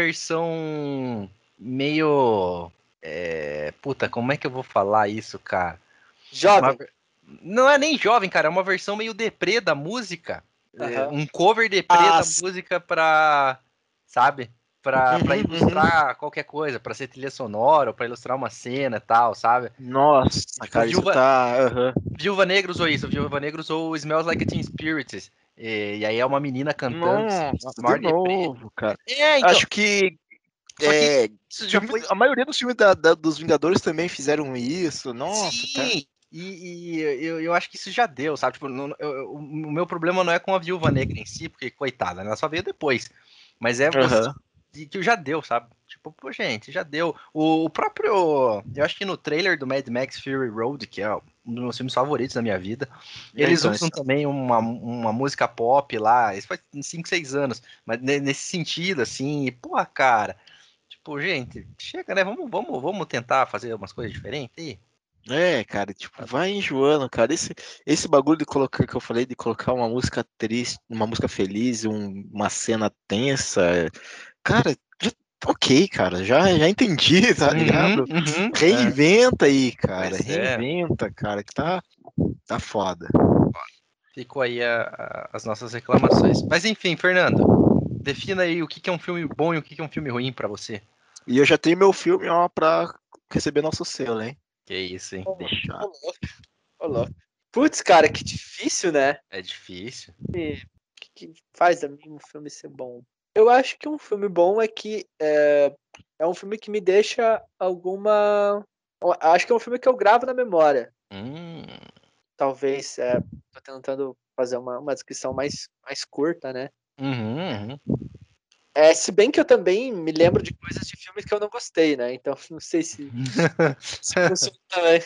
versão meio. é, Puta, como é que eu vou falar isso, cara? Uma Jovem. ver- Não é nem jovem, cara, é uma versão meio deprê da música. É, Aham. um cover deprê Ah, da música pra, sabe? Pra, pra uhum, uhum. ilustrar qualquer coisa, pra ser trilha sonora, ou pra ilustrar uma cena e tal, sabe? Nossa, E, tipo, cara, isso Viúva, tá. Aham. Viúva Negra usou isso, Viúva Negra usou o Smells Like a Teen Spirit. E, e aí é uma menina cantando, Nossa, de maior deprê. novo, cara. É, então, Acho que só que é, isso já filme- foi. a maioria dos filmes da- da- dos Vingadores também fizeram isso. Nossa, tá. Sim! E, e eu, eu acho que isso já deu, sabe? Tipo, não- eu- eu- o meu problema não é com a Viúva Negra em si, porque, coitada, né? Ela só veio depois. Mas é você Aham. que que já deu, sabe? Tipo, pô, gente, já deu. O, o próprio. Eu acho que no trailer do Mad Max Fury Road, que é um dos meus filmes favoritos da minha vida, É, eles então, usam esse- também uma, uma música pop lá. Isso faz cinco seis anos. Mas ne- nesse sentido, assim, e, porra, cara. Tipo, gente, chega, né? Vamos, vamos, vamos tentar fazer umas coisas diferentes aí. é, cara, tipo, vai enjoando, cara. Esse, esse bagulho de colocar que eu falei, de colocar uma música triste, uma música feliz, um- uma cena tensa, é, cara, já, ok, cara, já, já entendi, tá Uhum, ligado? uhum. É, Reinventa aí, cara, pois é. reinventa, cara, que tá, tá foda. Ficou aí a- a- as nossas reclamações. Mas enfim, Fernando, defina aí o que que é um filme bom e o que que é um filme ruim pra você. E eu já tenho meu filme, ó, pra receber nosso selo, hein? Que isso, hein? Ô, Deixar. louco, ô, louco. Putz, cara, que difícil, né? É difícil. O que, que faz a mim um filme ser bom? Eu acho que um filme bom é que é, é um filme que me deixa alguma. eu Acho que é um filme que eu gravo na memória. Hum, Talvez, é, tô tentando fazer uma, uma descrição mais, mais curta, né? uhum, uhum. É, se bem que eu também me lembro de coisas de filmes que eu não gostei, né? Então não sei se, se funciona também.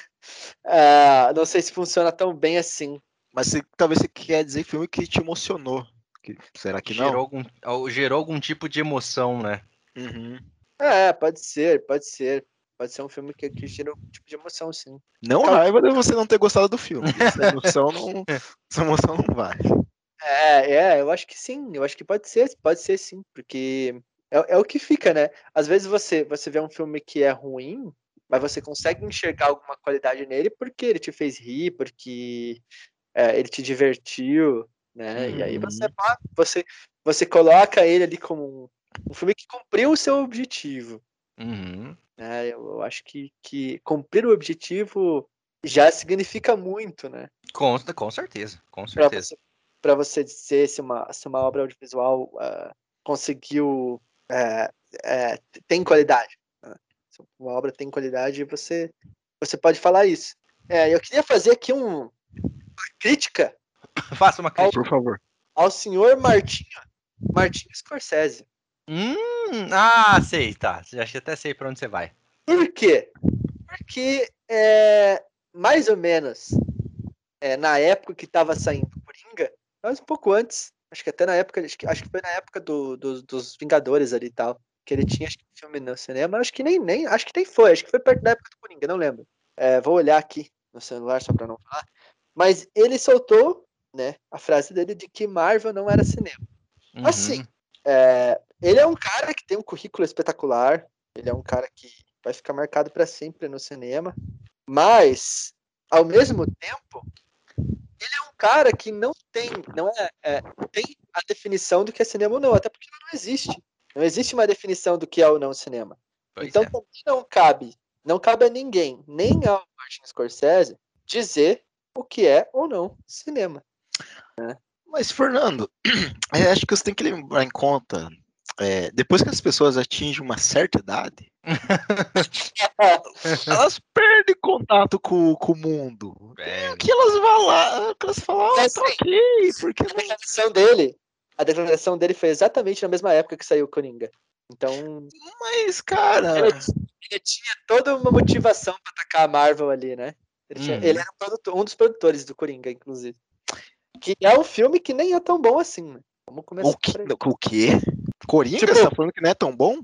Ah, não sei se funciona tão bem assim. Mas você, talvez você quer dizer filme que te emocionou. Que- será que não? Gerou algum, al- gerou algum tipo de emoção, né? Uhum. É, pode ser, pode ser. Pode ser um filme que, que gera um tipo de emoção, sim. Não Tal- raiva de você não ter gostado do filme. Essa emoção não, essa emoção não vai. É, é, eu acho que sim, eu acho que pode ser, pode ser sim, porque é, é o que fica, né? Às vezes você, você vê um filme que é ruim, mas você consegue enxergar alguma qualidade nele porque ele te fez rir, porque é, ele te divertiu, né? E aí você, Uhum. pá, você, você coloca ele ali como um, um filme que cumpriu o seu objetivo, Uhum. né? Eu, eu acho que, que cumprir o objetivo já significa muito, né? Com, com certeza, com Para certeza. você, para você dizer se uma, se uma obra audiovisual ah, conseguiu é, é, tem qualidade, né? Se uma obra tem qualidade, você você pode falar isso. É, eu queria fazer aqui um, uma crítica Faça uma ao, crítica. Por favor. ao senhor Martin, Martin Scorsese. Hum, ah, sei, tá. Já até sei pra onde você vai. Por quê? Porque é, mais ou menos é, na época que estava saindo Coringa, mas um pouco antes, acho que até na época, acho que, acho que foi na época do, do- dos Vingadores ali e tal, que ele tinha acho que, um filme no cinema, acho que nem, nem, acho que nem foi, acho que foi perto da época do Coringa, não lembro. É, vou olhar aqui no celular só para não falar. Mas ele soltou, né, a frase dele de que Marvel não era cinema. Assim, Uhum. é, ele é um cara que tem um currículo espetacular, ele é um cara que vai ficar marcado para sempre no cinema, mas ao mesmo tempo ele é um cara que não tem, não é, é, tem a definição do que é cinema ou não, até porque ela não existe. Não existe uma definição do que é ou não cinema. Pois Então é. também não cabe, não cabe a ninguém, nem ao Martin Scorsese, dizer o que é ou não cinema. Mas, Fernando, eu acho que você tem que levar em conta, é, depois que as pessoas atingem uma certa idade, elas perdem contato com, com o mundo. É, E que elas vão lá, que elas falam, ah, É tá assim, ok, porque a não. declaração dele, a declaração dele foi exatamente na mesma época que saiu o Coringa. Então, Mas, cara. ele, ele tinha toda uma motivação para atacar a Marvel ali, né? Ele, tinha, ele uhum. era um, produtor, um dos produtores do Coringa, inclusive. Que é um filme que nem é tão bom assim, né? Vamos O começar que? por aí. O quê? Coringa? Você Tipo, tá falando que não é tão bom?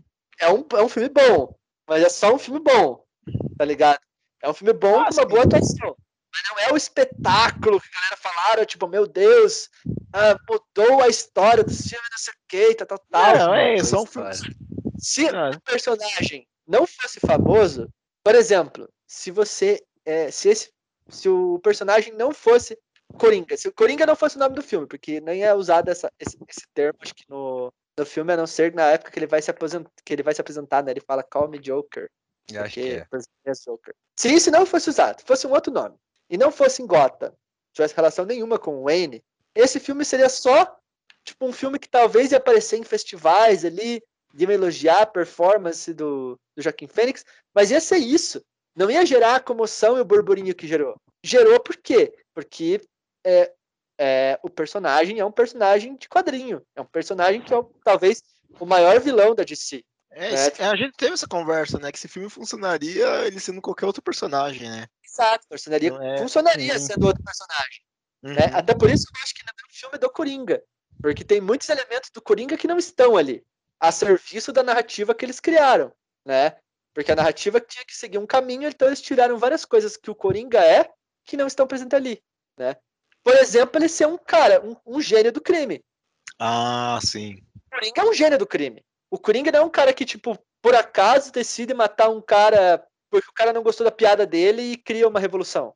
é um, é um filme bom, mas é só um filme bom, tá ligado? É um filme bom Ah, com uma sim. boa atuação. Mas não é o espetáculo que a galera falaram, tipo, meu Deus, ah, mudou a história do filme, não sei o que, tal, tal, tal. Não, é, Boa só um filme. história. Se Ah, o personagem não fosse famoso, por exemplo, se você. É, se, esse, se o personagem não fosse Coringa, se o Coringa não fosse o nome do filme, porque nem é usado essa, esse, esse termo, acho que no, no filme, a não ser na época que ele vai se aposentar, que ele vai se apresentar, né? Ele fala Call Me Joker. Eu acho que Porque é. é Joker. Se isso não fosse usado, fosse um outro nome, e não fosse em Gotham, tivesse relação nenhuma com o Wayne, esse filme seria só tipo um filme que talvez ia aparecer em festivais ali, iam elogiar a performance do, do Joaquin Phoenix, mas ia ser isso. Não ia gerar a comoção e o burburinho que gerou. Gerou por quê? Porque é, é, o personagem é um personagem de quadrinho. É um personagem que é talvez o maior vilão da D C. É, Né? esse- a gente teve essa conversa, né? Que esse filme funcionaria ele sendo qualquer outro personagem, né? Exato, funcionaria, Não é. funcionaria Sim. sendo outro personagem. Uhum. Né? Até por isso eu acho que não é um filme do Coringa. Porque tem muitos elementos do Coringa que não estão ali, a serviço da narrativa que eles criaram. Né? Porque a narrativa tinha que seguir um caminho, então eles tiraram várias coisas que o Coringa é que não estão presentes ali. Né? Por exemplo, ele ser um cara, um, um gênio do crime. Ah, sim. O Coringa é um gênio do crime. O Coringa não é um cara que, tipo, por acaso decide matar um cara porque o cara não gostou da piada dele e cria uma revolução.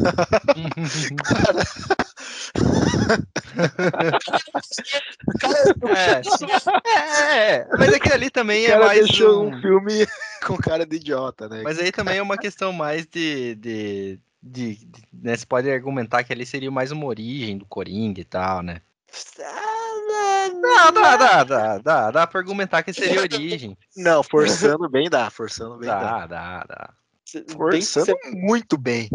Cara, O cara, o É, sim. É, é, mas aquele ali também o é cara mais deixou um. um filme com cara de idiota, né? Mas aí também é uma questão mais de, de, de, de- né, você pode argumentar que ali seria mais uma origem do Coringa e tal, né? Dá, dá, dá, dá, dá, dá pra argumentar que seria origem. Não, forçando bem dá, forçando bem dá. Dá, dá, dá. Bem, Forçando muito bem.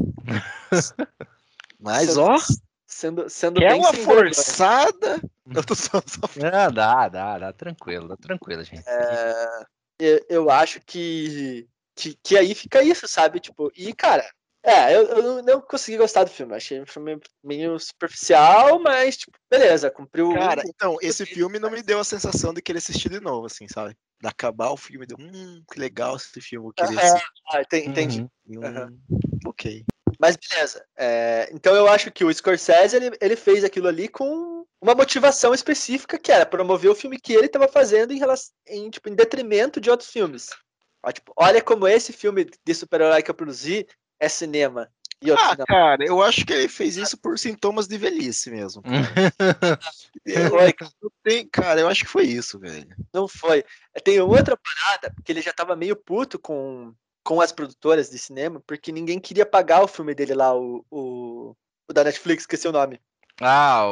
Mas, sendo, ó, sendo, sendo quer bem uma sem vergonha. forçada? Eu tô só, só... Ah, dá, dá, dá, tranquilo, dá tranquilo, gente. É, eu, eu acho que, que, que aí fica isso, sabe? Tipo, e, cara, é, eu, eu não- não consegui gostar do filme. Achei um filme meio superficial, mas, tipo, beleza, cumpriu Cara, um. então, esse filme não me deu a sensação de querer assistir de novo, assim, sabe? De acabar o filme, deu, hum, que legal esse filme, eu queria Aham, assistir. ah, enten- entendi. Uhum. Aham. Hum, ok. Mas beleza. É, então eu acho que o Scorsese ele, ele fez aquilo ali com uma motivação específica que era promover o filme que ele estava fazendo em, relação, em, tipo, em detrimento de outros filmes. Ó, tipo, olha como esse filme de super-herói que eu produzi é cinema. E outros Ah, não. cara, eu acho que ele fez isso por sintomas de velhice mesmo, cara. Eu, Foi, eu tenho, cara, eu acho que foi isso, velho. não foi. Tem outra parada, porque ele já estava meio puto com, com as produtoras de cinema, porque ninguém queria pagar o filme dele lá, o, o, o da Netflix, esqueci o nome. Ah,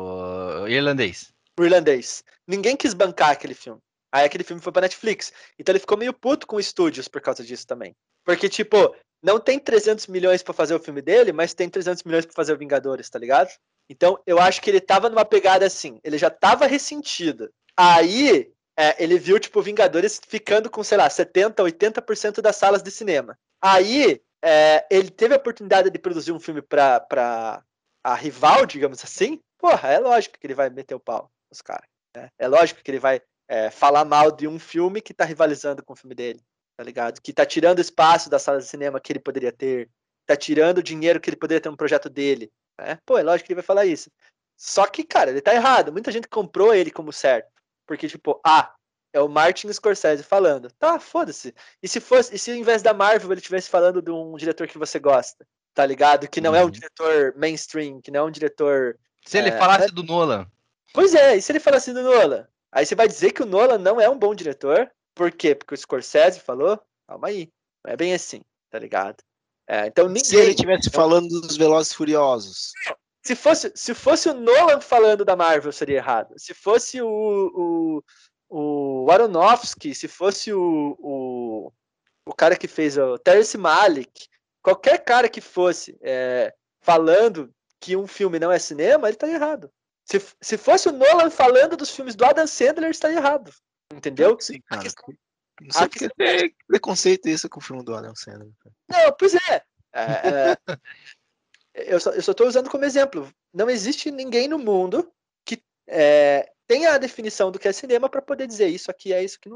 o irlandês. O irlandês. Ninguém quis bancar aquele filme. Aí aquele filme foi pra Netflix. Então ele ficou meio puto com estúdios por causa disso também. Porque, tipo, não tem trezentos milhões pra fazer o filme dele, mas tem trezentos milhões pra fazer o Vingadores, tá ligado? Então eu acho que ele tava numa pegada assim. Ele já tava ressentido. Aí é, ele viu, tipo, Vingadores ficando com, sei lá, setenta, oitenta por cento das salas de cinema. Aí é, ele teve a oportunidade de produzir um filme pra, pra a rival, digamos assim. Porra, é lógico que ele vai meter o pau os caras. Né? É lógico que ele vai é, falar mal de um filme que tá rivalizando com o filme dele, tá ligado? Que tá tirando espaço da sala de cinema que ele poderia ter, tá tirando dinheiro que ele poderia ter no projeto dele. Né? Pô, é lógico que ele vai falar isso. Só que, cara, ele tá errado. Muita gente comprou ele como certo. Porque, tipo, ah, é o Martin Scorsese falando. Tá, foda-se. E se fosse, e se ao invés da Marvel ele estivesse falando de um diretor que você gosta? Tá ligado? Que não é um Uhum. diretor mainstream, que não é um diretor. Se ele É, falasse do Nolan. Pois é, e se ele falar assim do Nolan? Aí você vai dizer que o Nolan não é um bom diretor? Por quê? Porque o Scorsese falou? Calma aí. Não é bem assim, tá ligado? É, então Se ele ninguém. tivesse falando dos Velozes e Furiosos. Se fosse, se fosse o Nolan falando da Marvel, seria errado. Se fosse o, o, o Aronofsky, se fosse o, o, o cara que fez o Terrence Malick, qualquer cara que fosse é, falando que um filme não é cinema, ele estaria errado. Se, se fosse o Nolan falando dos filmes do Adam Sandler, estaria errado. Entendeu? Sim, A cara. questão, Não a sei porque questão é, tem preconceito isso com o filme do Adam Sandler. não, pois é. é, é eu, só, eu só estou usando como exemplo. Não existe ninguém no mundo que é, tenha a definição do que é cinema para poder dizer isso aqui é isso que não é.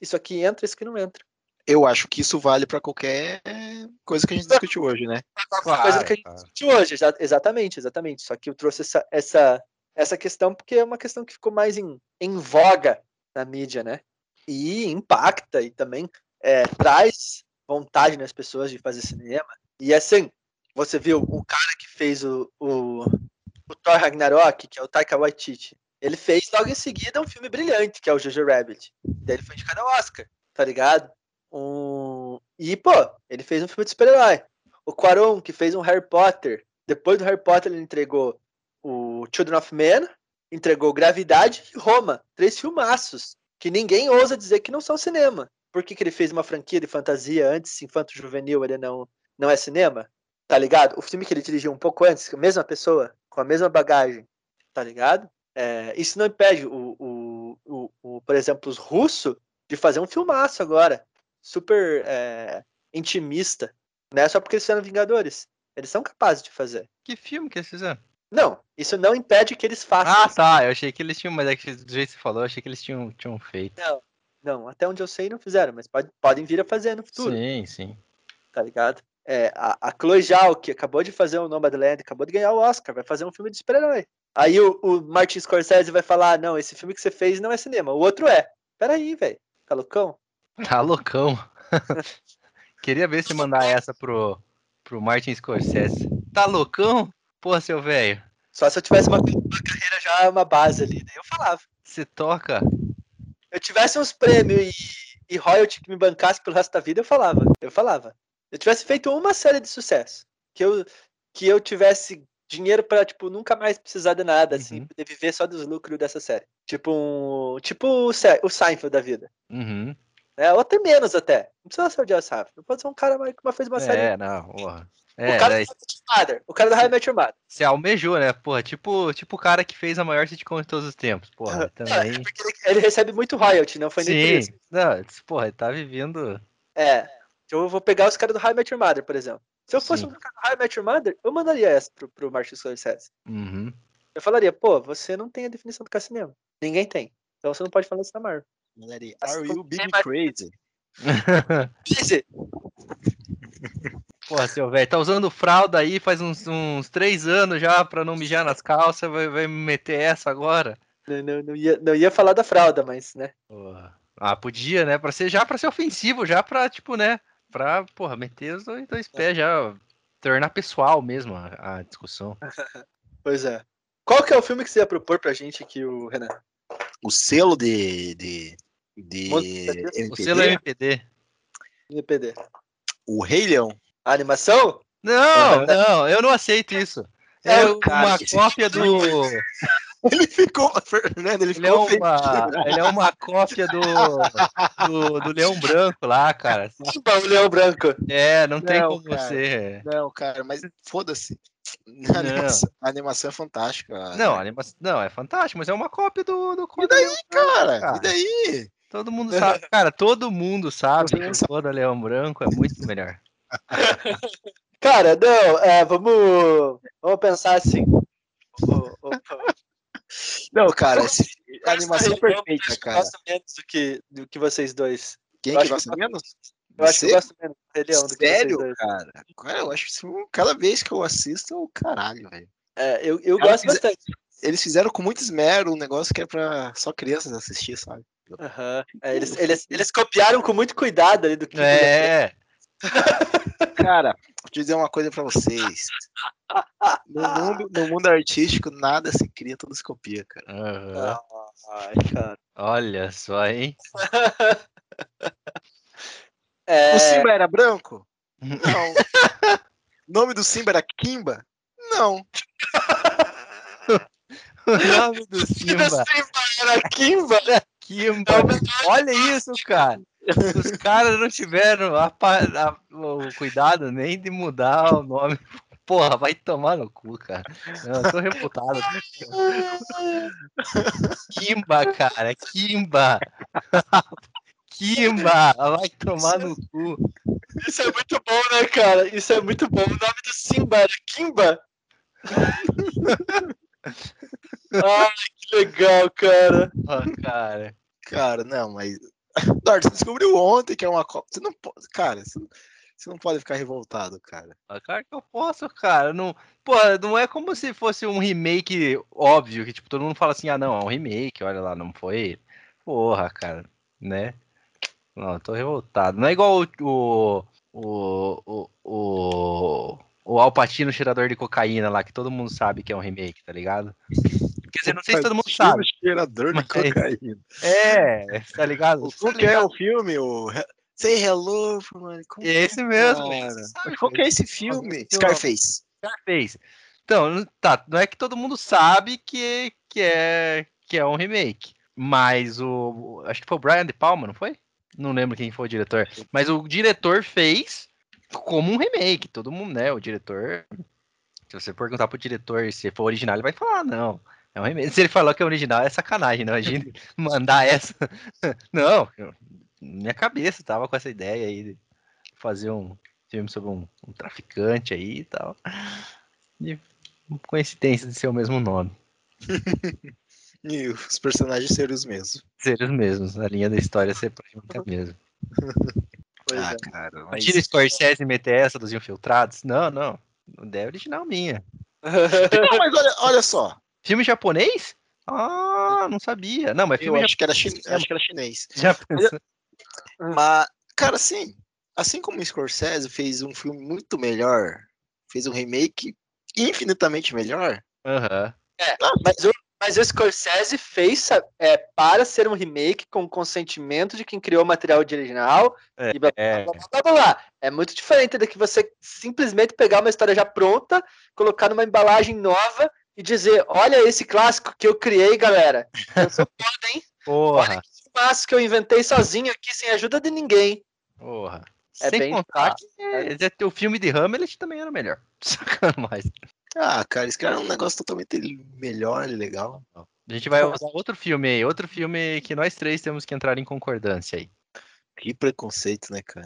isso aqui entra, isso aqui não entra. Eu acho que isso vale pra qualquer coisa que a gente discutiu hoje, né? Claro, coisa que a gente claro. discutiu hoje, exa- exatamente, exatamente. Só que eu trouxe essa, essa, essa questão porque é uma questão que ficou mais em, em voga na mídia, né? E impacta e também é, traz vontade nas pessoas de fazer cinema. E assim, você viu o cara que fez o, o, o Thor Ragnarok, que é o Taika Waititi, ele fez logo em seguida um filme brilhante, que é o Jojo Rabbit. Daí ele foi indicado ao Oscar, tá ligado? Um... E, pô, ele fez um filme de super-herói. O Quaron, que fez um Harry Potter. Depois do Harry Potter, ele entregou o Children of Men, entregou Gravidade e Roma. Três filmaços, que ninguém ousa dizer que não são cinema. Por que, que ele fez uma franquia de fantasia antes, infanto-juvenil, ele não, não é cinema? Tá ligado? O filme que ele dirigiu um pouco antes, com a mesma pessoa, com a mesma bagagem, tá ligado? É, isso não impede, o, o, o, o, por exemplo, os russos de fazer um filmaço agora, super é, intimista, né? Só porque eles fizeram Vingadores. Eles são capazes de fazer. Que filme que eles fizeram? Não, isso não impede que eles façam. Ah, tá, eu achei que eles tinham, mas é que do jeito que você falou, eu achei que eles tinham, tinham feito. Não, não, até onde eu sei não fizeram, mas pode, podem vir a fazer no futuro. Sim, sim. Tá ligado? É, a, a Chloe Zhao, que acabou de fazer o Nomadland, acabou de ganhar o Oscar, vai fazer um filme de super-herói. Aí o, o Martin Scorsese vai falar, não, esse filme que você fez não é cinema, o outro é. Peraí, velho, tá loucão? Tá loucão. Queria ver se mandar essa pro, pro Martin Scorsese. Tá loucão? Pô, seu velho. Só se eu tivesse uma, uma carreira já, uma base ali, daí eu falava. Você toca? Eu tivesse uns prêmios e, e royalty que me bancasse pelo resto da vida, eu falava. Eu falava. Eu tivesse feito uma série de sucesso, que eu, que eu tivesse dinheiro pra, tipo, nunca mais precisar de nada, assim, Uhum. poder viver só dos lucros dessa série. Tipo um. Tipo o, Se- o Seinfeld da vida. Uhum. Né? Ou até menos até. Não precisa ser o Joe Seinfeld. Pode ser um cara mais- que fez uma série. É, não, porra. É, o cara daí, do How I Met Your Mother. O cara do How I Met Your Mother. você almejou, né? Porra, tipo, tipo o cara que fez a maior sitcom de todos os tempos. Porra, É, também. porque ele, ele recebe muito royalty, não foi nem por isso. Sim. Não, porra, ele tá vivendo. É. Eu vou pegar os caras do How I Met Your Mother, por exemplo. Se eu fosse Sim. um cara do How I Met Your Mother, eu mandaria essa pro, pro Martin Scorsese. Uhum. Eu falaria, pô, você não tem a definição do que é cinema. Ninguém tem. Então você não pode falar isso na Marvel. Are you being mais- crazy? Easy. Porra, seu velho, tá usando fralda aí faz uns, uns três anos já pra não mijar nas calças, vai, vai me meter essa agora? Não, não, não, ia, não ia falar da fralda, mas, né? Porra. Ah, podia, né? Pra ser, já pra ser ofensivo, já pra, tipo, né? Pra, porra, meter os dois, dois pés já, tornar pessoal mesmo a, a discussão. Pois é. Qual que é o filme que você ia propor pra gente aqui, o Renan? O selo de, de, de Monte- O selo é M P D. M P D. o Rei Leão. A animação? Não, não, eu não aceito isso. É, É, uma cara, que cópia do. Ele ficou, Fernando, ele Ele é, ficou uma, ele é uma cópia do, do, do Leão Branco lá, cara. Simba, o Leão Branco. É, não tem Não, como cara. ser. Não, cara, mas foda-se. Não. A animação, a animação é fantástica. Não, a né? animação, não, é fantástico, mas é uma cópia do, do E daí, Leão Branco, cara? cara. E daí? Todo mundo sabe, cara, todo mundo sabe Todo que mundo o Coda Leão Branco é muito melhor. Cara, não, é, vamos, vamos pensar assim. O- o- Não, cara, esse- a animação é Eu perfeita, acho que eu cara. gosto menos do que, do que vocês dois. Quem eu que acho gosta que- menos? Eu acho que eu Você? gosto menos do Rei Leão do que vocês Sério, dois. cara? Cara, eu acho que isso- cada vez que eu assisto, eu caralho, velho. É, eu eu Cara, gosto fizer- bastante. Eles fizeram com muito esmero um negócio que é pra só crianças assistir, sabe? Aham. É, eles, eles, eles copiaram com muito cuidado ali do que É, Cara, vou te dizer uma coisa pra vocês. No mundo, no mundo artístico, nada se cria, tudo se copia, cara. aham. Ai, cara. Olha só, hein? É, O Simba era branco? Não. O nome do Simba era Kimba? Não. O nome do Simba, era Kimba. Kimba. Olha isso, cara. Os caras não tiveram a pa- a- o cuidado nem de mudar o nome. Porra, vai tomar no cu, cara. Não, eu tô reputado. Kimba, cara, Kimba. Kimba, vai tomar no cu. Isso é muito bom, né, cara? Isso é muito bom. O nome do Simba era Kimba. Ai, que legal, cara. Ó, cara. Cara, não, mas Eduardo, você descobriu ontem que é uma Copa. Você não pode. Cara, você não, você não pode ficar revoltado, cara. Ah, claro que eu posso, cara. Não, pô, não é como se fosse um remake óbvio, que tipo, todo mundo fala assim, ah, não, é um remake, olha lá, não foi. Porra, cara, né? Não, eu tô revoltado. Não é igual o, o, o, o, o Al Pacino cheirador de cocaína lá, que todo mundo sabe que é um remake, tá ligado? Quer dizer, não sei se todo mundo Pacino, sabe. cheirador de Mas- cocaína. É, tá ligado? O Tá qual que é ligado? o filme? O He- Say Hello, mano. Como que é, Esse mesmo, cara? você sabe, Mas qual que é esse filme? Esse Scarface. Scarface. Então, tá, não é que todo mundo sabe que, que, é, que é um remake, mas o, acho que foi o Brian De Palma, não foi? Não lembro quem foi o diretor, mas o diretor fez como um remake, todo mundo, né, o diretor, se você perguntar pro diretor se for original, ele vai falar, ah, não, é um remake. Se ele falou que é original, é sacanagem, não, imagina mandar essa. Não, minha cabeça tava com essa ideia aí de fazer um filme sobre um, um traficante aí e tal. E coincidência de ser o mesmo nome. E os personagens serem os mesmos. Ser os mesmos, a linha da história ser praticamente a mesma. Pois Ah, é. cara, mas. Imagina o Scorsese meter essa dos infiltrados? Não, não. Não é original minha. Não, mas olha, olha só. Filme japonês? Ah, não sabia. Não, mas Eu filme acho que, era japonês. chin... acho que era chinês. Já pensou? Mas, cara, assim, assim como o Scorsese fez um filme muito melhor, fez um remake infinitamente melhor. Aham. Mas o, mas o Scorsese fez é, para ser um remake com consentimento de quem criou o material original É, e blá, é. blá, blá, blá, blá, blá. É muito diferente do que você simplesmente pegar uma história já pronta, colocar numa embalagem nova e dizer, olha esse clássico que eu criei, galera. Eu sou foda, hein? Porra, Olha que clássico que eu inventei sozinho aqui, sem ajuda de ninguém. porra. É Sem bem contar diferente. que é, o filme de Hamlet também era melhor. Sacana mais. Ah, cara, esse cara é um negócio totalmente melhor e legal. A gente vai usar outro filme aí, outro filme que nós três temos que entrar em concordância aí. Que preconceito, né, cara?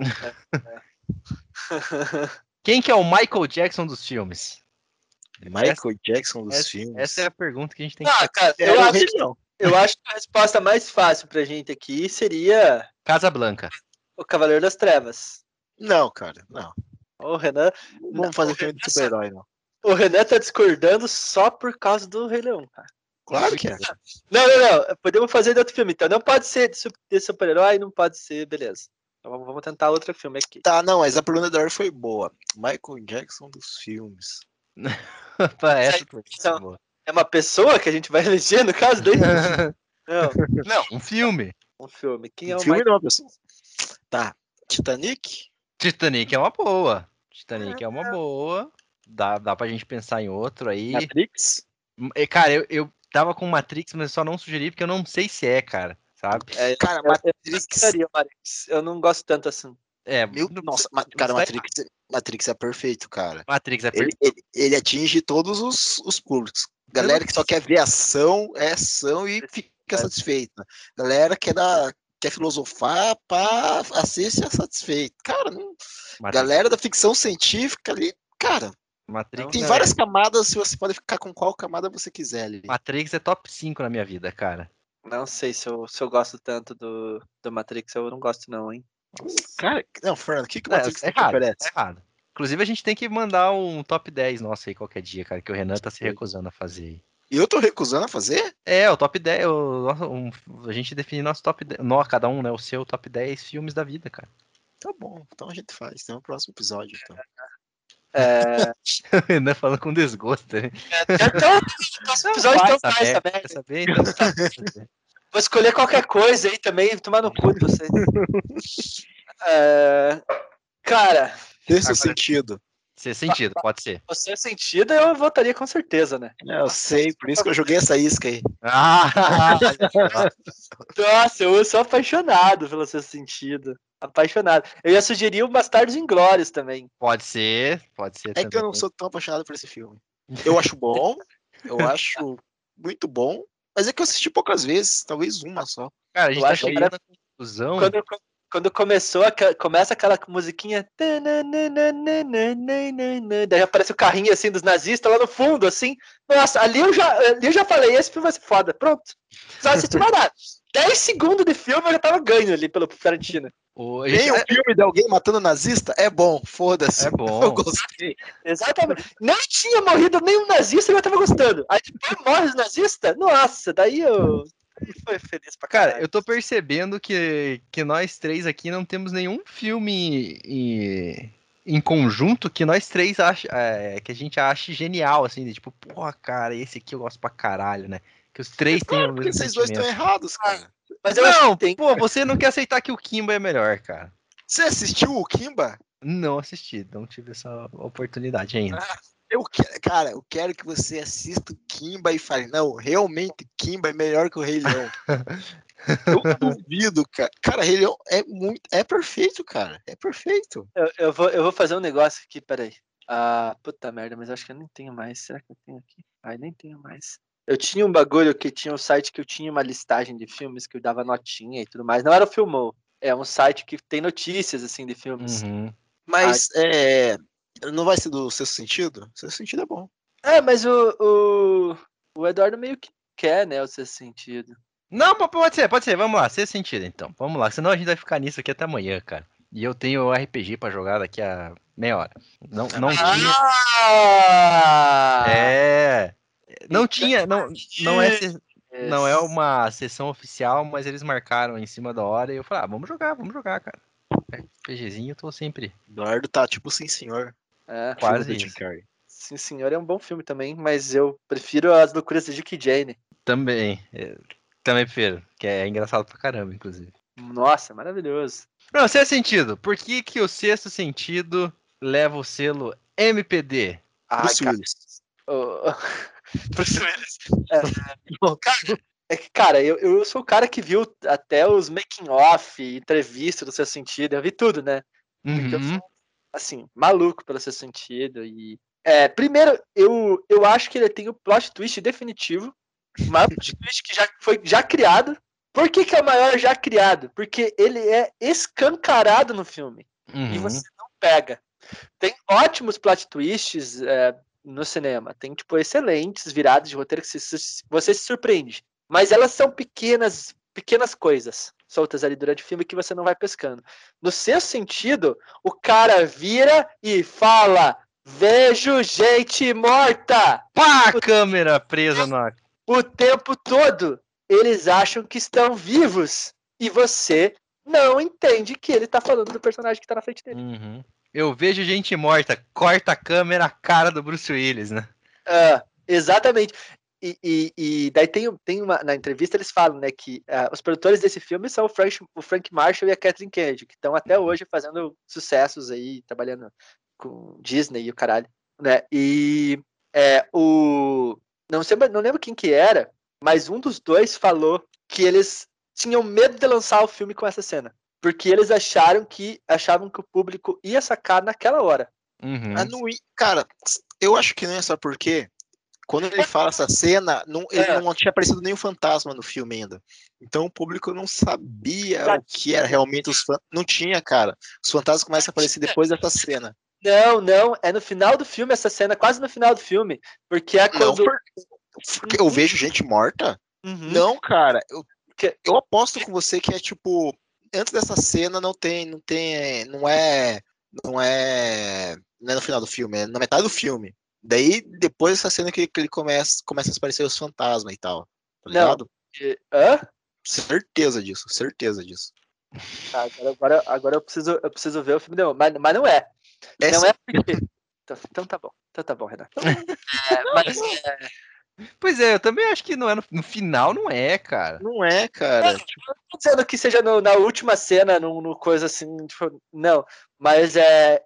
Quem que é o Michael Jackson dos filmes? Michael Essa, Jackson dos essa, filmes. essa é a pergunta que a gente tem que Ah, fazer. cara, eu Era o acho, Rei Leão. eu acho que a resposta mais fácil pra gente aqui seria Casablanca. O Cavaleiro das Trevas. Não, cara, não. O Renan, Não vamos fazer filme de super-herói, não. o Renan tá discordando só por causa do Rei Leão, cara. Claro que é. Não, não, não. Podemos fazer de outro filme, então. Não pode ser de su- de super-herói, não pode ser, beleza. Então vamos- vamos tentar outro filme aqui. Tá, não, mas a pergunta da hora foi boa. Michael Jackson dos filmes. Pra essa, Então, boa. é uma pessoa que a gente vai eleger, no caso daí? Não, Não, um filme. um filme. Quem é Um o filme Michael? de uma pessoa. Tá. Titanic? Titanic é uma boa. Titanic é uma boa. Dá, dá pra gente pensar em outro aí. Matrix? E, Cara, eu, eu tava com Matrix, mas só não sugeri porque eu não sei se é, cara. Sabe? É, Cara, eu- eu Matrix. gostaria, Matrix. Eu não gosto tanto assim. É, Meu, não- nossa, não ma- cara, está Matrix, Matrix é perfeito, cara. Matrix é Ele, perfeito. ele, ele atinge todos os, os públicos. Galera que só quer ver ação, é ação e fica satisfeita. Galera que é da, quer filosofar, pá, assiste é satisfeito. Cara, não- Matrix, galera da ficção científica ali, cara, Matrix, tem é, várias camadas, se você pode ficar com qual camada você quiser ali. Matrix é top cinco na minha vida, cara. Não sei se eu, se eu gosto tanto do, do Matrix, eu não gosto não, hein? Cara, não, Fernando, o que, que o É, Matrix é te errado, é oferece? errado. Inclusive, a gente tem que mandar um top dez nosso aí qualquer dia, cara, que o Renan tá se recusando a fazer aí. E eu tô recusando a fazer? É, o top dez, o, um, a gente define nosso top dez, nó, cada um, né, o seu top dez filmes da vida, cara. Tá bom, então a gente faz. Tem um próximo episódio, então. É, O Renan falando com desgosto, né? então, o próximo episódio então faz saber, também. quer saber? Então, tá. Vou escolher qualquer coisa aí também, tomar no cu de vocês. É, cara, Sexto Agora- sentido. Ser sentido, pode ser. o seu sentido eu votaria com certeza, né? É, eu sei, por isso que eu joguei essa isca aí. Ah, Nossa, eu sou apaixonado pelo seu sentido. Apaixonado. Eu ia sugerir o Bastardos Inglórios também. pode ser, pode ser É também. que eu não sou tão apaixonado por esse filme. Eu acho bom, eu acho muito bom, mas é que eu assisti poucas vezes, talvez uma só. Cara, a gente Eu tá acho que chegando na conclusão. Quando, quando começou, aqua- começa aquela musiquinha. Daí aparece o carrinho assim dos nazistas lá no fundo, assim. Nossa, ali eu já, ali eu já falei, esse filme vai ser foda. Pronto. Só assisti mais nada. dez segundos de filme eu já tava ganho ali pelo Tarantino. O, a gente, Nem um é, filme de alguém matando nazista é bom, foda-se. é bom. Eu gostei. Exatamente. Nem tinha morrido nenhum nazista e eu já tava gostando. Aí depois morre os nazistas, nossa, daí eu. Aí foi feliz pra caralho. Cara, eu tô percebendo que, que nós três aqui não temos nenhum filme em, em conjunto que nós três ach, é, que a gente ache genial, assim, de tipo, porra, cara, esse aqui eu gosto pra caralho, né? Que os três tenham o Porque mesmo vocês dois estão sentimento. errados, cara. Mas eu acho Não, que tem. pô, você não quer aceitar que o Kimba é melhor, cara. Você assistiu o Kimba? Não assisti, não tive essa oportunidade ainda. Eu quero, cara, eu quero que você assista o Kimba e fale, não, realmente Kimba é melhor que o Rei Leão. Eu duvido, cara. Cara, Rei Leão é muito, é perfeito, cara. É perfeito. Eu, eu, vou, eu vou fazer um negócio aqui, peraí. Ah, puta merda, mas eu acho que eu nem tenho mais. Será que eu tenho aqui? Ai, nem tenho mais. Eu tinha um bagulho que tinha um site que eu tinha uma listagem de filmes que eu dava notinha e tudo mais. Não era o Filmou. É um site que tem notícias, assim, de filmes. Uhum. Mas é, não vai ser do Sexto Sentido? Sexto Sentido é bom. É, mas o, o, o Eduardo meio que quer, né, o Sexto Sentido. Não, po- pode ser, pode ser. Vamos lá, sexto sentido, então. Vamos lá, senão a gente vai ficar nisso aqui até amanhã, cara. E eu tenho R P G pra jogar daqui a meia hora. Não, não tinha. Ah! É. Não Então, tinha, não, não é, se- não é Yes. uma sessão oficial, mas eles marcaram em cima da hora e eu falei, ah, vamos jogar, vamos jogar, cara. RPGzinho eu tô sempre Eduardo tá tipo sim, senhor. É, quase Filme do Jim isso. Carrey. Sim, Senhor é um bom filme também, mas eu prefiro As Loucuras de Dick e Jane. Também, é, também prefiro, que é engraçado pra caramba, inclusive. Nossa, maravilhoso. Não, sexto sentido. Por que que o sexto sentido leva o selo M P D? Ai, Bruce cara. Willis. ô, Bruce Willis. É, cara, é que, cara, eu, eu sou o cara que viu até os making-off, entrevista do Seu Sentido, eu vi tudo, né? Porque eu Uhum. sou, assim, maluco pelo Seu Sentido. E, é, primeiro, eu, eu acho que ele tem o plot twist definitivo, o maior plot twist que já foi já criado. Por que, que é o maior já criado? Porque ele é escancarado no filme. E Uhum. você não pega. Tem ótimos plot twists é, no cinema. Tem, tipo, excelentes viradas de roteiro que se, se, você se surpreende. Mas elas são pequenas, pequenas coisas soltas ali durante o filme que você não vai pescando. No sexto sentido, o cara vira e fala: vejo gente morta! Pá, a câmera presa na. O tempo todo. Eles acham que estão vivos. E você não entende que ele tá falando do personagem que tá na frente dele. Uhum. Eu vejo gente morta, corta a câmera, a cara do Bruce Willis, né? Ah, exatamente. E, e, e daí tem, tem uma. Na entrevista eles falam, né, que uh, os produtores desse filme são o Frank, o Frank Marshall e a Kathleen Kennedy, que estão até hoje fazendo sucessos aí, trabalhando com Disney e o caralho, né? E é, o. Não, sei, não lembro quem que era, mas um dos dois falou que eles tinham medo de lançar o filme com essa cena. Porque eles acharam que achavam que o público ia sacar naquela hora. Uhum. Ah, não, cara, eu acho que não é, sabe por quê? Quando ele fala essa cena, não, ele É. não tinha aparecido nenhum fantasma no filme ainda. Então o público não sabia Já o que era realmente os fantasmas. Não tinha, cara. Os fantasmas começam a aparecer depois dessa cena. Não, não, é no final do filme essa cena, quase no final do filme, porque é Não, quando... por- porque eu vejo gente morta? Uhum. Não, cara. Eu, Que- eu aposto com você que é tipo, antes dessa cena não tem, não tem, não é, não é, não é no final do filme, é na metade do filme. Daí depois dessa cena que, que ele começa, começa a aparecer os fantasmas e tal, tá Não. ligado? que- Hã? Certeza disso, certeza disso. Tá, agora, agora, agora eu, preciso, eu preciso ver o filme, não, mas, mas não é. Essa, Não é porque... Então, então tá bom, então tá bom, Renato. É, mas é, Pois é, eu também acho que não é no, no final, não é, cara. não é, cara. Tipo, não tô dizendo que seja no- na última cena, no, no coisa assim, tipo, não, mas é,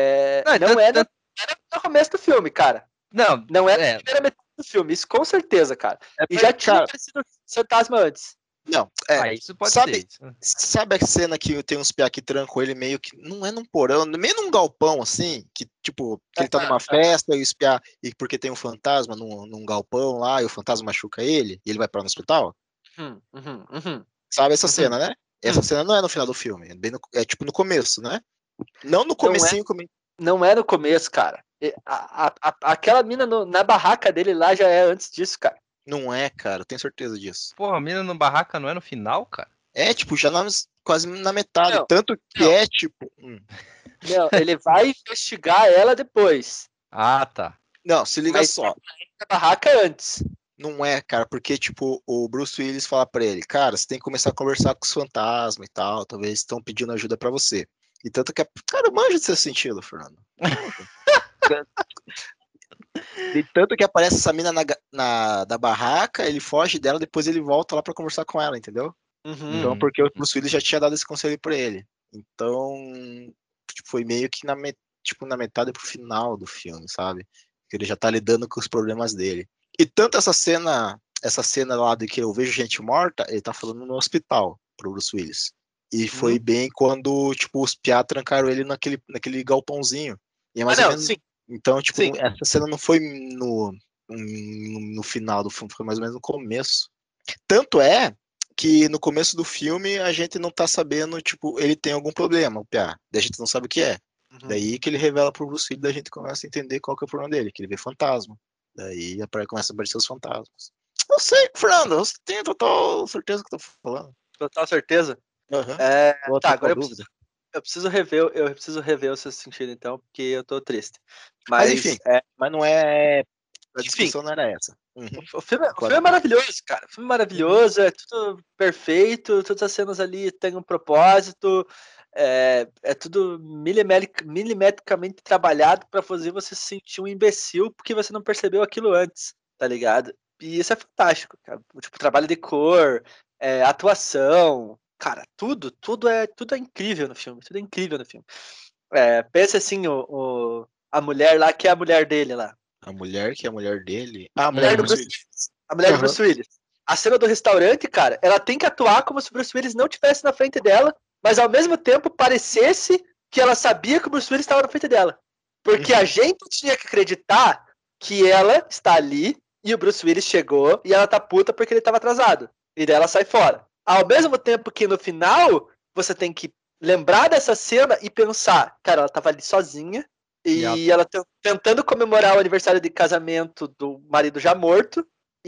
é Não, não tanto- é no, tanto- é no começo do filme, cara. Não, Não é é, na primeira metade do filme, isso com certeza, cara. é E já tinha cara, aparecido fantasma antes. não, é. ah, isso pode Sabe, ser. Isso. sabe a cena que tem uns piá que trancam ele meio que. Não é num porão, meio num galpão, assim, que, tipo, que ele tá numa festa e o espiar, e porque tem um fantasma num, num galpão lá, e o fantasma machuca ele, e ele vai parar no hospital? Uhum, uhum, uhum. Sabe essa Uhum. cena, né? Essa Hum. cena não é no final do filme, é, bem no- é tipo no começo, né? Não no Não é. comecinho, come- Não é no começo, cara. E a- a- a- aquela mina no- na barraca dele lá já é antes disso, cara. não é, cara, eu tenho certeza disso. Porra, a mina no barraca não é no final, cara? É, tipo, já na- quase na metade, Não, tanto que não. é, tipo... hum. Não, ele vai investigar ela depois. Ah, tá. Não, se liga Mas só, na barraca antes. não é, cara, porque, tipo, o Bruce Willis fala pra ele, cara, você tem que começar a conversar com os fantasmas e tal, talvez estão pedindo ajuda pra você. E tanto que, a... cara, manja desse sentido, Fernando. E tanto que aparece essa mina na, ga- na, da barraca, ele foge dela, depois ele volta lá pra conversar com ela, entendeu? Uhum. Então, Uhum. porque o Bruce Willis já tinha dado esse conselho pra ele. Então, tipo, foi meio que na, met... tipo, na metade pro final do filme, sabe? Que ele já tá lidando com os problemas dele. E tanto essa cena, essa cena lá de que eu vejo gente morta, ele tá falando no hospital pro Bruce Willis. E foi Uhum. bem quando, tipo, os piá trancaram ele naquele, naquele galpãozinho. E é mais Ah, ou não, menos. sim. Então, tipo, Sim. não- essa cena não foi no, no, no final do filme, foi mais ou menos no começo. Tanto é que no começo do filme a gente não tá sabendo, tipo, ele tem algum problema, o piá. Daí a gente não sabe o que é. Uhum. Daí que ele revela pro Bruce Willis, daí a gente começa a entender qual que é o problema dele, que ele vê fantasma. Daí apare- começa a aparecer os fantasmas. Eu sei, Fernando, eu tenho total certeza que eu tô falando. Total certeza. Aham. É, Ou tá, total agora eu dúvida. preciso, eu preciso rever, eu preciso rever o seu sentido, então, porque eu tô triste. Mas Mas, enfim, é, mas não é. A enfim, discussão não era essa. Uhum. o, o filme, o Pode filme é falar. maravilhoso, cara. O filme é maravilhoso, é tudo perfeito, todas as cenas ali têm um propósito, é, é tudo milimetric- milimetricamente trabalhado pra fazer você se sentir um imbecil porque você não percebeu aquilo antes, tá ligado? E isso é fantástico, cara. Tipo, trabalho de cor, é, atuação, cara, tudo, tudo é, tudo é incrível no filme, tudo é incrível no filme. É, pensa assim, o, o- a mulher lá, que é a mulher dele lá. A mulher que é a mulher dele. Ah, a mulher mulher do do Uhum. Bruce Bruce Willis. Willis. A mulher do Aham. Bruce Willis. A cena do restaurante, cara, ela tem que atuar como se o Bruce Willis não estivesse na frente dela, mas ao mesmo tempo parecesse que ela sabia que o Bruce Willis estava na frente dela. Porque Uhum. a gente tinha que acreditar que ela está ali e o Bruce Willis chegou e ela tá puta porque ele estava atrasado. E daí ela sai fora. Ao mesmo tempo que no final, você tem que lembrar dessa cena e pensar, cara, ela tava ali sozinha E ela- e ela te- tentando comemorar o aniversário de casamento do marido já morto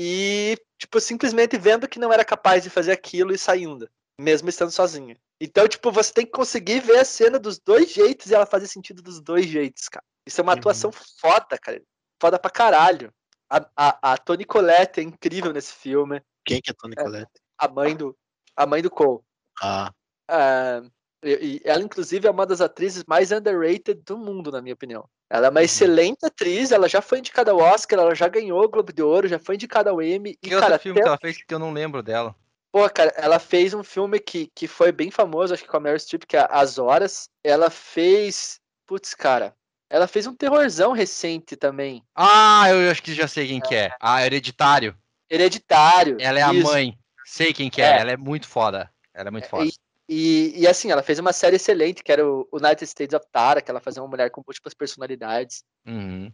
e, tipo, simplesmente vendo que não era capaz de fazer aquilo e saindo, mesmo estando sozinha. Então, tipo, você tem que conseguir ver a cena dos dois jeitos e ela fazer sentido dos dois jeitos, cara. Isso é uma Uhum. atuação foda, cara. Foda pra caralho. A, a, a Toni Collette é incrível nesse filme. Quem que é Toni Collette? A mãe do, a mãe do Cole. Ah, Ah, e, e ela, inclusive, é uma das atrizes mais underrated do mundo, na minha opinião. Ela é uma Uhum. excelente atriz, ela já foi indicada ao Oscar, ela já ganhou o Globo de Ouro, já foi indicada ao Emmy. E, Que outro cara, filme até... que ela fez que eu não lembro dela? Pô, cara, ela fez um filme que, que foi bem famoso, acho que com a Meryl Streep, que é As Horas. Ela fez... Putz, cara, ela fez um terrorzão recente também. Ah, eu acho que já sei quem que é. Ah, Hereditário. Hereditário. Ela é a Isso. mãe. Sei quem que é. É. Ela é muito foda. Ela é muito foda. E, e, e, assim, ela fez uma série excelente, que era o United States of Tara, que ela fazia uma mulher com múltiplas personalidades. Uhum.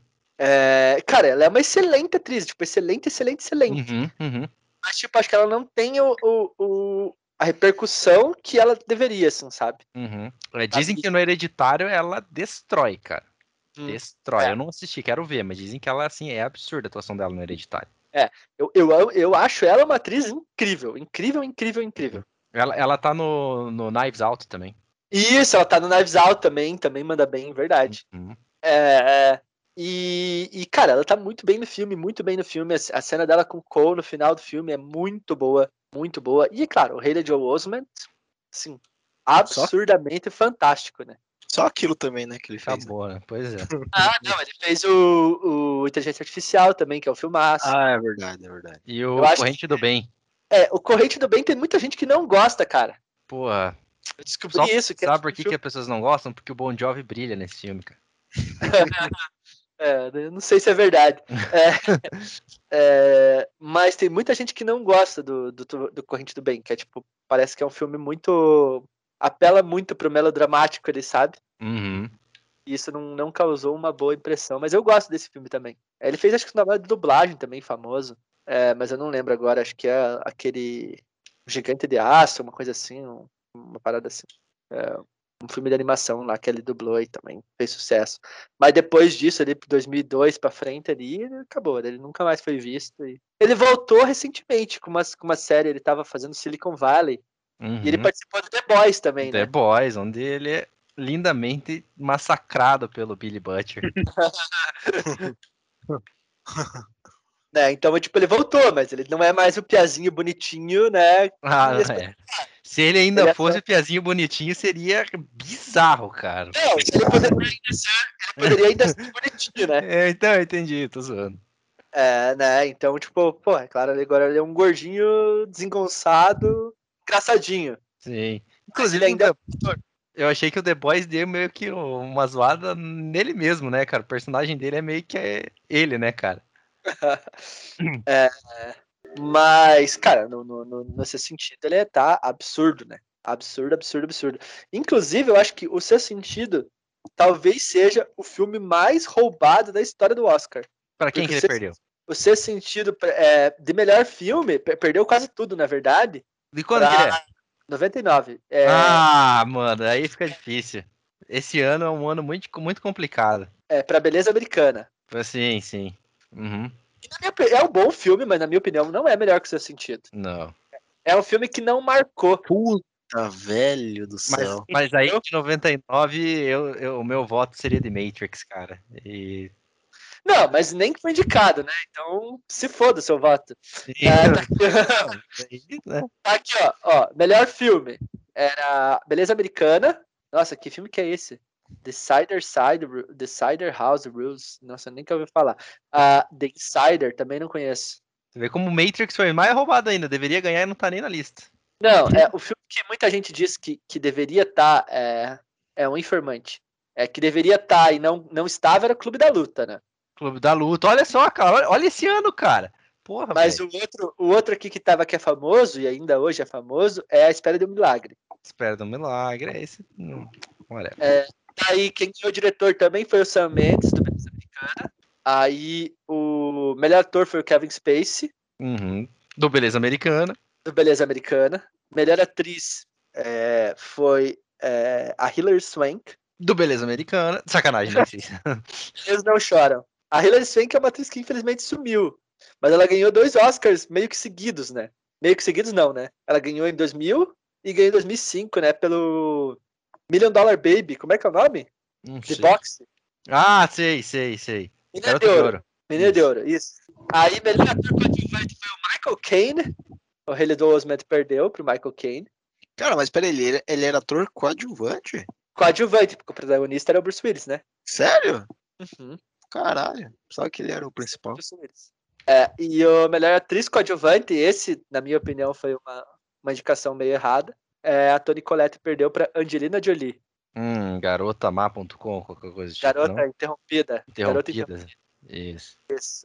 É, cara, ela é uma excelente atriz, tipo, excelente, excelente, excelente. Uhum, uhum. Mas, tipo, acho que ela não tem o, o, o- a repercussão que ela deveria, assim, sabe? Uhum. É, dizem que no Hereditário ela destrói, cara. Hum, Destrói. é. Eu não assisti, quero ver, mas dizem que ela, assim, é absurda a atuação dela no Hereditário. Eu, eu, eu acho ela uma atriz incrível, incrível, incrível, incrível. Ela, ela tá no, no Knives Out também. Isso, ela tá no Knives Out também, também manda bem, verdade. Uhum. É, é, e, e, cara, ela tá muito bem no filme, muito bem no filme. A, a cena dela com o Cole no final do filme é muito boa, muito boa. E, claro, o rei da Joe Osment, assim, absurdamente fantástico, né? só aquilo também, né, que ele fez. Né? Acabou, né? Pois é. Ah, não, ele fez o, o Inteligência Artificial também, que é o filmaço. Ah, é verdade, é verdade. E o Eu acho Corrente do Bem. É, o Corrente do Bem tem muita gente que não gosta, cara. Porra. Eu descobri Só, isso. Que é sabe tipo por um que, que filme- as pessoas não gostam? Porque o Bon Jovi brilha nesse filme, cara. É, eu não sei se é verdade. É, é, mas tem muita gente que não gosta do, do, do Corrente do Bem, que é tipo, parece que é um filme muito. Apela muito pro melodramático, ele sabe? Uhum. E isso não, não causou uma boa impressão. Mas eu gosto desse filme também. É, ele fez, acho que um trabalho de dublagem também, famoso. É, mas eu não lembro agora, acho que é aquele Gigante de Aço, uma coisa assim. Um, uma parada assim. É, um filme de animação lá que ele dublou e também fez sucesso. Mas depois disso, ali, dois mil e dois pra frente, ali, ele acabou. Ele nunca mais foi visto. E... Ele voltou recentemente com uma, com uma série, ele tava fazendo Silicon Valley. Uhum. E ele participou do The Boys também, The né? The Boys, onde ele é lindamente massacrado pelo Billy Butcher. né? Então, tipo, ele voltou, mas ele não é mais o piazinho bonitinho, né? Ah, Esse- é. Se ele ainda Ele é fosse só- o piazinho bonitinho, seria bizarro, cara. Não, ele poderia ainda ser, ele poderia ainda ser bonitinho, né? É, então, eu entendi, tô zoando. É, né? Então, tipo, pô, é claro, ele agora ele é um gordinho desengonçado, engraçadinho. Sim. Mas Inclusive, ele ainda no The- eu achei que o The Boys deu meio que uma zoada nele mesmo, né, cara? O personagem dele é meio que é ele, né, cara? é, mas, cara, no, no, no, nesse sentido, ele tá absurdo, né? Absurdo, absurdo, absurdo. Inclusive, eu acho que o Sexto Sentido talvez seja o filme mais roubado da história do Oscar. Pra quem Porque que o ele Sexto, perdeu? o Sexto Sentido é, de melhor filme, per- perdeu quase tudo, na verdade, De quando que ele é? noventa e nove. É, Ah, mano, aí fica difícil. Esse ano é um ano muito, muito complicado. é pra Beleza Americana. Sim, sim. Uhum. E na minha opi- é um bom filme, mas na minha opinião não é melhor que o Sexto Sentido. Não. É um filme que não marcou. Puta, velho do Mas, céu. mas aí Entendeu? de noventa e nove, eu, eu, o meu voto seria de Matrix, cara. E. Não, mas nem que foi indicado, né? Então, se foda o seu voto. Sim. É, tá, Aí, né? tá aqui, ó, ó. Melhor filme. Era Beleza Americana. Nossa, que filme que é esse? The Cider Side, Ru- The Cider House Rules. Nossa, nem que eu ouvi falar. Ah, The Insider, também não conheço. Você vê como o Matrix foi mais roubado ainda. Deveria ganhar e não tá nem na lista. Não, é o filme que muita gente diz que, que deveria estar é, é um informante. É que deveria estar e não, não estava era o Clube da Luta, né? Clube da Luta. Olha só, cara. Olha, olha esse ano, cara. Porra, Mas velho. o outro, o outro aqui que tava que é famoso e ainda hoje é famoso é A Espera de um Milagre. Espera do milagre. É esse. Hum, olha. É, daí quem ganhou o diretor também foi o Sam Mendes do Beleza Americana. Aí o melhor ator foi o Kevin Spacey Uhum. Do Beleza Americana. do Beleza Americana. Melhor atriz é, foi é, a Hilary Swank. Do Beleza Americana. Sacanagem, nem sei. Eles não choram. A Hilary Swank é uma atriz que infelizmente sumiu. Mas ela ganhou dois Oscars meio que seguidos, né? Meio que seguidos não, né? Ela ganhou em dois mil e ganhou em dois mil e cinco, né? Pelo Million Dollar Baby. Como é que é o nome? Não De sei. boxe. Ah, sei, sei, sei. Menina Garota de de Ouro. Ouro. Menina de Isso. Ouro, isso. Aí, melhor ator coadjuvante foi o Michael Caine. O Rei do Osment perdeu pro Michael Caine. Cara, mas peraí, ele, ele era ator coadjuvante? Coadjuvante, porque o protagonista era o Bruce Willis, né? Sério? Uhum. Caralho. Só que ele era o principal. Bruce Willis. É, e o melhor atriz coadjuvante, esse, na minha opinião, foi uma, uma indicação meio errada. É, a Toni Collette perdeu para Angelina Jolie. Hum, garotamá ponto com, qualquer coisa do tipo, Garota não? interrompida. Garota Interrompida. Isso. Isso.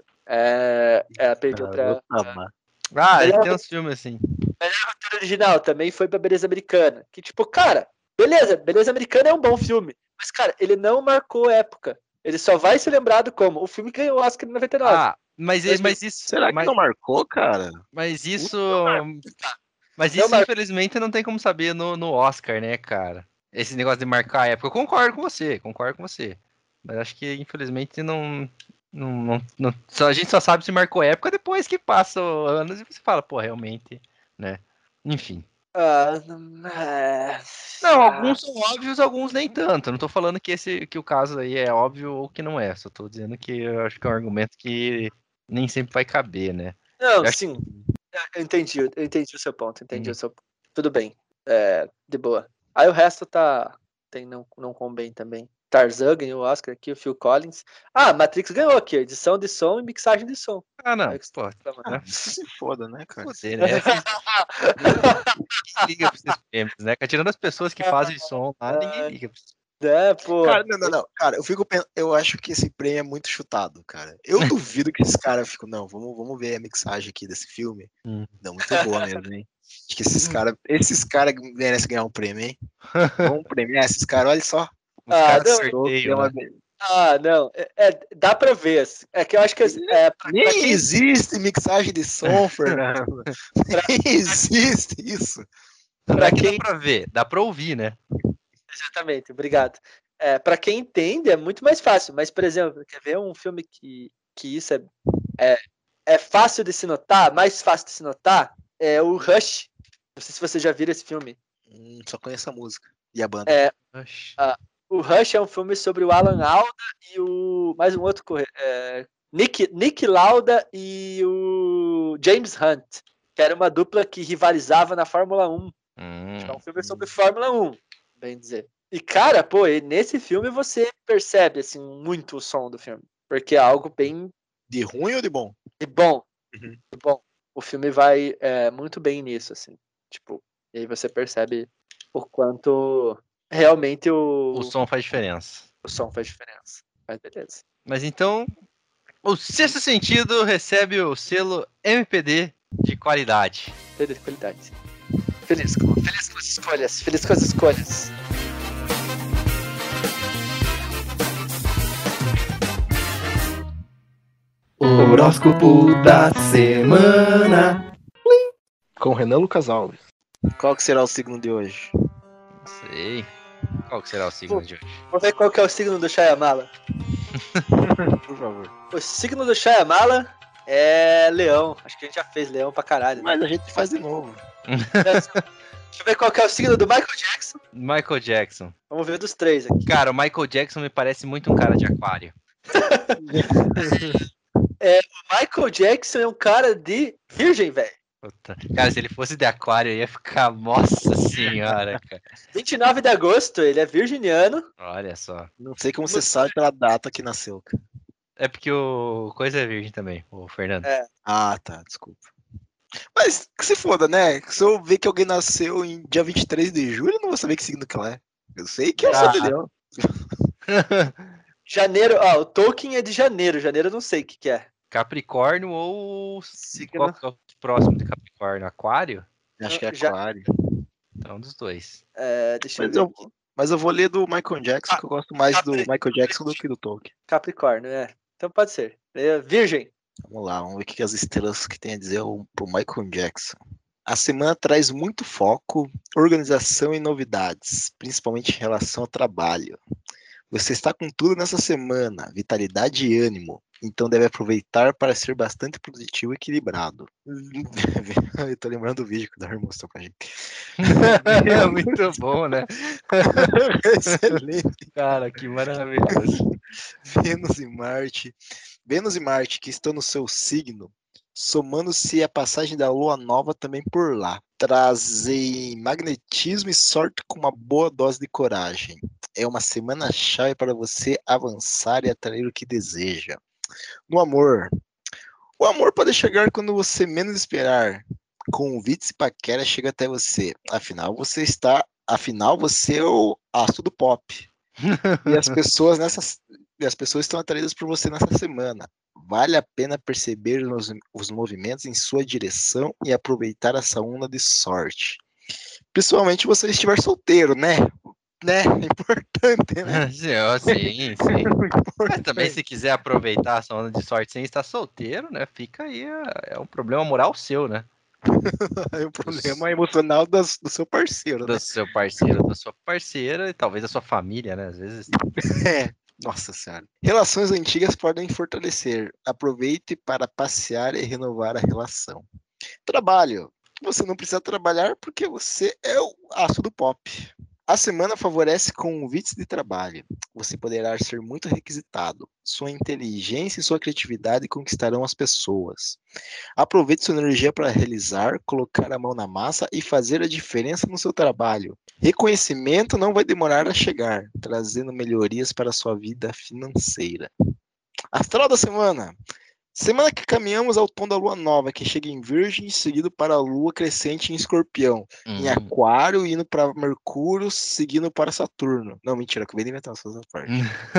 É, ela perdeu para. Garota má. Ah, Melhor- tem uns filmes assim. roteiro original também foi pra Beleza Americana. Que, tipo, cara, beleza, Beleza Americana é um bom filme. Mas, cara, ele não marcou época. Ele só vai ser lembrado como o filme que ganhou o Oscar em noventa e nove. Ah, mas, Mas- mas isso. Será que mas, não marcou, cara? mas isso. Não Mas Não isso, mar- infelizmente, não tem como saber no, no Oscar, né, cara? Esse negócio de marcar a época. Eu concordo com você, concordo com você. Mas acho que, infelizmente, não. não, não, não- só, a gente só sabe se marcou época depois que passam anos e você fala, pô, realmente, né? Enfim. Ah, não, é... Não, Ah, alguns são óbvios, alguns nem tanto. Eu não tô falando que, esse, que o caso aí é óbvio ou que não é. Só tô dizendo que eu acho que é um argumento que nem sempre vai caber, né? Não, Eu acho sim. Eu entendi, eu entendi o seu ponto, entendi Hum. o seu ponto. Tudo bem. É, de boa. Aí o resto tá. Tem não, não convém também. Tarzan ganhou o Oscar aqui, o Phil Collins. Ah, Matrix ganhou aqui, edição de som e mixagem de som. Ah, não. É que você Pô, tá falando. Ah, se foda, né, cara? foder, né? Esses- Ninguém liga pra esses prêmios, né? Tirando as pessoas que fazem som lá, ninguém liga pra isso. É, pô. Cara, não, não, não. Cara, eu fico pensando, eu acho que esse prêmio é muito chutado, cara. Eu duvido que esses caras ficam, não, vamos, vamos ver a mixagem aqui desse filme. Hum. Não, muito boa mesmo, hein? Acho que esses caras, esses caras merecem ganhar um prêmio, hein? Vamos premiar esses caras, olha só. Os Ah, caras não, sorteiam, Deu uma- né? Ah, não. É, é, dá pra ver. É que eu acho que. É, pra, Nem pra quem- existe mixagem de som, Fernando. Nem existe isso. Não Pra é que quem... dá pra ver, dá pra ouvir, né? Exatamente, obrigado. É, pra quem entende é muito mais fácil, mas, por exemplo, quer ver um filme que, que isso é, é, é fácil de se notar, mais fácil de se notar, é o Rush. Não sei se você já viram esse filme. Hum, só conheço a música e a banda. É, Oxi. a, o Rush é um filme sobre o Alan Alda e o... mais um outro... corre- É, Nick, Nick Lauda e o James Hunt, que era uma dupla que rivalizava na Fórmula um. Hum, É um filme sobre Fórmula um, bem dizer. E, cara, pô, e nesse filme você percebe, assim, muito o som do filme. Porque é algo bem De ruim ou de bom? de bom. Uhum. De bom. O filme vai é, muito bem nisso, assim. Tipo, e aí você percebe o quanto realmente o, o som faz diferença. o som faz diferença. Mas beleza. Mas então, o Sexto Sentido recebe o selo M P D de qualidade. Feliz qualidade. Feliz com, feliz com as escolhas. Feliz com as escolhas. Horóscopo da semana. Com Renan Lucas Alves. Qual que será o signo de hoje? Não sei. Qual que será o signo de hoje? Vamos ver qual que é o signo do Shyamala. Por favor. O signo do Shyamala é leão. Acho que a gente já fez leão pra caralho. Né? Mas a gente faz de novo. Deixa eu ver qual que é o signo do Michael Jackson. Michael Jackson. Vamos ver dos três aqui. Cara, o Michael Jackson me parece muito um cara de aquário. É, o Michael Jackson é um cara de virgem, velho. Puta. Cara, se ele fosse de aquário, eu ia ficar... Nossa senhora, cara. vinte e nove de agosto, ele é virginiano. Olha só. Não sei como você sabe pela data que nasceu, cara. É porque o Coisa é virgem também, o Fernando. É. Ah, tá, desculpa. Mas que se foda, né? Se eu ver que alguém nasceu em dia vinte e três de julho, eu não vou saber que signo que ela é. Eu sei que eu Ah. sou de leão. Janeiro, ó, o Tolkien é de janeiro. Janeiro eu não sei o que que é. Capricórnio ou... Signo. Qual que é o próximo de Capricórnio? Aquário? Acho que é Já- aquário. Então, um dos dois. É, deixa eu Mas ver. eu, aqui. mas eu vou ler do Michael Jackson, Ah, que eu gosto mais do Capri- Michael Jackson do que do Tolkien. Capricórnio, é. Então pode ser. É, virgem. Vamos lá, vamos ver o que as estrelas que tem a dizer pro Michael Jackson. A semana traz muito foco, organização e novidades, principalmente em relação ao trabalho. Você está com tudo nessa semana, vitalidade e ânimo, então deve aproveitar para ser bastante positivo e equilibrado. Eu tô lembrando do vídeo que o Darwin mostrou pra gente. É muito bom, né? Excelente. Cara, que maravilhoso. Vênus e Marte. Vênus e Marte, que estão no seu signo, somando-se a passagem da lua nova também por lá. Trazem magnetismo e sorte com uma boa dose de coragem. É uma semana chave para você avançar e atrair o que deseja. No amor. O amor pode chegar quando você menos esperar. Convites e paquera chega até você. Afinal, você está. Afinal, você é o astro do pop. E as pessoas nessas. E as pessoas estão atraídas por você nessa semana. Vale a pena perceber os, os movimentos em sua direção e aproveitar essa onda de sorte. Principalmente se você estiver solteiro, né? Né? É importante, né? Sim, sim. Mas também se quiser aproveitar essa onda de sorte sem estar solteiro, né? Fica aí, é, é um problema moral seu, né? É o problema emocional das, do seu parceiro, Do né? seu parceiro, da sua parceira e talvez da sua família, né? Às vezes. É. Nossa senhora. Relações antigas podem fortalecer. Aproveite para passear e renovar a relação. Trabalho. Você não precisa trabalhar porque você é o aço do pop. A semana favorece convites de trabalho. Você poderá ser muito requisitado. Sua inteligência e sua criatividade conquistarão as pessoas. Aproveite sua energia para realizar, colocar a mão na massa e fazer a diferença no seu trabalho. Reconhecimento não vai demorar a chegar, trazendo melhorias para a sua vida financeira. Astral da semana. Semana que caminhamos ao tom da lua nova, que chega em Virgem, seguido para a lua crescente em Escorpião, Hum. em Aquário, indo para Mercúrio, seguindo para Saturno. Não, mentira, acabei de inventar essa parte.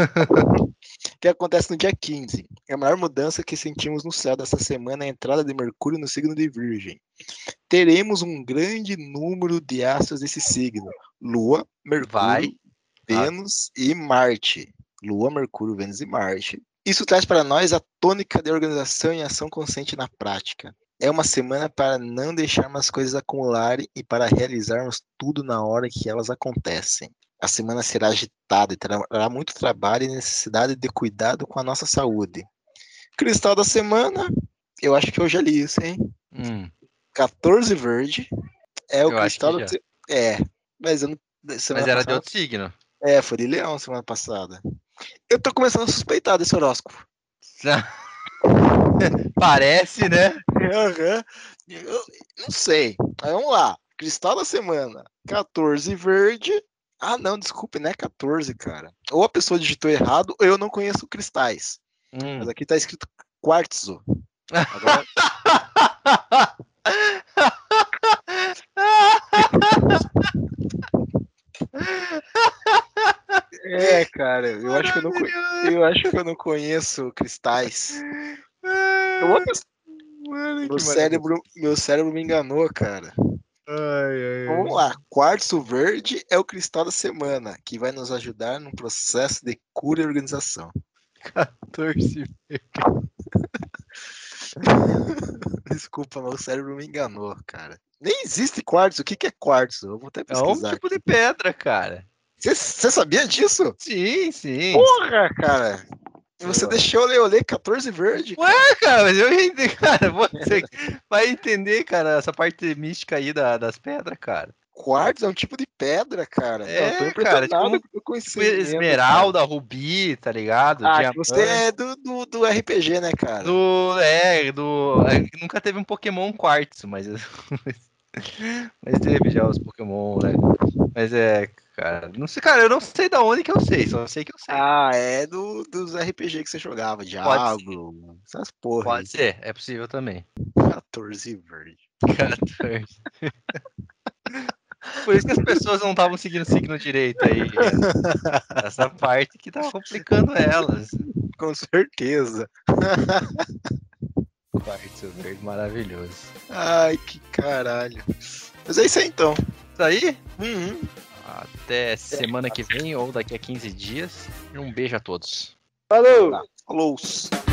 Que acontece no dia quinze. É a maior mudança que sentimos no céu dessa semana é a entrada de Mercúrio no signo de Virgem. Teremos um grande número de astros desse signo: Lua, Mercúrio, Vai. Vênus e Marte. Lua, Mercúrio, Vênus e Marte. Isso traz para nós a tônica de organização e ação consciente na prática. É uma semana para não deixarmos as coisas acumularem e para realizarmos tudo na hora que elas acontecem. A semana será agitada e terá muito trabalho e necessidade de cuidado com a nossa saúde. Cristal da semana, eu acho que eu já li isso, hein? Hum, quatorze verde. É o eu acho cristal que da já. se- É, mas eu não... semana Mas era de passada. outro signo. É, foi de leão semana passada. Eu tô começando a suspeitar desse horóscopo. Parece, né? Aham. Eu não sei. Aí vamos lá. Cristal da semana. quatorze verde. Ah, não, desculpe, não é quatorze, cara. Ou a pessoa digitou errado, ou eu não conheço cristais. Mas Hum. aqui tá escrito quartzo. Agora, é, cara, eu acho que eu não, co- eu acho que eu não conheço cristais. Eu vou testar. Mano, Meu que maravilha. cérebro, meu cérebro me enganou, cara. Ai, ai, Vamos lá. Quartzo verde é o cristal da semana, que vai nos ajudar no processo de cura e organização. quatorze. Desculpa, meu cérebro me enganou, cara. Nem existe quartzo. O que que é quartzo? Eu vou até É um pesquisar tipo de aqui. pedra, cara. Você sabia disso? Sim, sim. Porra, cara. Você Pô. deixou eu ler, eu ler quatorze verde, cara. Ué, cara, mas eu ia entender, cara. Você vai entender, cara, essa parte mística aí da- das pedras, cara. Quartzo é um tipo de pedra, cara. Não, eu tô É, cara, tipo, impressionado um- com o meu tipo conhecimento, cara. esmeralda, rubi, tá ligado? Ah, que você Diamante. é do, do, do R P G, né, cara? Do. É, do. é, Nunca teve um Pokémon quartzo, mas. Mas teve já os Pokémon, né? Mas é, cara. Não sei, cara, eu não sei da onde que eu sei, só sei que eu sei. Ah, é do, dos R P G que você jogava, Pode ser, Diablo, essas porra aí. pode ser, é possível também. quatorze verde. quatorze. Por isso que as pessoas não estavam seguindo o signo direito aí. Essa parte que tava complicando elas. Com certeza. Quartzo verde maravilhoso. Ai, que caralho. Mas é isso aí então. Isso aí? Uhum. Até semana que vem ou daqui a quinze dias. E um beijo a todos. Falou! Falou.